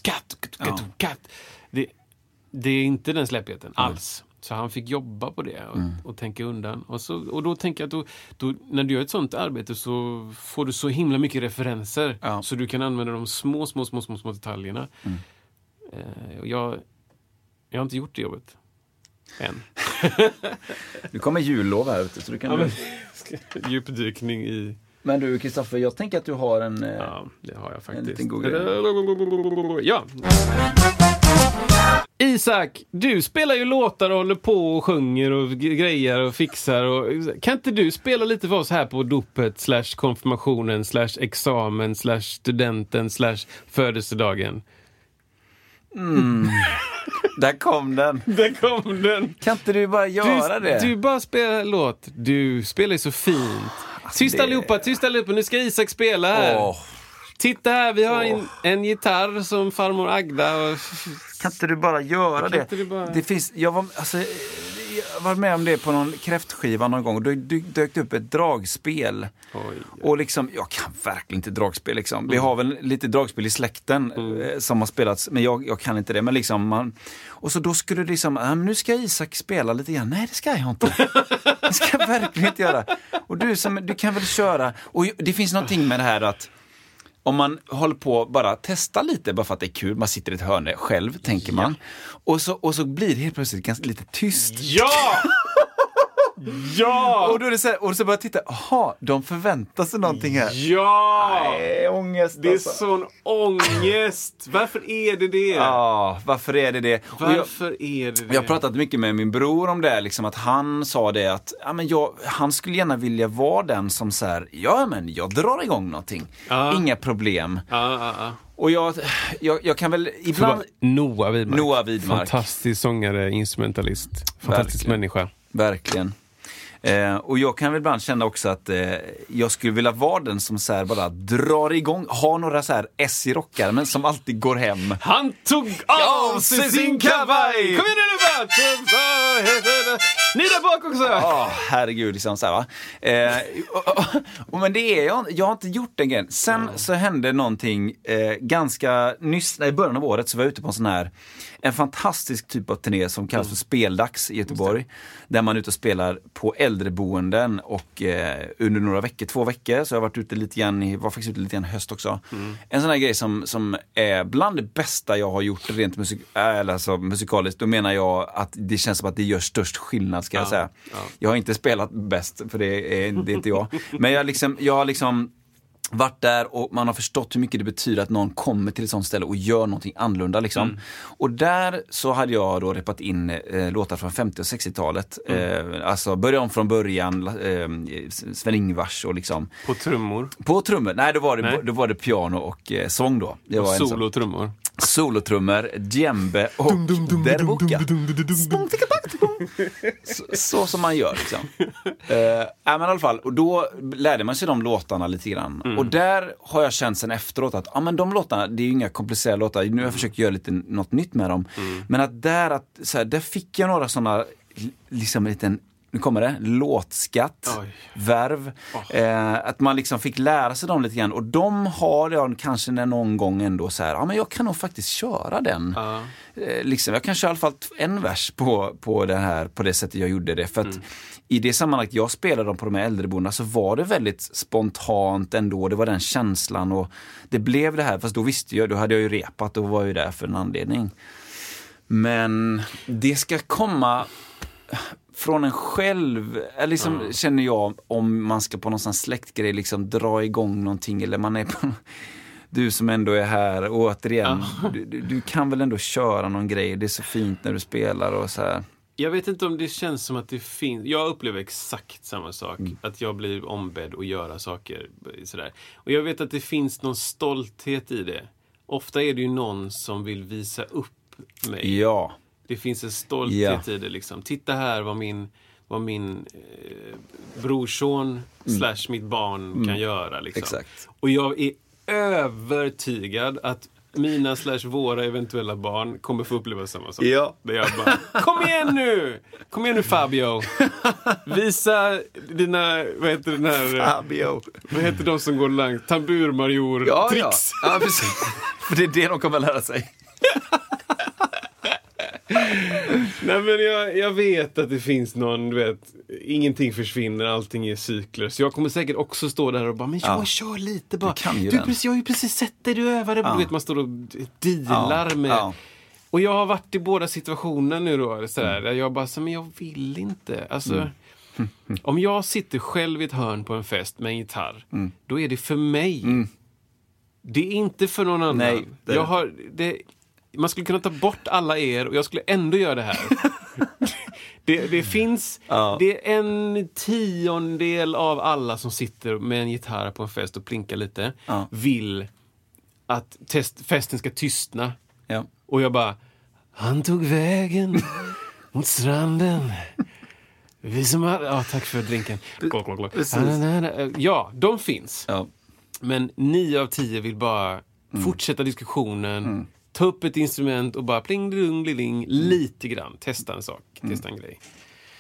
Det är inte den släppigheten alls. Så han fick jobba på det och tänka undan. Och då tänker jag att då, när du gör ett sånt arbete så får du så himla mycket referenser. Så du kan använda de små detaljerna. Jag har inte gjort det jobbet. Än. Du kommer jullov här ute, så du kan... djupdykning i... Men du, Kristoffer, jag tänker att du har en... Ja, det har jag faktiskt. En liten god grej. Ja. Isak, du spelar ju låtar och håller på och sjunger och grejer och fixar. Och, kan inte du spela lite för oss här på dopet / konfirmationen / examen / studenten / födelsedagen? Där kom den. Kan inte du bara göra det? Du bara spelar låt. Du spelar ju så fint. Alltså, tyst allihopa. Nu ska Isak spela här. Titta här, vi har en gitarr som farmor Agda. Och... Kan inte du bara göra det? Det finns, var med om det på någon kräftskiva någon gång. Och då dök det upp ett dragspel. Och liksom, jag kan verkligen inte dragspel liksom. Vi har väl lite dragspel i släkten som har spelats, men jag kan inte det. Men liksom och så då skulle det liksom, nu ska Isak spela lite grann. Nej, det ska jag inte. Det ska jag verkligen inte göra. Och du kan väl köra. Och det finns någonting med det här att om man håller på bara testa lite bara för att det är kul, man sitter i ett hörn själv, tänker man. Och så blir det helt plötsligt ganska lite tyst. Ja! Ja! Och då är det så här, och så börjar titta, de förväntar sig någonting här. Ja! Nej, ångest. Det är alltså. sån ångest. Varför är det det? Ja, varför är det det? Varför är det det? Jag har pratat mycket med min bror om det, liksom, att han sa det att han skulle gärna vilja vara den som så här, men jag drar igång någonting. Inga problem. Och jag kan väl ibland... Noah Widmark. Fantastisk sångare, instrumentalist. Fantastisk människa. Verkligen. Och jag kan väl ibland känna också att jag skulle vilja vara den som så här bara drar igång, har några så här S i rockar, men som alltid går hem. Han tog av sig sin kavaj. Kom igen nu bara. Ni där bak också. Herregud, liksom så här, va? Men det är jag har inte gjort den grejen. Sen så hände någonting ganska nyss, i början av året så var jag ute på en fantastisk typ av turné som kallas för Speldags i Göteborg. Där man är ute och spelar på äldreboenden och under några veckor, 2 veckor, så jag har varit ute lite grann, var faktiskt ute lite grann höst också. En sån här grej som är bland det bästa jag har gjort rent musikaliskt. Då menar jag att det känns som att det gör störst skillnad, ska jag säga. Jag har inte spelat bäst, för det är inte jag. Men jag har liksom varit där och man har förstått hur mycket det betyder att någon kommer till ett sånt ställe och gör någonting annorlunda liksom. Och där så hade jag då repat in låtar från 50- och 60-talet. Alltså börja om från början, Sven-Ingvars och liksom. På trummor? På trummor. Nej, då var det piano och sång då. Det var solotrummor? Solotrummor, djembe och derboka. Så som man gör liksom. Men i alla fall, och då lärde man sig de låtarna lite grann. Och där har jag känt sen efteråt att men de låtarna, det är ju inga komplicerade låtar. Nu har jag försökt göra något nytt med dem. Men att där fick jag några sådana liksom en liten, nu kommer det, låtskatt, värv. Att man liksom fick lära sig dem lite grann. Och de har jag kanske någon gång ändå så här, men jag kan nog faktiskt köra den. Liksom, jag kan köra i alla fall en vers på det här, på det sättet jag gjorde det. För att i det sammanhanget jag spelade dem på de här äldreboendena så var det väldigt spontant ändå. Det var den känslan och det blev det här. Fast då visste jag, då hade jag ju repat och var ju där för en anledning. Men det ska komma från en själv, liksom, känner jag, om man ska på någon sån släktgrej liksom dra igång någonting, eller man är på, du som ändå är här och återigen, du kan väl ändå köra någon grej, det är så fint när du spelar och så här. Jag vet inte om det känns som att det finns, jag upplever exakt samma sak, att jag blir ombedd att göra saker sådär. Och jag vet att det finns någon stolthet i det. Ofta är det ju någon som vill visa upp mig. Ja. Det finns en stolthet i det liksom. Titta här vad min brorson / mitt barn kan göra liksom. Exakt. Och jag är övertygad att mina / våra eventuella barn kommer få uppleva samma sak. Ja. Där jag bara, kom igen nu Fabio. Visa dina, vad heter den här Fabio. Vad heter de som går långt? Tamburmajor tricks. Ja, precis. För det är det de kommer lära sig. Nej, men jag vet att det finns någon, du vet, ingenting försvinner, allting är cykler. Så jag kommer säkert också stå där och bara, men jag kör lite bara. Jag har ju precis sett dig, du övar det. Du vet, man står och dealar med. Och jag har varit i båda situationer nu då, sådär, där jag bara, men jag vill inte. Alltså, om jag sitter själv i ett hörn på en fest med en gitarr, då är det för mig. Det är inte för någon annan. Nej, man skulle kunna ta bort alla er och jag skulle ändå göra det här. det finns, det är 1/10 av alla som sitter med en gitarr på en fest och plinkar lite, vill att festen ska tystna. Ja. Och jag bara, han tog vägen mot stranden. Vi som har, tack för drinken. Ja, de finns. Ja. Men 9 av 10 vill bara fortsätta diskussionen. Ta upp ett instrument och bara pling, lite grann. Testa en sak, testa en grej.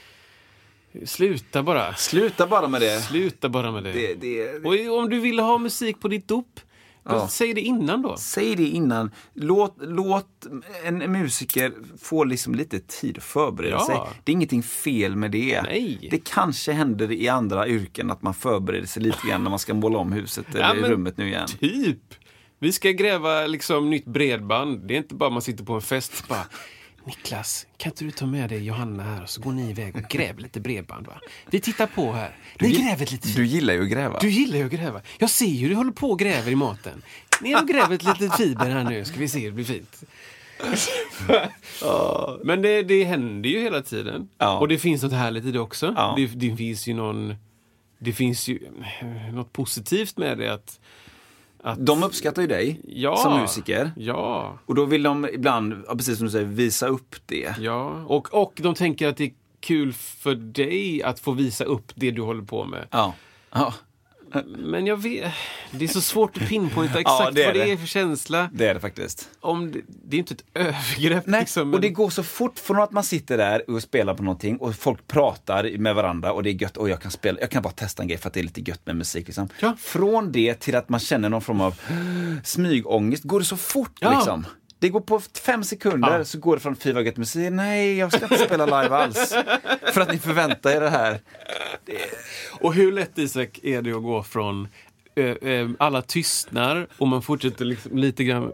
Sluta bara. Sluta bara med det. Sluta bara med det. Och om du vill ha musik på ditt dop, säg det innan då. Säg det innan. Låt en musiker få liksom lite tid att förbereda sig. Det är ingenting fel med det. Nej. Det kanske händer i andra yrken att man förbereder sig lite grann när man ska måla om huset eller rummet nu igen. Typ. Vi ska gräva liksom nytt bredband. Det är inte bara man sitter på en fest bara... Niklas, kan inte du ta med dig Johanna här och så går ni iväg och gräver lite bredband, va? Vi tittar på här. Ni gräver lite. Du gillar ju att gräva. Du gillar ju att gräva. Jag ser ju hur du håller på och gräver i maten. Ni har grävt lite fiber här nu. Ska vi se, det blir fint. Men det händer ju hela tiden. Och det finns något härligt i det också. Det finns ju något positivt med det att de uppskattar ju dig som musiker. Ja. Och då vill de ibland, precis som du säger, visa upp det. Ja, och de tänker att det är kul för dig att få visa upp det du håller på med. Ja. Men jag vet, det är så svårt att pinpointa exakt vad det är för känsla. Det är det faktiskt. Det är inte ett övergrepp. Nej, liksom, och det går så fort från att man sitter där och spelar på någonting och folk pratar med varandra och det är gött och jag kan bara testa en grej för att det är lite gött med musik liksom. Ja. Från det till att man känner någon form av smygångest går det så fort liksom. Det går på 5 sekunder så går det från 4 gött musik. Nej, jag ska inte spela live alls. För att ni förväntar er det här. Och hur lätt, Isak, är det att gå från alla tystnar och man fortsätter liksom lite grann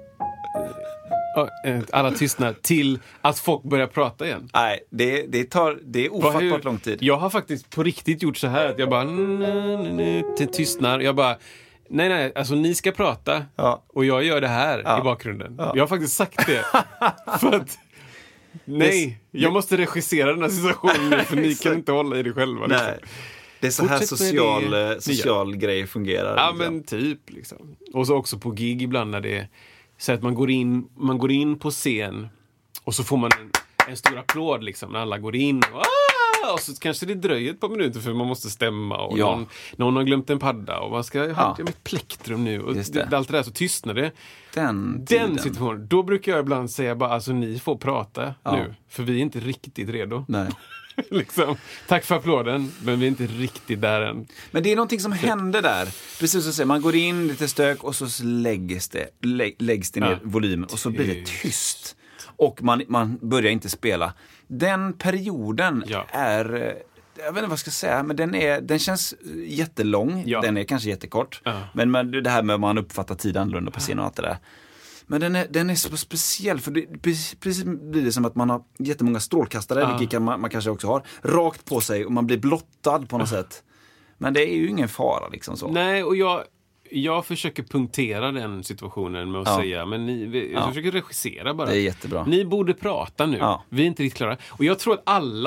alla tystnar till att folk börjar prata igen? Nej, det är ofattbart lång tid. Jag har faktiskt på riktigt gjort så här att jag bara till tystnar. Jag bara nej, alltså ni ska prata och jag gör det här i bakgrunden. Jag har faktiskt sagt det. För att jag måste regissera den här situationen för ni kan inte hålla i det själva. Liksom. Nej. Det är så här social grej fungerar. Ja, liksom. Men typ liksom. Och så också på gig ibland när det är så att man går in på scen och så får man en stor applåd liksom när alla går in och så kanske det dröjer ett par minuter för man måste stämma och någon har glömt en padda och man ska ha ett plektrum nu och allt det där så tystnar det. Den situationen, då brukar jag ibland säga bara alltså ni får prata nu för vi är inte riktigt redo. Nej. Liksom. Tack för applåden, men vi är inte riktigt där än. Men det är någonting som händer där. Precis som säger, man går in lite stök och så läggs det ner volymen och så blir det tyst. Och man börjar inte spela. Den perioden är, jag vet inte vad jag ska säga, men den känns jättelång. Den är kanske jättekort. Men det här med att man uppfattar tiden annorlunda på scenen och allt det där. Men den är så speciell för precis blir det som att man har jättemånga strålkastare, vilket man kanske också har, rakt på sig och man blir blottad på något sätt. Men det är ju ingen fara liksom så. Nej, och jag försöker punktera den situationen med att säga, men jag försöker regissera bara. Det är jättebra. Ni borde prata nu. Vi är inte riktigt klara. Och jag tror att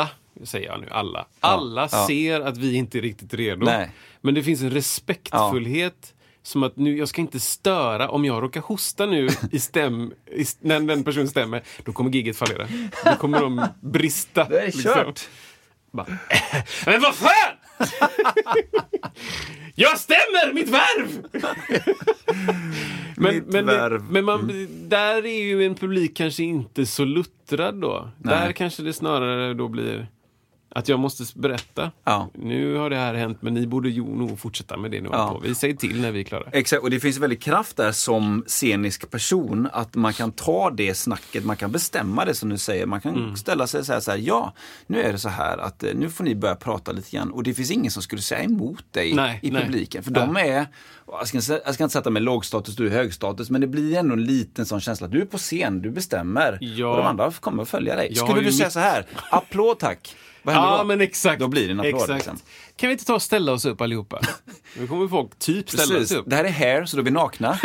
alla ser att vi inte är riktigt redo. Nej. Men det finns en respektfullhet som att nu, jag ska inte störa om jag råkar hosta nu när den personen stämmer, då kommer giget fallera. Då kommer de brista. Det är kört. Bara, men vad fan! Jag stämmer! Mitt värv! men där är ju en publik kanske inte så luttrad då. Nej. Där kanske det snarare då blir att jag måste berätta. Nu har det här hänt, men ni borde ju nog fortsätta med det nu. Vi säger till när vi är klara. Exakt, och det finns väldigt kraft där som scenisk person att man kan ta det snacket, man kan bestämma det som du säger. Man kan ställa sig så här, nu är det så här att nu får ni börja prata lite grann. Och det finns ingen som skulle säga emot dig i publiken. För de är, jag ska inte sätta med lågstatus, du är högstatus, men det blir ändå en liten sån känsla att du är på scen, du bestämmer. Och de andra kommer att följa dig. Skulle du säga så här, applåd tack. Men exakt. Då blir det en applåd. Liksom. Kan vi inte ta och ställa oss upp allihopa? Nu kommer folk ställa sig upp. Det här är Hair, så då är vi nakna.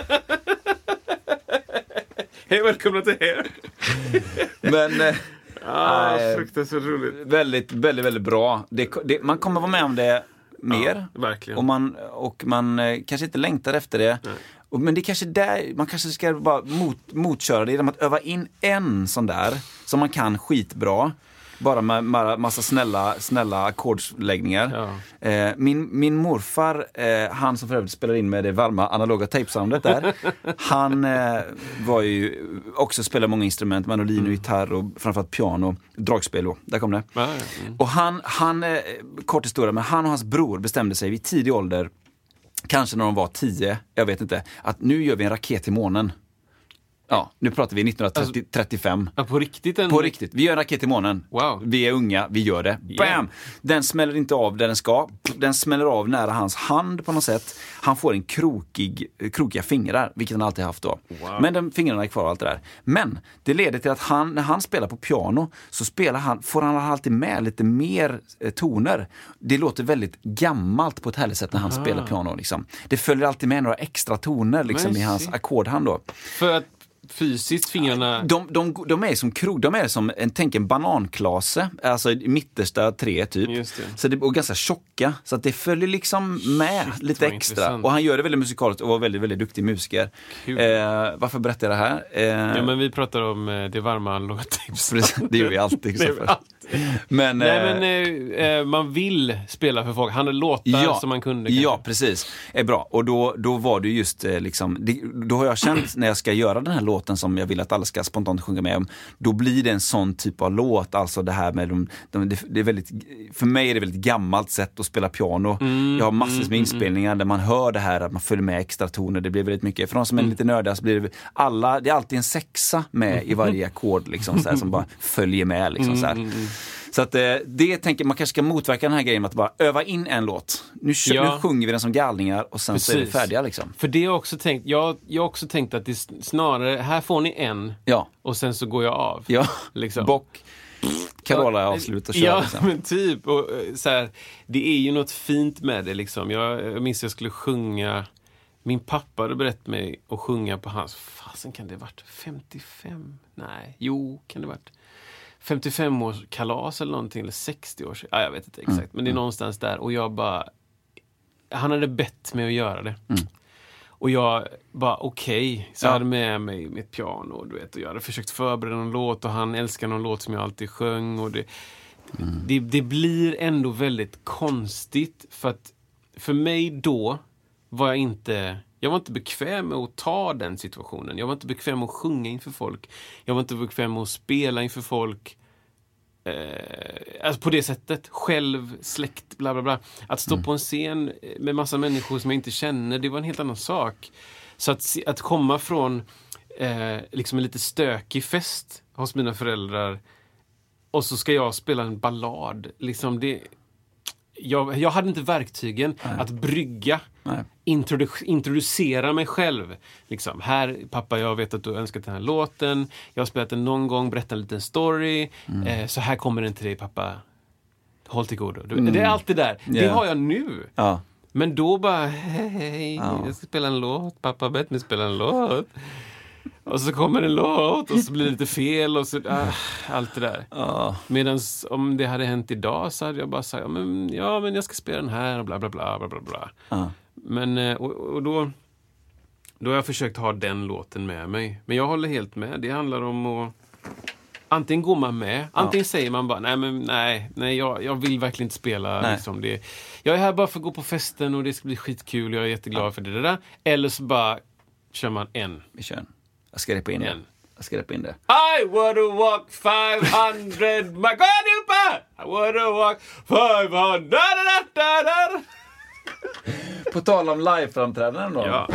Hej, välkomna till Hair. Men fruktansvärt roligt. Väldigt, väldigt, väldigt bra. Man kommer vara med om det mer. Verkligen. Och man kanske inte längtar efter det. Men det är kanske där man kanske ska bara motköra det genom att öva in en sån där som man kan skitbra. Bara med massa snälla ackordsläggningar. Ja. Min morfar, han som för övrigt spelade in med det varma analoga tapesoundet där, han var ju också spelade många instrument, mandolin och gitarr och framförallt piano, dragspel och där kom det. Och han kort historia, men han och hans bror bestämde sig vid tidig ålder, kanske när de var 10, jag vet inte, att nu gör vi en raket till månen. Ja, nu pratar vi 1935. På riktigt? På riktigt. Vi gör en raket till månen. Wow. Vi är unga, vi gör det. Yeah. Bam! Den smäller inte av där den ska. Den smäller av nära hans hand på något sätt. Han får en krokiga fingrar, vilket han alltid haft då. Wow. Men de fingrarna är kvar och allt det där. Men det leder till att när han spelar på piano så får han alltid med lite mer toner. Det låter väldigt gammalt på ett härligt sätt när han spelar piano. Liksom. Det följer alltid med några extra toner liksom, i hans ackordhand då. För att fysiskt fingrarna... De är som de är som en bananklase, alltså i mittersta 3 typ. Just det. Så det är ganska tjocka, så att det följer liksom med lite extra. Intressant. Och han gör det väldigt musikaliskt och var väldigt, väldigt duktig musiker. Varför berättar jag det här? Ja, men vi pratar om det varma analoga tips. Det gör vi alltid. Men, man vill spela för folk. Han hade låtar som man kunde. Kanske. Ja, precis. Är bra. Och då var det just då har jag känt när jag ska göra den här låten som jag vill att alla ska spontant sjunga med om, då blir det en sån typ av låt, alltså det här med det är väldigt, för mig är det väldigt gammalt sätt att spela piano. Jag har massor med inspelningar där man hör det här, att man följer med extra toner, det blir väldigt mycket. För de som är lite nördiga så blir det det är alltid en sexa med i varje ackord liksom, så här, som bara följer med liksom, så här. Så att det tänker man kanske ska motverka den här grejen med att bara öva in en låt. Nu sjunger vi den som galningar och sen så är vi färdiga liksom. För det har jag också tänkt, jag har också tänkt att det snarare, här får ni en och sen så går jag av. Ja, liksom. Bock. Carola avslutar och kör. Ja, liksom. men typ. Och, så här, det är ju något fint med det liksom. Jag minns jag skulle sjunga, min pappa hade berättat mig att sjunga på hans, fasen kan det ha varit 55? Nej, kan det ha varit 55-års kalas eller någonting, eller 60-års, jag vet inte exakt, men det är någonstans där, och jag bara, han hade bett mig att göra det. Och jag bara okej. Så jag hade med mig mitt piano, du vet, och jag hade försökt förbereda någon låt och han älskar någon låt som jag alltid sjöng, och det blir ändå väldigt konstigt, för att för mig då var jag inte bekväm med att ta den situationen. Jag var inte bekväm med att sjunga inför folk. Jag var inte bekväm med att spela inför folk. Alltså på det sättet. Själv, släkt, bla bla bla. Att stå på en scen med massa människor som jag inte känner, det var en helt annan sak. Så att komma från liksom en lite stökig fest hos mina föräldrar, och så ska jag spela en ballad. Liksom det... Jag hade inte verktygen att brygga, introducera mig själv. Liksom, här, pappa, jag vet att du önskat den här låten. Jag har spelat den någon gång, berättat en liten story. Så här kommer den till dig, pappa. Håll till godo. Det är allt det där. Det har jag nu. Ja. Men då bara, hej, jag ska spela en låt. Pappa bett mig spela en låt. Och så kommer en låt och så blir det lite fel och så allt det där. Medan om det hade hänt idag så hade jag bara sagt men jag ska spela den här och bla bla bla bla bla bla. Men och då har jag försökt ha den låten med mig. Men jag håller helt med. Det handlar om att antingen går man med, antingen säger man bara nej, jag vill verkligen inte spela liksom det. Jag är här bara för att gå på festen och det ska bli skitkul och jag är jätteglad för det där. Eller så bara kör man en. Vi kör en. Jag ska repa in det. I would have walked 500 Maganupa! I would have walked 500 På tal om live-framträdanden då. Ja.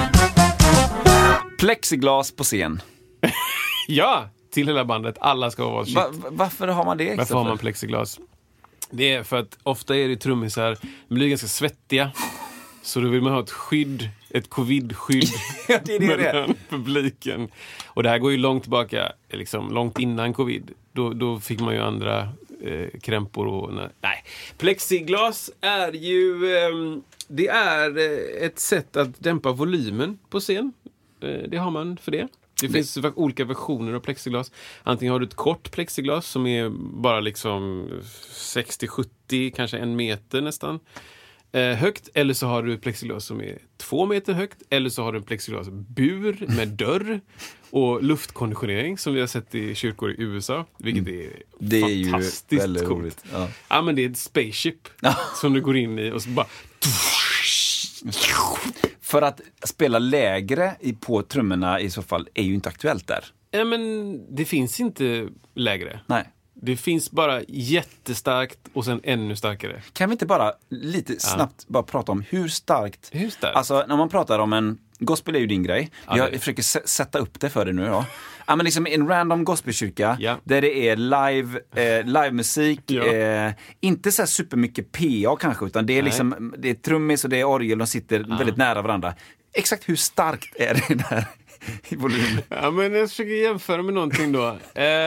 Plexiglas på scen. Ja, till hela bandet. Alla ska vara shit. Varför har man det? Varför har man plexiglas? Det är för att ofta är det trummisar, de blir ganska svettiga. Så då vill man ha ett skydd, ett covid-skydd mellan publiken. Och det här går ju långt tillbaka, liksom långt innan covid. Då fick man ju andra krämpor och... Nej. Plexiglas är ju... det är ett sätt att dämpa volymen på scen. Det har man för det. Det finns olika versioner av plexiglas. Antingen har du ett kort plexiglas som är bara liksom 60-70, kanske 1 meter nästan. högt, eller så har du plexiglas som är 2 meter högt, eller så har du en plexiglasbur med dörr och luftkonditionering som vi har sett i kyrkor i USA, vilket är fantastiskt ju coolt. roligt. Ja. Ja, men det är ett spaceship som du går in i och så bara... För att spela lägre på trummorna i så fall är ju inte aktuellt där. Ja, men det finns inte lägre. Nej. Det finns bara jättestarkt och sen ännu starkare. Kan vi inte bara lite snabbt bara prata om hur starkt? Hur starkt? Alltså när man pratar om en... Gospel är ju din grej. Ja, jag försöker sätta upp det för dig nu då. Ja, men liksom en random gospelkyrka där det är livemusik. Inte så här supermycket PA kanske, utan det är liksom det är trummis och det är orgel, de sitter väldigt nära varandra. Exakt hur starkt är det där i volym? Ja, men jag försöker jämföra med någonting då.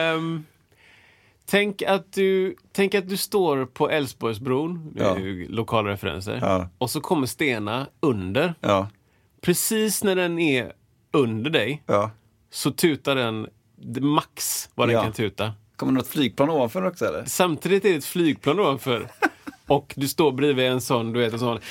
Tänk att du står på Älvsborgsbron, lokala referenser, och så kommer Stena under. Ja. Precis när den är under dig så tutar den max vad den kan tuta. Kommer något flygplan ovanför också eller? Samtidigt är det ett flygplan ovanför. Och du står bredvid en sån, du vet, en sån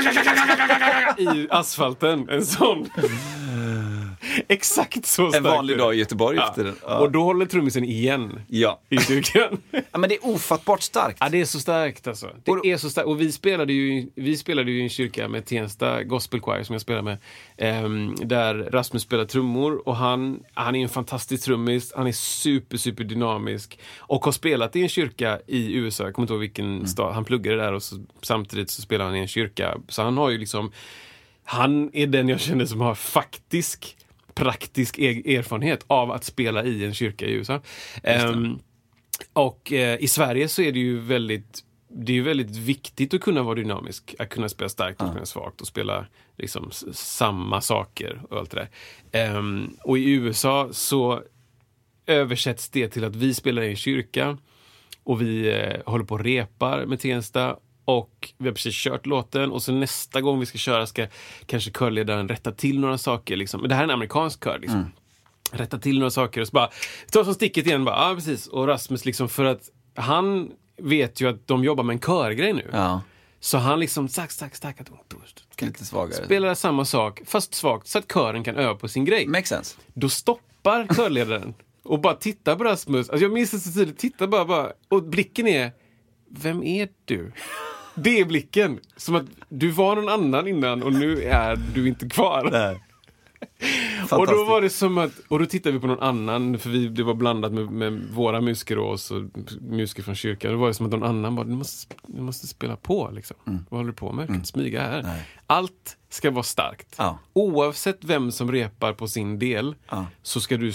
i asfalten, en sån. Exakt så starkt. En vanlig dag i Göteborg efter den. Ja. Och då håller trummisen igen i kyrkan. Ja, men det är ofattbart starkt. Ja, det är så starkt alltså. Det är så starkt. Och vi spelade ju i en kyrka med Tensta Gospel Choir som jag spelar med. Där Rasmus spelar trummor. Och han är en fantastisk trummis. Han är super dynamisk. Och har spelat i en kyrka i USA. Jag kommer inte ihåg vilken stad. Han pluggade där och samtidigt så spelar han i en kyrka. Så han har ju liksom... Han är den jag känner som har praktisk erfarenhet av att spela i en kyrka i USA. Och i Sverige så är det ju väldigt viktigt att kunna vara dynamisk, att kunna spela starkt och spela svagt och spela liksom samma saker och allt det där. Och i USA så översätts det till att vi spelar i en kyrka och vi håller på och repar med Tensta. Och vi har precis kört låten och så nästa gång vi ska köra ska kanske körledaren rätta till några saker liksom. Men det här är en amerikansk kör liksom. Rätta till några saker och så bara ta som sticket igen bara, ja precis. Och Rasmus liksom, för att han vet ju att de jobbar med en körgrej nu. Ja. Så han liksom lite svagare. Spelar samma sak fast svagt så att kören kan öva på sin grej. Makes sense. Då stoppar körledaren och bara tittar på Rasmus. Alltså jag minns det så tydligt, tittar bara och blicken är, vem är du? Det är blicken. Som att du var någon annan innan och nu är du inte kvar. Nej. Och då var det som att, och då tittade vi på någon annan, för det var blandat med våra musiker och oss och musiker från kyrkan. Då var det som att någon annan bara, du måste spela på liksom. Vad håller du på med? Du kan inte smyga här. Nej. Allt ska vara starkt. Ja. Oavsett vem som repar på sin del så ska du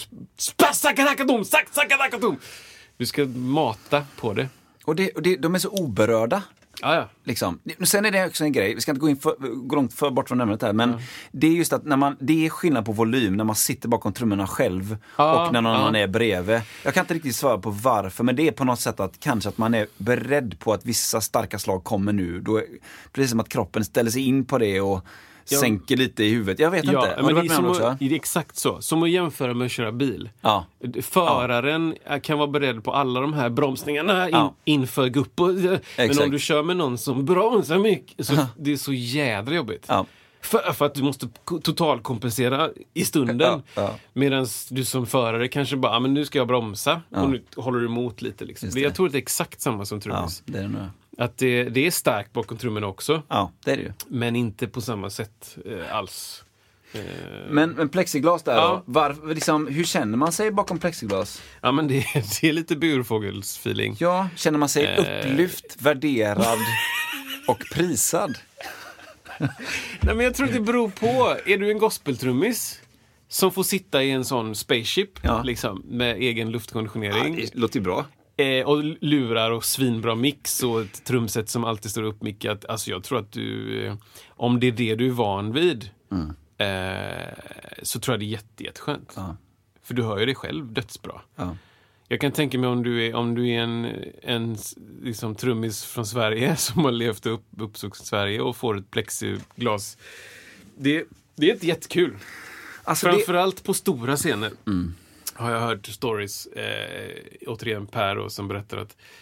du ska mata på det. Och de är så oberörda. Ja. Liksom. Sen är det också en grej, vi ska inte gå långt bort från ämnet här, men det är just att det är skillnad på volym när man sitter bakom trummorna själv och när någon annan är bredvid. Jag kan inte riktigt svara på varför, men det är på något sätt att kanske att man är beredd på att vissa starka slag kommer nu. Då är precis som att kroppen ställer sig in på det och sänker lite i huvudet. Jag vet inte. Men det är exakt så. Som att jämföra med att köra bil. Ja. Föraren kan vara beredd på alla de här bromsningarna inför gupp. Men om du kör med någon som bromsar mycket, så det är så jädra jobbigt. Ja. För att du måste totalkompensera i stunden. Medan du som förare kanske bara, men nu ska jag bromsa. Och nu håller du emot lite. Liksom. Jag tror att det är exakt samma som trummis. Ja, det är det nog. Att det är starkt bakom trummorna också. Ja, det är det ju. Men inte på samma sätt alls. Men plexiglas där då? Liksom, hur känner man sig bakom plexiglas? Ja, men det är lite burfågelsfeeling. Ja, känner man sig upplyft, värderad och prisad? Nej, men jag tror att det beror på. Är du en gospeltrummis som får sitta i en sån spaceship liksom, med egen luftkonditionering? Ja, det låter ju bra. Och lurar och svinbra mix och ett trumset som alltid står uppmickat. Alltså jag tror att du, om det är det du är van vid, så tror jag det är jätteskönt. För du hör ju dig själv dödsbra. Jag kan tänka mig om du är en liksom trummis från Sverige som har levt uppvuxen i Sverige och får ett plexiglas. Det är inte jättekul. Alltså framförallt på stora scener. Har jag hört stories, återigen Per som berättar att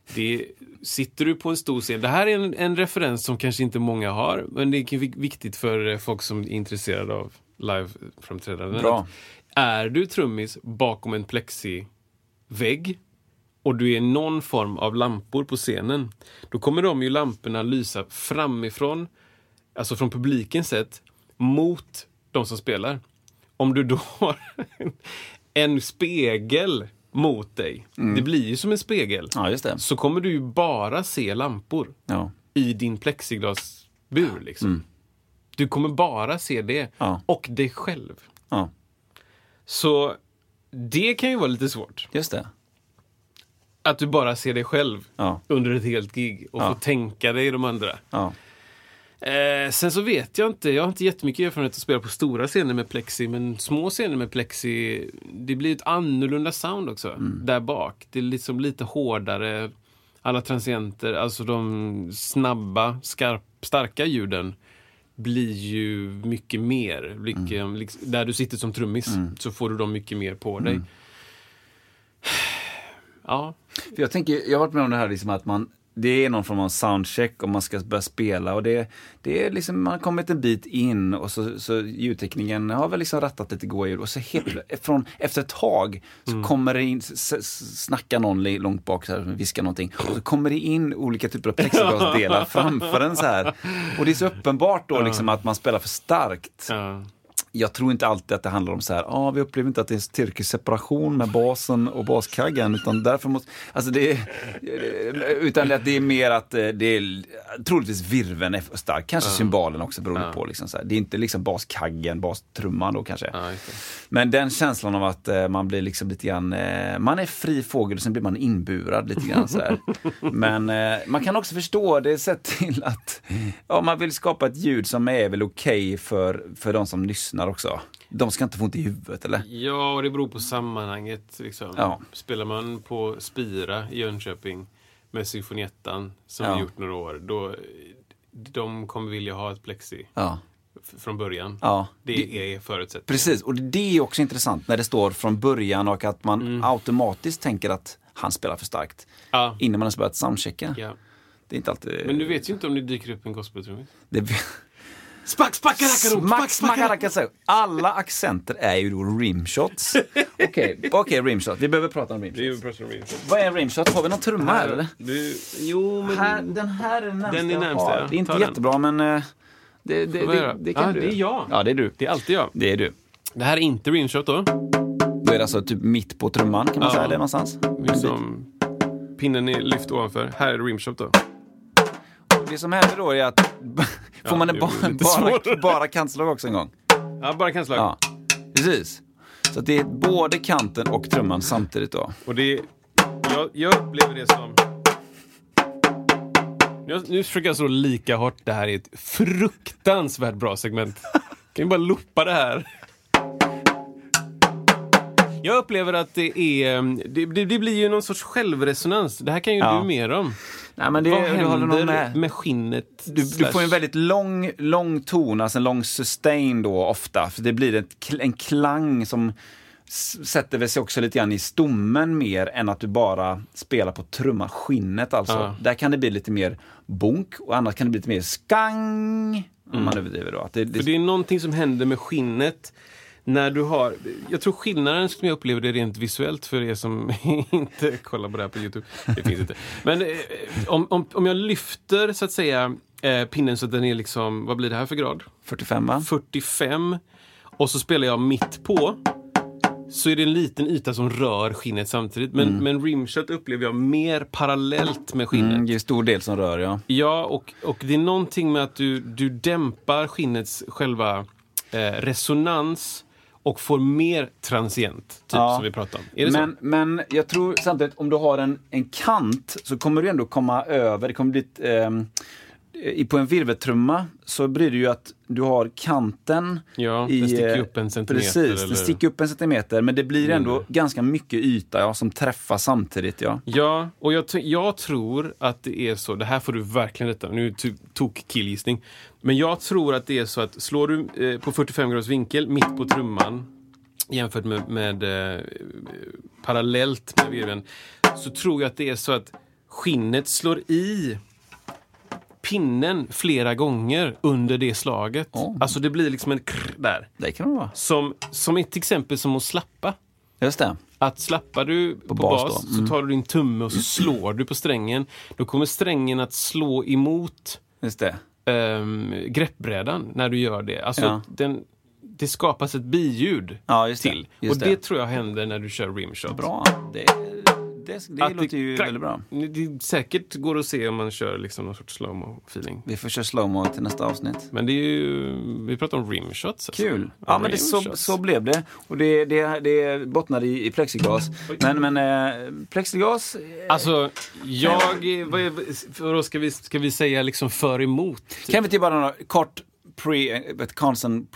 Sitter du på en stor scen. Det här är en referens som kanske inte många har, men det är viktigt för folk som är intresserade av live-framträdanden. Bra. Är du trummis bakom en plexi-vägg och du är någon form av lampor på scenen, då kommer ju lamporna lysa framifrån, alltså från publikens sätt, mot de som spelar. Om du då har en spegel mot dig, det blir ju som en spegel, just det. så kommer du ju bara se lampor i din plexiglasbur liksom. Du kommer bara se det och dig själv. Så det kan ju vara lite svårt. Just det. Att du bara ser dig själv under ett helt gig och får tänka dig de andra. Sen så vet jag har inte jättemycket erfarenhet att spela på stora scener med plexi, men små scener med plexi, det blir ett annorlunda sound också där bak. Det är liksom lite hårdare, alla transienter, alltså de snabba, starka ljuden blir ju mycket mer. Där du sitter som trummis så får du dem mycket mer på dig. Ja. För jag har varit med om det här liksom att det är någon form av soundcheck om man ska börja spela, och det är liksom, man har kommit en bit in och så ljudtekniken har väl liksom rattat lite goa ljud, och så efter ett tag så kommer det in, snackar någon långt bak så här, viskar någonting, och så kommer det in olika typer av plexiglasdelar framför en så här, och det är så uppenbart då liksom att man spelar för starkt. Jag tror inte alltid att det handlar om så här, vi upplever inte att det är en styrkig separation med basen och baskaggen, utan därför måste, alltså utan att det är mer att det är troligtvis virven är för stark, kanske cymbalen också beroende på liksom så här. Det är inte liksom baskaggen, bastrumman då kanske. Men den känslan av att man blir liksom lite grann, man är fri fågel och sen blir man inburad lite grann så här. Men man kan också förstå det sett till att man vill skapa ett ljud som är väl okej för de som lyssnar också. De ska inte få ont i huvudet, eller? Ja, och det beror på sammanhanget liksom. Spelar man på Spira i Jönköping med symfoniettan som vi gjort några år, då de kommer vilja ha ett plexi från början. Det är förutsättningen. Precis, och det är också intressant när det står från början och att man automatiskt tänker att han spelar för starkt innan man har börjat soundchecka. Det är inte alltid... Men du vet ju inte om det dyker upp en gospeltrummis. Alla accenter är ju då rimshots. Okej, rimshot. Vi behöver prata om rimshots. Vad är en rimshot? Har vi någon trumma här eller? Jo, men den här är närmast. Den är närmast, ja. Det är inte jättebra, men det kan du. Det är jag. Ja, det är du. Det är alltid jag. Det är du. Det här är inte rimshot då. Då är det alltså typ mitt på trumman, kan man säga det någonstans. Liksom, pinnen är lyft ovanför. Här är rimshot då. Det som händer då är att får man bara kantslag också en gång? Ja, bara kantslag. Ja, precis. Så att det är både kanten och trumman samtidigt då. Och det jag upplever det som... Nu försöker jag så lika hårt. Det här är ett fruktansvärt bra segment. Kan vi bara loopa det här? Jag upplever att det blir ju någon sorts självresonans. Det här kan ju du mer om. Nej, men vad händer med skinnet? Du får en väldigt lång ton, alltså en lång sustain då ofta. För det blir en klang som sätter väl sig också lite grann i stommen mer än att du bara spelar på trumma skinnet alltså. Där kan det bli lite mer bonk och annars kan det bli lite mer skang om man överdriver då. För det är någonting som händer med skinnet när du har... Jag tror skillnaden som jag upplever det rent visuellt för er som inte kollar på det här på YouTube. Det finns inte. Men om jag lyfter så att säga pinnen så att den är liksom... Vad blir det här för grad? 45, va? 45. Och så spelar jag mitt på. Så är det en liten yta som rör skinnet samtidigt. Men rimshot upplever jag mer parallellt med skinnet. Det är en stor del som rör, ja. Ja, och det är någonting med att du dämpar skinnets själva resonans och får mer transient, typ som vi pratar om. Är det så? Men jag tror samtidigt om du har en kant så kommer du ändå komma över. Det kommer bli på en virveltrumma så blir det ju att du har kanten. Ja, den sticker upp en centimeter. Precis, den sticker upp en centimeter. Men det blir ändå ganska mycket yta som träffar samtidigt. Ja, och jag tror att det är så. Det här får du verkligen rätta. Nu tog killgissning. Men jag tror att det är så att slår du på 45 graders vinkel mitt på trumman jämfört med parallellt med virveln, så tror jag att det är så att skinnet slår i pinnen flera gånger under det slaget. Alltså det blir liksom en där. Det kan det vara. Som ett exempel som att slappa. Just det. Att slappar du på bas så tar du din tumme och så slår du på strängen. Då kommer strängen att slå emot Just det. Greppbrädan när du gör det. Alltså det skapas ett biljud till. Och det tror jag händer när du kör rimshot. Bra. Det låter ju väldigt bra. Det säkert går att se om man kör liksom någon sorts slow-mo-feeling. Vi får köra slow-mo till nästa avsnitt. Men det är ju... Vi pratar om rimshots. Alltså. Kul. Ja, men så blev det. Och det bottnade i plexiglas. Men plexiglas... Alltså, ska vi säga liksom för emot? Typ. Kan vi till bara några kort prawns and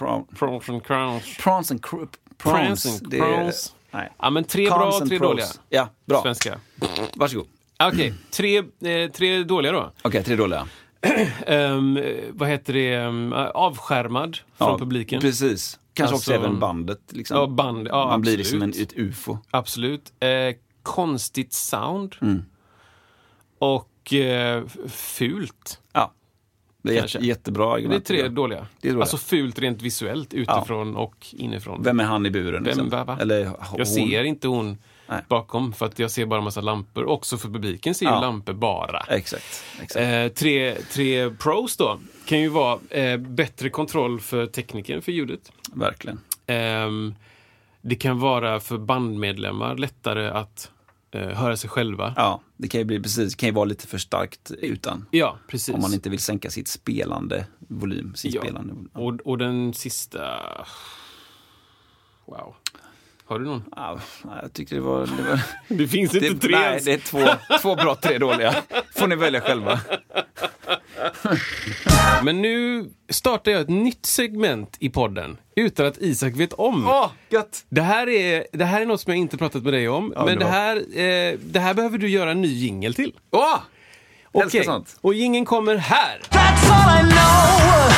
crowns. Nej. Ja, men 3 bra och 3 dåliga. Ja, bra. Svenska. Varsågod. Okej, 3 dåliga då. Okej, 3 dåliga. Vad heter det? Avskärmad från publiken. Precis. Kanske också även bandet. Liksom. Ja, man blir liksom ett ufo. Absolut. Konstigt sound. Och fult. Ja. Det är jättebra argument. Det är 3 dåliga. Alltså fult rent visuellt, utifrån och inifrån. Vem är han i buren? Eller jag ser inte hon bakom, för att jag ser bara en massa lampor. Också för publiken ser ju lampor bara. Exakt. 3 pros då kan ju vara bättre kontroll för tekniken för ljudet. Verkligen. Det kan vara för bandmedlemmar lättare att höra sig själva. Ja, det kan ju vara lite för starkt utan. Ja, precis. Om man inte vill sänka sitt spelande volym. Och den sista... Wow. Har du någon? Ja, jag tyckte det var... Det finns inte 3. Nej, det är 2 bra, 3 dåliga. Får ni välja själva. Men nu startar jag ett nytt segment i podden utan att Isak vet om. Gött! Det här är något som jag inte pratat med dig om. Men det här behöver du göra en ny jingle till. Okej. Och jingeln kommer här. That's all I know.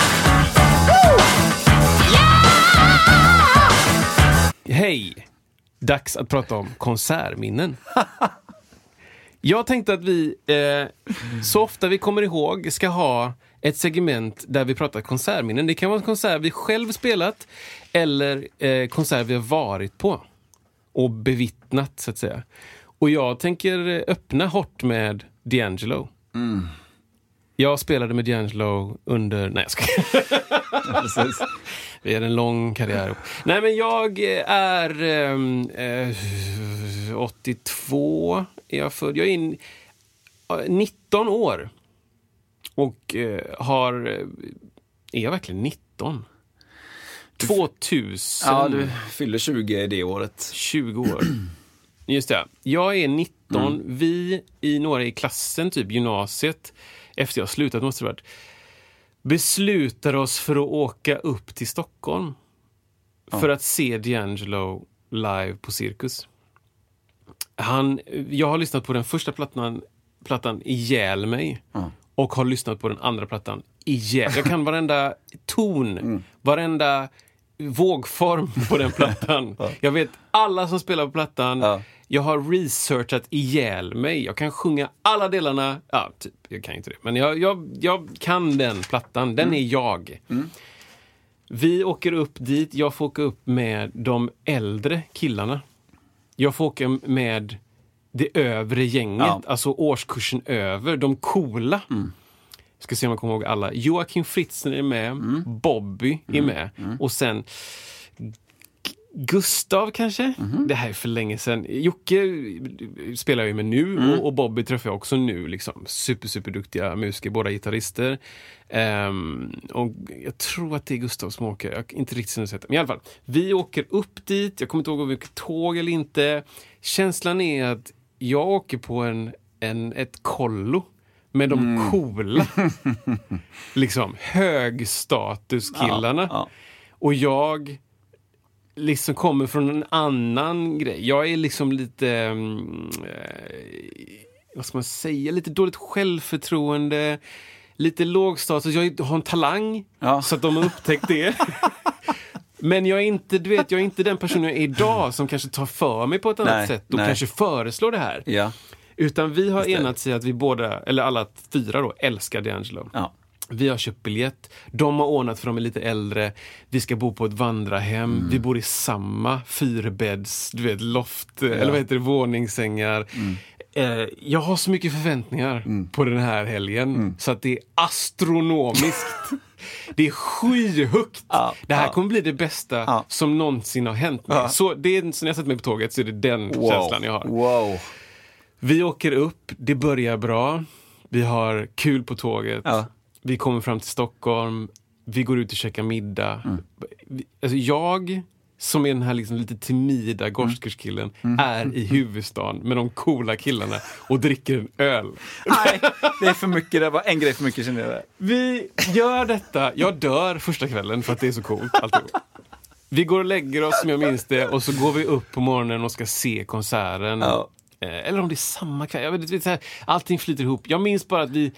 Hej! Dags att prata om konsertminnen. Jag tänkte att vi så ofta vi kommer ihåg ska ha ett segment där vi pratar konsertminnen. Det kan vara en konsert vi själv spelat eller konsert vi har varit på och bevittnat, så att säga. Och jag tänker öppna hårt med D'Angelo. Jag spelade med D'Angelo under... Nej, jag ska... Precis. Vi är en lång karriär. Nej, men jag är 82 är jag född. Jag är 19 år. Och är jag verkligen 19? 2000. Ja, du fyller 20 det året. 20 år. Just det. Jag är 19. Vi i några i klassen, typ gymnasiet, efter jag slutat måste det varit, beslutar oss för att åka upp till Stockholm för att se D'Angelo live på Cirkus. Jag har lyssnat på den första plattan ihjäl mig och har lyssnat på den andra plattan ihjäl. Jag kan varenda ton, varenda vågform på den plattan. Jag vet alla som spelar på plattan. Jag har researchat ihjäl mig. Jag kan sjunga alla delarna. Ja, typ, jag kan inte det. Men jag kan den plattan. Den är jag. Vi åker upp dit. Jag får åka upp med de äldre killarna. Jag får åka med det övre gänget. Alltså årskursen över. De coola. Ska se om jag kommer ihåg alla. Joakim Fritzner är med. Bobby är med. Och sen Gustav kanske. Det här är för länge sedan. Jocke spelar jag med nu och Bobby träffar jag också nu. Liksom. Super duktiga musiker, båda gitarrister. Och jag tror att det är Gustav som åker. Jag har inte riktigt sett det. Men i alla fall, vi åker upp dit. Jag kommer inte ihåg om vi åker tåg eller inte. Känslan är att jag åker på ett kollo med de coola liksom högstatuskillarna. Och jag liksom kommer från en annan grej. Jag är liksom lite vad ska man säga, lite dåligt självförtroende, lite lågstatus. Jag har en talang så att de har upptäckt det. Men jag är inte, jag är inte den personen jag är idag som kanske tar för mig på ett annat sätt och kanske föreslår det här. Utan vi har enats i att vi båda, eller alla 4 då, älskar D'Angelo. Ja. Vi har köpt biljett. De har ordnat för de är lite äldre. Vi ska bo på ett vandrarhem. Vi bor i samma 4-bädds, du vet, loft, eller vad heter det, våningssängar. Jag har så mycket förväntningar på den här helgen så att det är astronomiskt. Det är skyhögt. Det här kommer bli det bästa som någonsin har hänt mig. Så det är, så när jag sätter mig på tåget så är det den känslan jag har. Wow. Vi åker upp, det börjar bra. Vi har kul på tåget. Vi kommer fram till Stockholm. Vi går ut och käkar middag. Alltså jag, som är den här liksom lite timida gorskerskillen, är i huvudstaden med de coola killarna och dricker en öl. Nej, det är för mycket. Det var en grej för mycket, känner jag. Vi gör detta. Jag dör första kvällen för att det är så coolt. Alltihop. Vi går och lägger oss, som jag minns det, och så går vi upp på morgonen och ska se konserten. Eller om det är samma kväll. Jag vet inte, allting flyter ihop. Jag minns bara att vi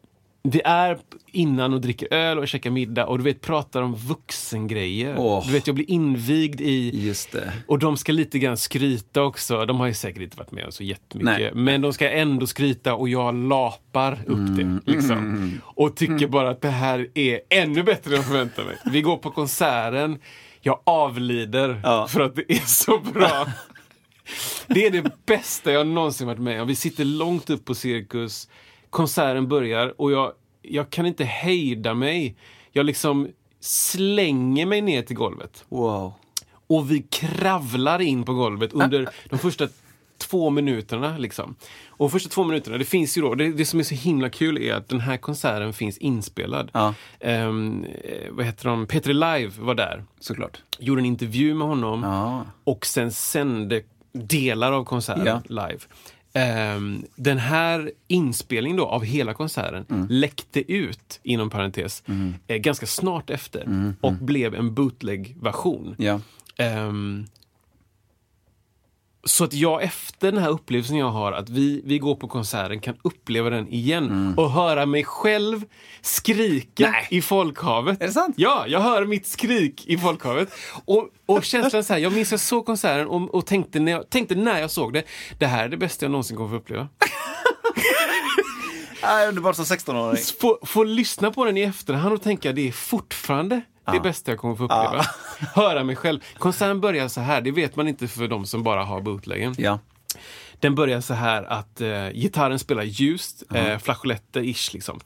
är innan och dricker öl och käkar middag och du vet, pratar om vuxengrejer. Du vet, jag blir invigd i... Just det. Och de ska lite grann skryta också. De har ju säkert inte varit med om så jättemycket. Men de ska ändå skryta och jag lapar upp det. Liksom. Och tycker bara att det här är ännu bättre än jag förväntar mig. Vi går på konserten. Jag avlider för att det är så bra. Det är det bästa jag någonsin varit med om. Vi sitter långt upp på Cirkus. Konserten börjar och jag kan inte hejda mig. Jag liksom slänger mig ner till golvet. Wow. Och vi kravlar in på golvet under de första 2 minuterna liksom. Och första 2 minuterna, det finns ju då, det som är så himla kul är att den här konserten finns inspelad. Vad heter de? Petri Live var där. Såklart. Gjorde en intervju med honom och sen sände delar av konserten live. Den här inspelningen då av hela konserten läckte ut, inom parentes, ganska snart efter och blev en bootleg-version. Så att jag efter den här upplevelsen jag har att vi går på konserten kan uppleva den igen och höra mig själv skrika i folkhavet. Är det sant? Ja, jag hör mitt skrik i folkhavet. Och känslan så här, jag minns jag såg konserten och tänkte när jag såg det här är det bästa jag någonsin kommer få uppleva. Underbart som 16-åring. Få lyssna på den i efterhand och tänka det är fortfarande det bästa jag kommer få uppleva. Höra mig själv. Konserten börjar så här, det vet man inte för de som bara har bootleggen. Den börjar så här att gitarren spelar ljust, flageoletter-ish liksom.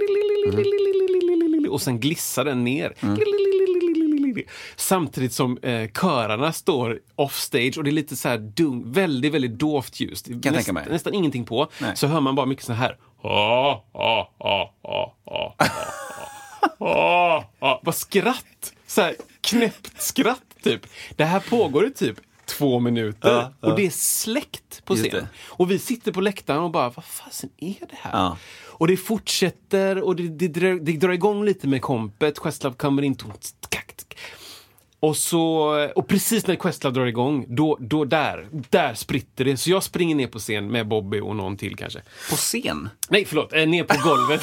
Och sen glissar den ner. Samtidigt som körarna står offstage och det är lite så här väldigt, väldigt dovt ljust. Nästan ingenting på. Så hör man bara mycket så här. Bara skratt. Så här knäppt skratt typ. Det här pågår i typ 2 minuter och det är släckt på scen. Och vi sitter på läktaren och bara, vad fasen är det här? Och det fortsätter och det drar igång lite med kompet. Questlove kommer in och precis när Questlove drar igång då där spritter det. Så jag springer ner på scen med Bobby och någon till kanske. På scen? Nej, förlåt, ner på golvet.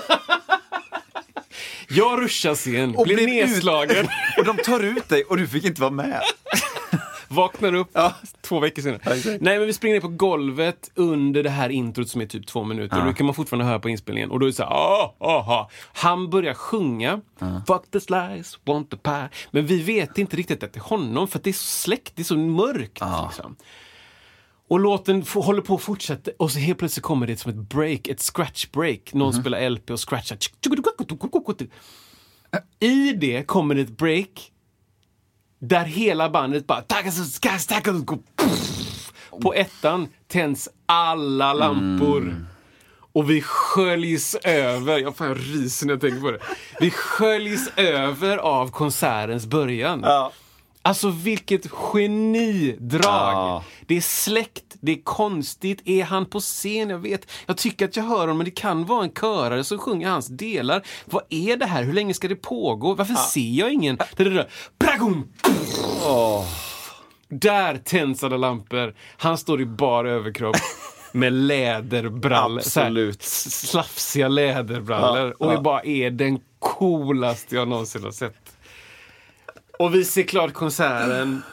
Jag ruschar scen, blir nedslagen. Och de tar ut dig och du fick inte vara med. Vaknar upp 2 veckor senare. Nej, men vi springer ner på golvet under det här introt som är typ 2 minuter. Och då kan man fortfarande höra på inspelningen. Och då är det så här, han börjar sjunga. Fuck the slice, want the pie. Men vi vet inte riktigt att det är honom. För att det är så släckt, det är så mörkt. Liksom. Och låten håller på att fortsätta. Och så helt plötsligt kommer det som ett break, ett scratch break. Någon spelar LP och scratchar. I det kommer ett break där hela bandet bara på ettan tänds alla lampor och vi sköljs över. Jag får rysen när jag tänker på det. Vi sköljs över av konsertens början. Alltså vilket genidrag. Det är släkt, det är konstigt. Är han på scen? Jag tycker att jag hör honom, men det kan vara en körare som sjunger hans delar. Vad är det här? Hur länge ska det pågå? Varför ser jag ingen? Där tänds alla lampor. Han står i bar överkropp med läderbrallor. Absolut. Slafsiga läderbrallor. Och det bara är den coolaste jag någonsin har sett. Och vi ser klart konserten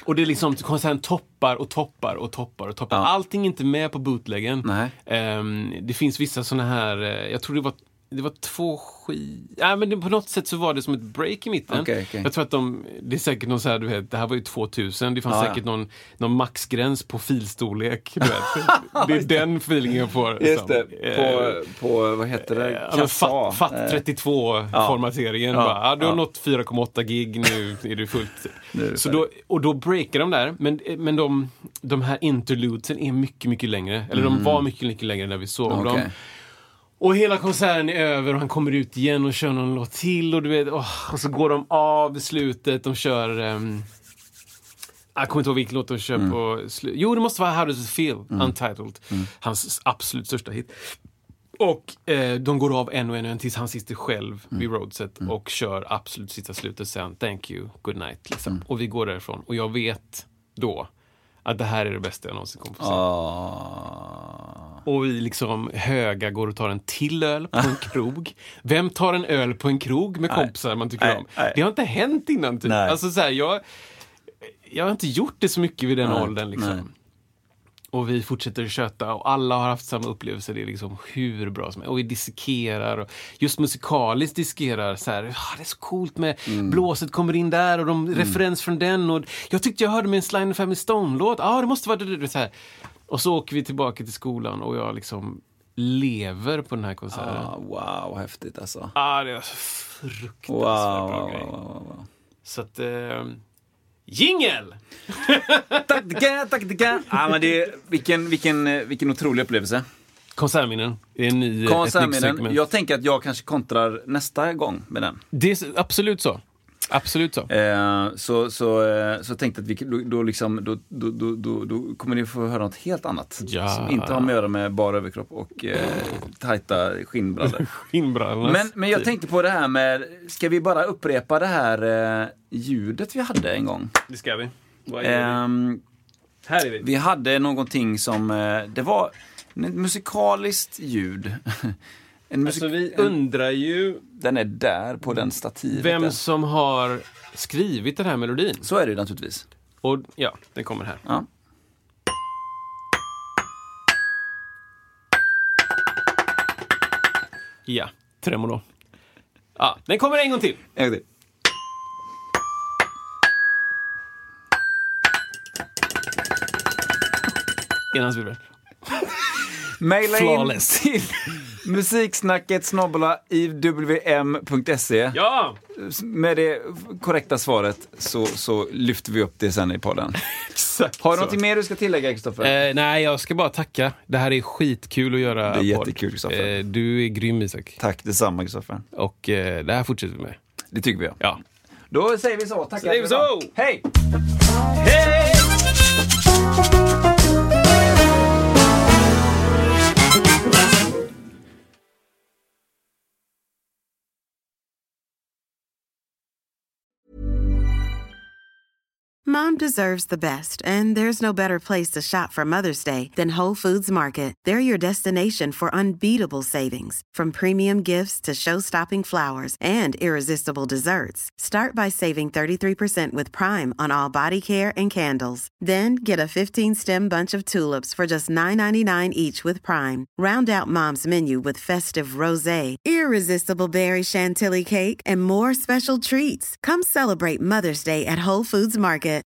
Och det är liksom konserten toppar. Ja. Allting är inte med på bootleggen. Nej. Det finns vissa såna här, jag tror det var 2 men på något sätt så var det som ett break i mitten. Okay. Jag tror att det är säkert någon så här, du vet, det här var ju 2000. Det fanns säkert någon maxgräns på filstorlek, du vet. Det är den feelingen jag får. Just det, på vad heter det? FAT 32-formateringen. Du har nått 4,8 gig, nu är du fullt. Och då breakar de där. Men de här interludesen är mycket, mycket längre. Eller de var mycket, mycket längre när vi såg dem. Och hela konserten är över och han kommer ut igen och kör någon låt till och du vet, och så går de av i slutet, de kör jag kommer inte ihåg vilken låt de kör på jo, det måste vara How Does It Feel, Untitled, hans absolut största hit. Och de går av en och en tills han sitter själv vid roadset och kör absolut sista slutet sen, thank you, good night liksom. Och vi går därifrån och jag vet då att det här är det bästa jag någonsin kommer få se. Och vi liksom höga går och tar en till öl på en krog. Vem tar en öl på en krog med kompisar man tycker om? Det har inte hänt innan typ. Alltså så här, jag har inte gjort det så mycket vid den åldern liksom. Nej. Och vi fortsätter att köta och alla har haft samma upplevelse. Det är liksom hur bra som är. Och vi dissekerar och just musikaliskt dissekerar så här, det är så coolt med blåset kommer in där och de referens från den och jag tyckte jag hörde med en Sly and the Family Stone-låt. Det måste vara det så här. Och så åker vi tillbaka till skolan och jag liksom lever på den här konserten. Wow, häftigt alltså. Det är fruktansvärt bra grej. Wow. Så att Jingel! Tack. Men det är vilken otrolig upplevelse. Konsertminnen. Det är en ny konsertminnen. Jag tänker att jag kanske kontrar nästa gång med den. Det är absolut så. Absolut så. Så tänkte att vi då kommer ni få höra något helt annat. Som inte har med att göra med bara överkropp och tajta skinnbrallor. Men jag tänkte på det här med, ska vi bara upprepa det här ljudet vi hade en gång? Det ska vi. Vad är det? Här är vi. Vi hade någonting som, det var ett musikaliskt ljud. Vi undrar ju... Den är där på den stativet. Vem som har skrivit den här melodin. Så är det naturligtvis. Och ja, den kommer här. Ja. Ja, tremolo. Ja, den kommer en gång till. En gång till. Enhandsvirvel. Maila in till musiksnacket@ivwm.se. Ja! Med det korrekta svaret så lyfter vi upp det sen i podden. Exakt. Har du något mer du ska tillägga, Kristoffer? Nej, jag ska bara tacka. Det här är skitkul att göra. Det är jättekul, Kristoffer. Du är grym, Isak. Tack, detsamma, Kristoffer. Och det här fortsätter vi med. Det tycker vi. Ja. Då säger vi så. Tack. Säger vi så. Hej! Hej! Mom deserves the best, and there's no better place to shop for Mother's Day than Whole Foods Market. They're your destination for unbeatable savings, from premium gifts to show-stopping flowers and irresistible desserts. Start by saving 33% with Prime on all body care and candles. Then get a 15-stem bunch of tulips for just $9.99 each with Prime. Round out Mom's menu with festive rosé, irresistible berry chantilly cake, and more special treats. Come celebrate Mother's Day at Whole Foods Market.